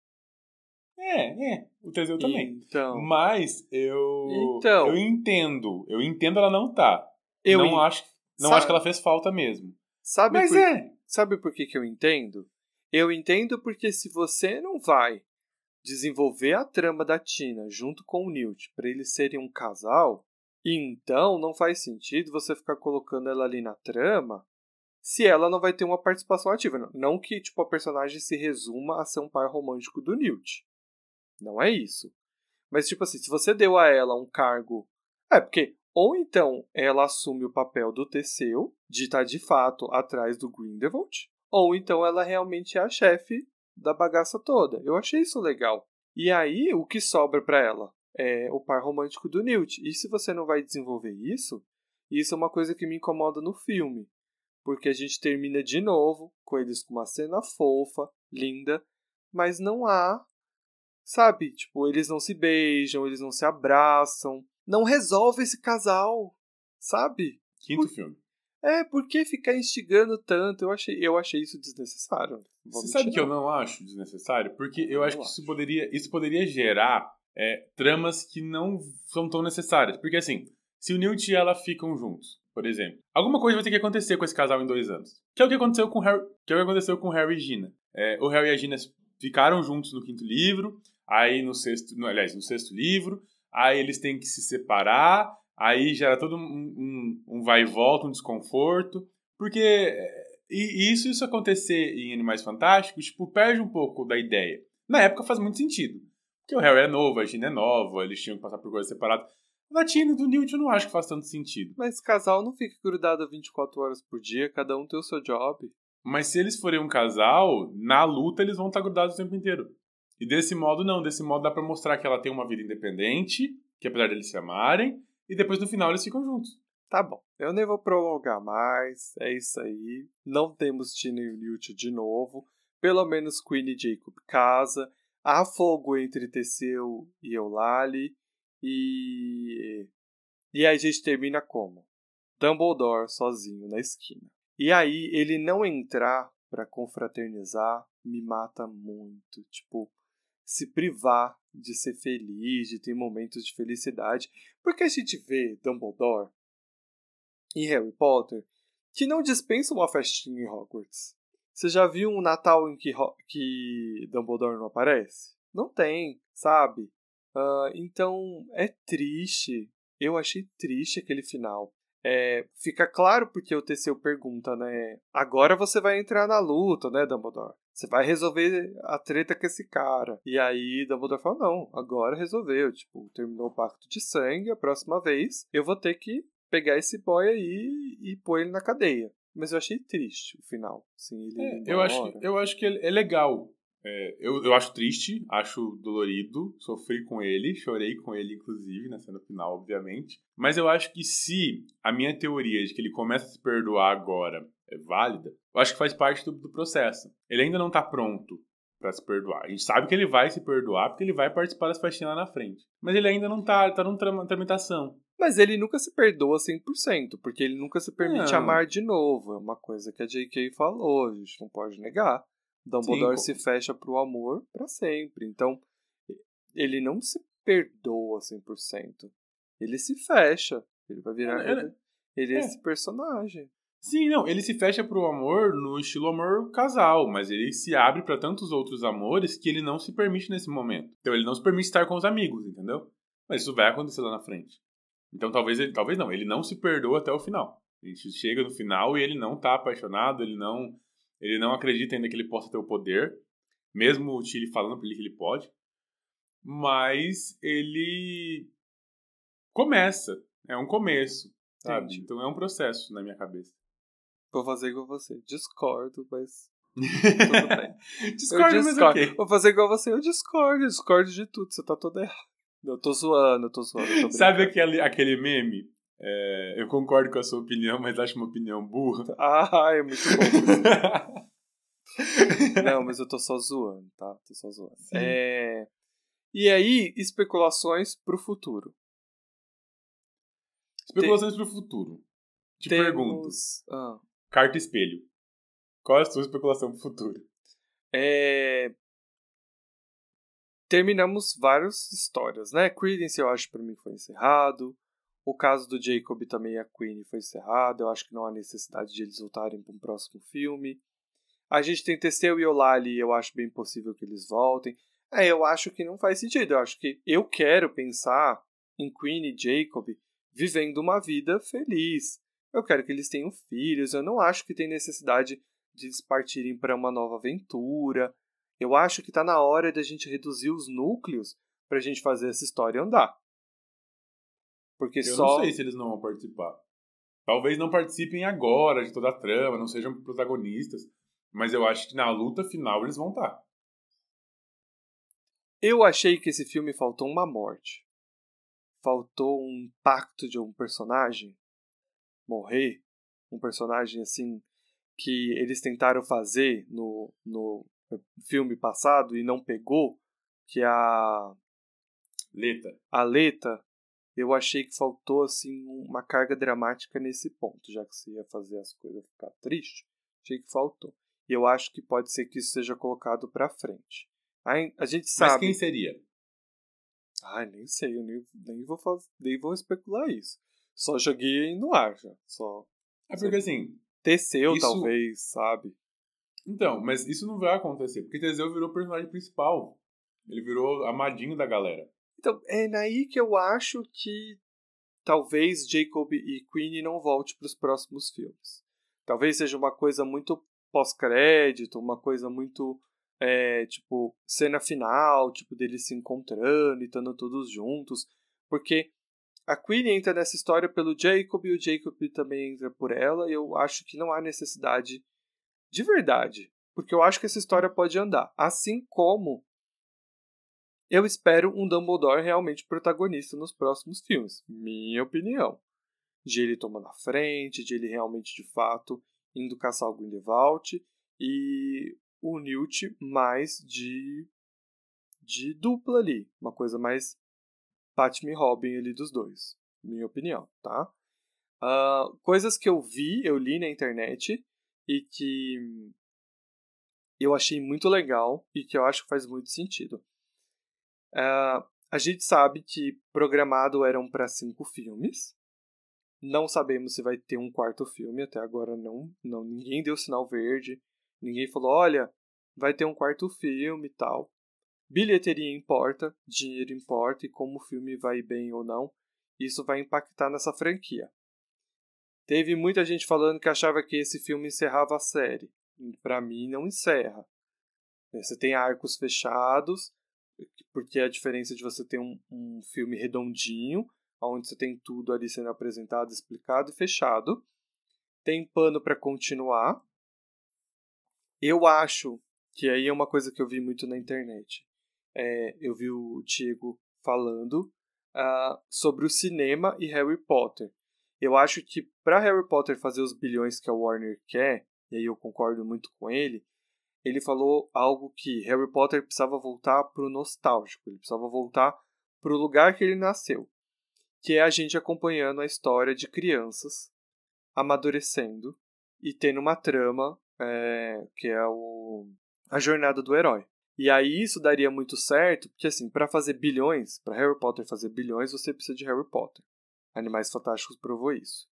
É, é. O Teseu também. Então, Mas eu. Então. Eu entendo. Eu entendo ela não tá. Eu não en- acho, não Sabe- acho que ela fez falta mesmo. sabe Mas por, é. sabe por que, que eu entendo? Eu entendo porque se você não vai desenvolver a trama da Tina junto com o Newt para eles serem um casal, então não faz sentido você ficar colocando ela ali na trama se ela não vai ter uma participação ativa. Não, não que tipo, a personagem se resuma a ser um par romântico do Newt. Não é isso. Mas, tipo assim, se você deu a ela um cargo... É, porque ou então ela assume o papel do Teseu, de estar de fato atrás do Grindelwald, ou então ela realmente é a chefe da bagaça toda. Eu achei isso legal. E aí, o que sobra pra ela é o par romântico do Newt. E se você não vai desenvolver isso, isso é uma coisa que me incomoda no filme. Porque a gente termina de novo com eles com uma cena fofa, linda, mas não há... Sabe? Tipo, eles não se beijam, eles não se abraçam. Não resolve esse casal. Sabe? Quinto Por- filme. É, por que ficar instigando tanto? Eu achei, eu achei isso desnecessário. Vou Você mentir, sabe que eu não. não acho desnecessário? Porque eu Eu acho que acho. isso poderia, isso poderia gerar é, tramas que não são tão necessárias. Porque assim, se o Newt e ela ficam juntos, por exemplo, alguma coisa vai ter que acontecer com esse casal em dois anos. Que é o que aconteceu com Harry, que é o que aconteceu com Harry e Gina. É, o Harry e a Gina ficaram juntos no quinto livro, aí no sexto, no, aliás, no sexto livro, aí eles têm que se separar, aí gera todo um, um, um vai e volta, um desconforto, porque e, e isso, isso acontecer em Animais Fantásticos, tipo, perde um pouco da ideia. Na época faz muito sentido, porque o Harry é novo, a Gina é nova, eles tinham que passar por coisas separadas. Na Tina e do Newt eu não acho que faz tanto sentido. Mas casal não fica grudado vinte e quatro horas por dia, cada um tem o seu job. Mas se eles forem um casal, na luta eles vão estar grudados o tempo inteiro. E desse modo, não. Desse modo dá pra mostrar que ela tem uma vida independente, que apesar deles se amarem, e depois no final eles ficam juntos. Tá bom, eu nem vou prolongar mais, é isso aí. Não temos Tina e o Newt de novo. Pelo menos Queen e Jacob casa. Há fogo entre Teseu e Eulalie. E... E aí a gente termina como? Dumbledore sozinho na esquina. E aí ele não entrar pra confraternizar me mata muito. Tipo, se privar de ser feliz, de ter momentos de felicidade. Porque a gente vê Dumbledore e Harry Potter que não dispensa uma festinha em Hogwarts. Você já viu um Natal em que, que Dumbledore não aparece? Não tem, sabe? Uh, então é triste. Eu achei triste aquele final. É, fica claro porque o Teseu pergunta, né? Agora você vai entrar na luta, né, Dumbledore? Você vai resolver a treta com esse cara. E aí Dumbledore fala, não, agora resolveu. Tipo, terminou o pacto de sangue, a próxima vez eu vou ter que pegar esse boy aí e pôr ele na cadeia. Mas eu achei triste o final. Assim, ele É, eu, acho que, eu acho que é legal. É, eu, eu acho triste, acho dolorido, sofri com ele, chorei com ele, inclusive, na cena final, obviamente. Mas eu acho que se a minha teoria de que ele começa a se perdoar agora é válida, eu acho que faz parte do, do processo. Ele ainda não tá pronto pra se perdoar. A gente sabe que ele vai se perdoar porque ele vai participar das festinhas lá na frente. Mas ele ainda não tá, tá numa tram- tramitação. Mas ele nunca se perdoa cem por cento, porque ele nunca se permite Não. amar de novo. É uma coisa que a J K falou, a gente não pode negar. Dumbledore Sim, se fecha pro amor pra sempre. Então, ele não se perdoa cem por cento. Ele se fecha. Ele vai virar... É, é, ele é é. esse personagem. Sim, não, ele se fecha pro amor no estilo amor casal, mas ele se abre pra tantos outros amores que ele não se permite nesse momento. Então ele não se permite estar com os amigos, entendeu? Mas isso vai acontecer lá na frente. Então talvez ele, talvez não, ele não se perdoa até o final. A gente chega no final e ele não tá apaixonado, ele não, ele não acredita ainda que ele possa ter o poder, mesmo o Chile falando pra ele que ele pode. Mas ele começa, é um começo, sabe? Entendi. Então é um processo na minha cabeça. Vou fazer igual você. Discordo, mas tudo bem. Discordo, eu mas discordo. ok. Vou fazer igual você. Eu discordo. Eu discordo de tudo. Você tá todo errado. Eu tô zoando, eu tô zoando. Eu tô Sabe brincando. aquele, aquele meme? É, eu concordo com a sua opinião, mas acho uma opinião burra. Ah, é muito bom. Não, mas eu tô só zoando, tá? Tô só zoando. É... E aí, especulações pro futuro. Especulações Tem... pro futuro. Te Temos... pergunto. Ah. Carta espelho. Qual é a sua especulação pro futuro? É... Terminamos várias histórias, né? Credence, eu acho, pra mim, foi encerrado. O caso do Jacob também e a Queen foi encerrado. Eu acho que não há necessidade de eles voltarem para um próximo filme. A gente tem Teseu e Eulalie, eu acho bem possível que eles voltem. É, eu acho que não faz sentido. Eu acho que eu quero pensar em Queen e Jacob vivendo uma vida feliz. Eu quero que eles tenham filhos. Eu não acho que tem necessidade de eles partirem para uma nova aventura. Eu acho que está na hora de a gente reduzir os núcleos para a gente fazer essa história andar. Porque eu só... não sei se eles não vão participar. Talvez não participem agora de toda a trama, não sejam protagonistas. Mas eu acho que na luta final eles vão estar. Eu achei que esse filme faltou uma morte. Faltou um impacto de um personagem morrer. Um personagem assim que eles tentaram fazer no, no filme passado e não pegou, que é a Leta. A Leta. Eu achei que faltou assim uma carga dramática nesse ponto, já que você ia fazer as coisas ficar triste. Achei que faltou. E eu acho que pode ser que isso seja colocado pra frente. Aí, a gente sabe... Mas quem seria? Ai, nem sei, eu nem, nem, vou fazer, nem vou especular isso. Só joguei no ar já. Só, é porque assim... Teseu, isso... talvez, sabe? Então, mas isso não vai acontecer, porque Teseu virou o personagem principal. Ele virou amadinho da galera. Então, é naí que eu acho que talvez Jacob e Queen não volte para os próximos filmes. Talvez seja uma coisa muito pós-crédito, uma coisa muito, é, tipo, cena final, tipo, deles se encontrando e estando todos juntos. Porque a Queen entra nessa história pelo Jacob e o Jacob também entra por ela, e eu acho que não há necessidade de verdade. Porque eu acho que essa história pode andar. Assim como eu espero um Dumbledore realmente protagonista nos próximos filmes. Minha opinião. De ele tomando a frente, de ele realmente, de fato, indo caçar o Grindelwald. E o Newt mais de, de dupla ali. Uma coisa mais Batman e Robin ali dos dois. Minha opinião, tá? Uh, coisas que eu vi, eu li na internet e que eu achei muito legal e que eu acho que faz muito sentido. Uh, a gente sabe que programado eram para cinco filmes. Não sabemos se vai ter um quarto filme. Até agora não, não. Ninguém deu sinal verde. Ninguém falou, olha, vai ter um quarto filme e tal. Bilheteria importa, dinheiro importa. E como o filme vai bem ou não, isso vai impactar nessa franquia. Teve muita gente falando que achava que esse filme encerrava a série. Para mim, não encerra. Você tem arcos fechados, porque é a diferença de você ter um, um filme redondinho, onde você tem tudo ali sendo apresentado, explicado e fechado. Tem pano para continuar. Eu acho que aí é uma coisa que eu vi muito na internet. É, eu vi o Diego falando uh, sobre o cinema e Harry Potter. Eu acho que para Harry Potter fazer os bilhões que a Warner quer, e aí eu concordo muito com ele, ele falou algo que Harry Potter precisava voltar pro nostálgico, ele precisava voltar pro lugar que ele nasceu, que é a gente acompanhando a história de crianças amadurecendo e tendo uma trama é, que é o, a jornada do herói. E aí isso daria muito certo, porque assim, para fazer bilhões, para Harry Potter fazer bilhões, você precisa de Harry Potter. Animais Fantásticos provou isso.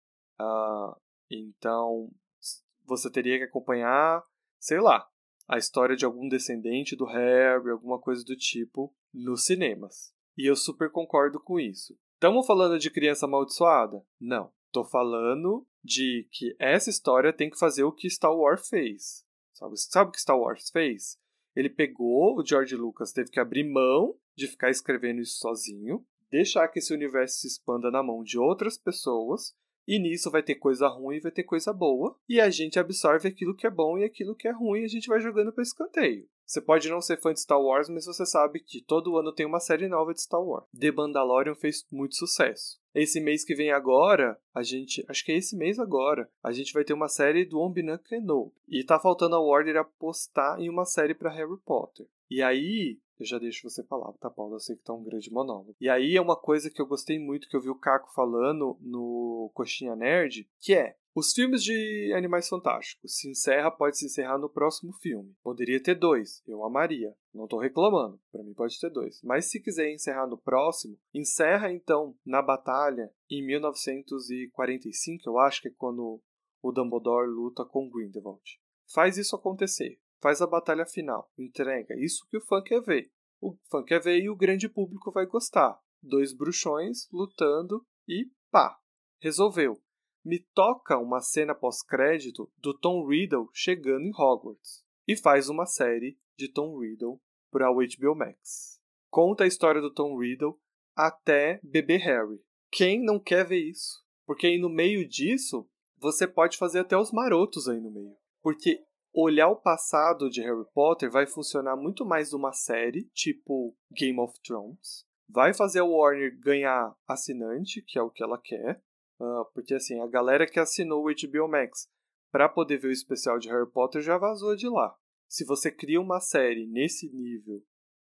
Uh, então, você teria que acompanhar, sei lá, a história de algum descendente do Harry, alguma coisa do tipo, nos cinemas. E eu super concordo com isso. Estamos falando de criança amaldiçoada? Não. Tô falando de que essa história tem que fazer o que Star Wars fez. Sabe, sabe o que Star Wars fez? Ele pegou, o George Lucas teve que abrir mão de ficar escrevendo isso sozinho, deixar que esse universo se expanda na mão de outras pessoas, e nisso vai ter coisa ruim e vai ter coisa boa, e a gente absorve aquilo que é bom e aquilo que é ruim e a gente vai jogando para escanteio. Você pode não ser fã de Star Wars, mas você sabe que todo ano tem uma série nova de Star Wars. The Mandalorian fez muito sucesso. Esse mês que vem agora, a gente... Acho que é esse mês agora. A gente vai ter uma série do Obi-Wan Kenobi. E tá faltando a Warner apostar em uma série pra Harry Potter. E aí... Eu já deixo você falar, tá, Paulo? Eu sei que tá um grande monólogo. E aí é uma coisa que eu gostei muito, que eu vi o Caco falando no Coxinha Nerd, que é... Os filmes de Animais Fantásticos se encerra, pode se encerrar no próximo filme. Poderia ter dois, eu amaria. Não tô reclamando, pra mim pode ter dois. Mas se quiser encerrar no próximo, encerra então na batalha em mil novecentos e quarenta e cinco, eu acho que é quando o Dumbledore luta com Grindelwald. Faz isso acontecer, faz a batalha final, entrega isso que o fã quer ver. O fã quer ver e o grande público vai gostar. Dois bruxões lutando e pá, resolveu. Me toca uma cena pós-crédito do Tom Riddle chegando em Hogwarts. E faz uma série de Tom Riddle para o H B O Max. Conta a história do Tom Riddle até bebê Harry. Quem não quer ver isso? Porque aí no meio disso, você pode fazer até os marotos aí no meio. Porque olhar o passado de Harry Potter vai funcionar muito mais numa série, tipo Game of Thrones. Vai fazer a Warner ganhar assinante, que é o que ela quer. Uh, porque assim, a galera que assinou o H B O Max para poder ver o especial de Harry Potter já vazou de lá. Se você cria uma série nesse nível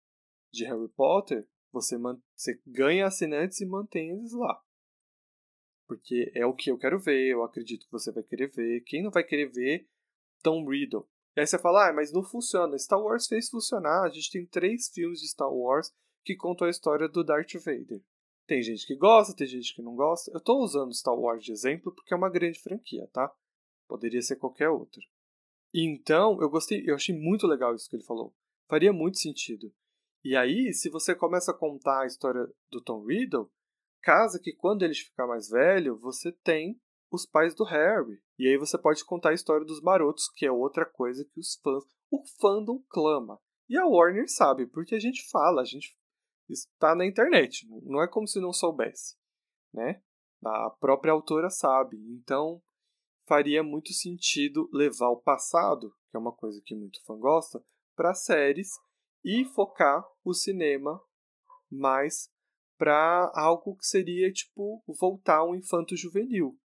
de Harry Potter, você, man- você ganha assinantes e mantém eles lá. Porque é o que eu quero ver, eu acredito que você vai querer ver. Quem não vai querer ver Tom Riddle? E aí você fala, ah, mas não funciona. Star Wars fez funcionar. A gente tem três filmes de Star Wars que contam a história do Darth Vader. Tem gente que gosta, tem gente que não gosta. Eu tô usando Star Wars de exemplo porque é uma grande franquia, tá? Poderia ser qualquer outra. Então, eu gostei, eu achei muito legal isso que ele falou. Faria muito sentido. E aí, se você começa a contar a história do Tom Riddle, casa que quando ele ficar mais velho, você tem os pais do Harry. E aí você pode contar a história dos marotos, que é outra coisa que os fãs, o fandom clama. E a Warner sabe, porque a gente fala, a gente está na internet, não é como se não soubesse, né? A própria autora sabe, então faria muito sentido levar o passado, que é uma coisa que muito fã gosta, para séries e focar o cinema mais para algo que seria tipo voltar ao infanto juvenil,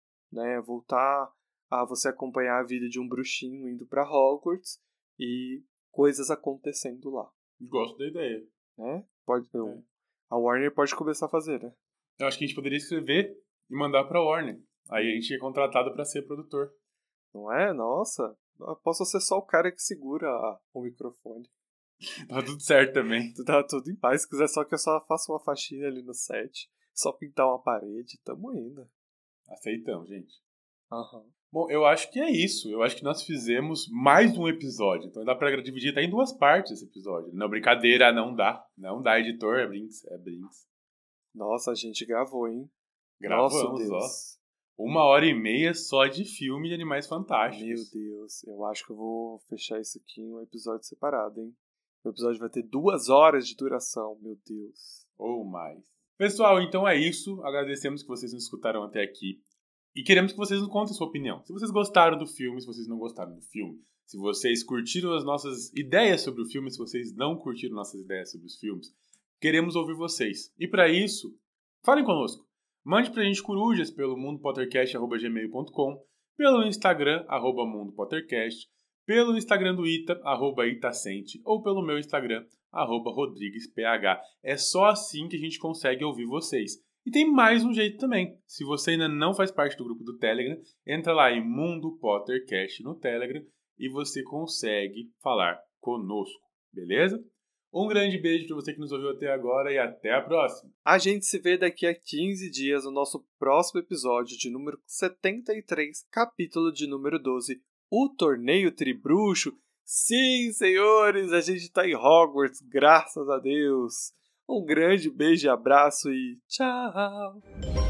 né? Voltar a você acompanhar a vida de um bruxinho indo para Hogwarts e coisas acontecendo lá. Gosto da ideia. Né? Pode, eu, É. A Warner pode começar a fazer, né? Eu acho que a gente poderia escrever e mandar pra Warner. Aí a gente é contratado pra ser produtor. Não é? Nossa, eu posso ser só o cara que segura o microfone. Tá tudo certo também. Tá tudo em paz. Se quiser só que eu só faça uma faxina ali no set, só pintar uma parede, tamo indo. Aceitamos, gente. Aham. Bom, eu acho que é isso. Eu acho que nós fizemos mais um episódio. Então dá pra dividir até em duas partes esse episódio. Não, brincadeira, não dá. Não dá, editor, é Brinks, é Brinks. Nossa, a gente gravou, hein? Gravamos, Nossa, Deus. ó. Uma hora e meia só de filme de Animais Fantásticos. Meu Deus, eu acho que eu vou fechar isso aqui em um episódio separado, hein? O episódio vai ter duas horas de duração, meu Deus. Ou mais. Pessoal, então é isso. Agradecemos que vocês nos escutaram até aqui. E queremos que vocês nos contem sua opinião. Se vocês gostaram do filme, se vocês não gostaram do filme. Se vocês curtiram as nossas ideias sobre o filme, se vocês não curtiram nossas ideias sobre os filmes. Queremos ouvir vocês. E para isso, falem conosco. Mande pra gente corujas pelo mundo pottercast arroba gmail ponto com, pelo Instagram, arroba mundo pottercast, pelo Instagram do Ita, arroba Itacente, ou pelo meu Instagram, arroba RodriguesPH. É só assim que a gente consegue ouvir vocês. E tem mais um jeito também. Se você ainda não faz parte do grupo do Telegram, entra lá em Mundo Pottercast no Telegram e você consegue falar conosco, beleza? Um grande beijo para você que nos ouviu até agora e até a próxima. A gente se vê daqui a quinze dias no nosso próximo episódio de número setenta e três, capítulo de número doze, o Torneio Tribruxo. Sim, senhores, a gente tá em Hogwarts, graças a Deus. Um grande beijo e abraço e tchau!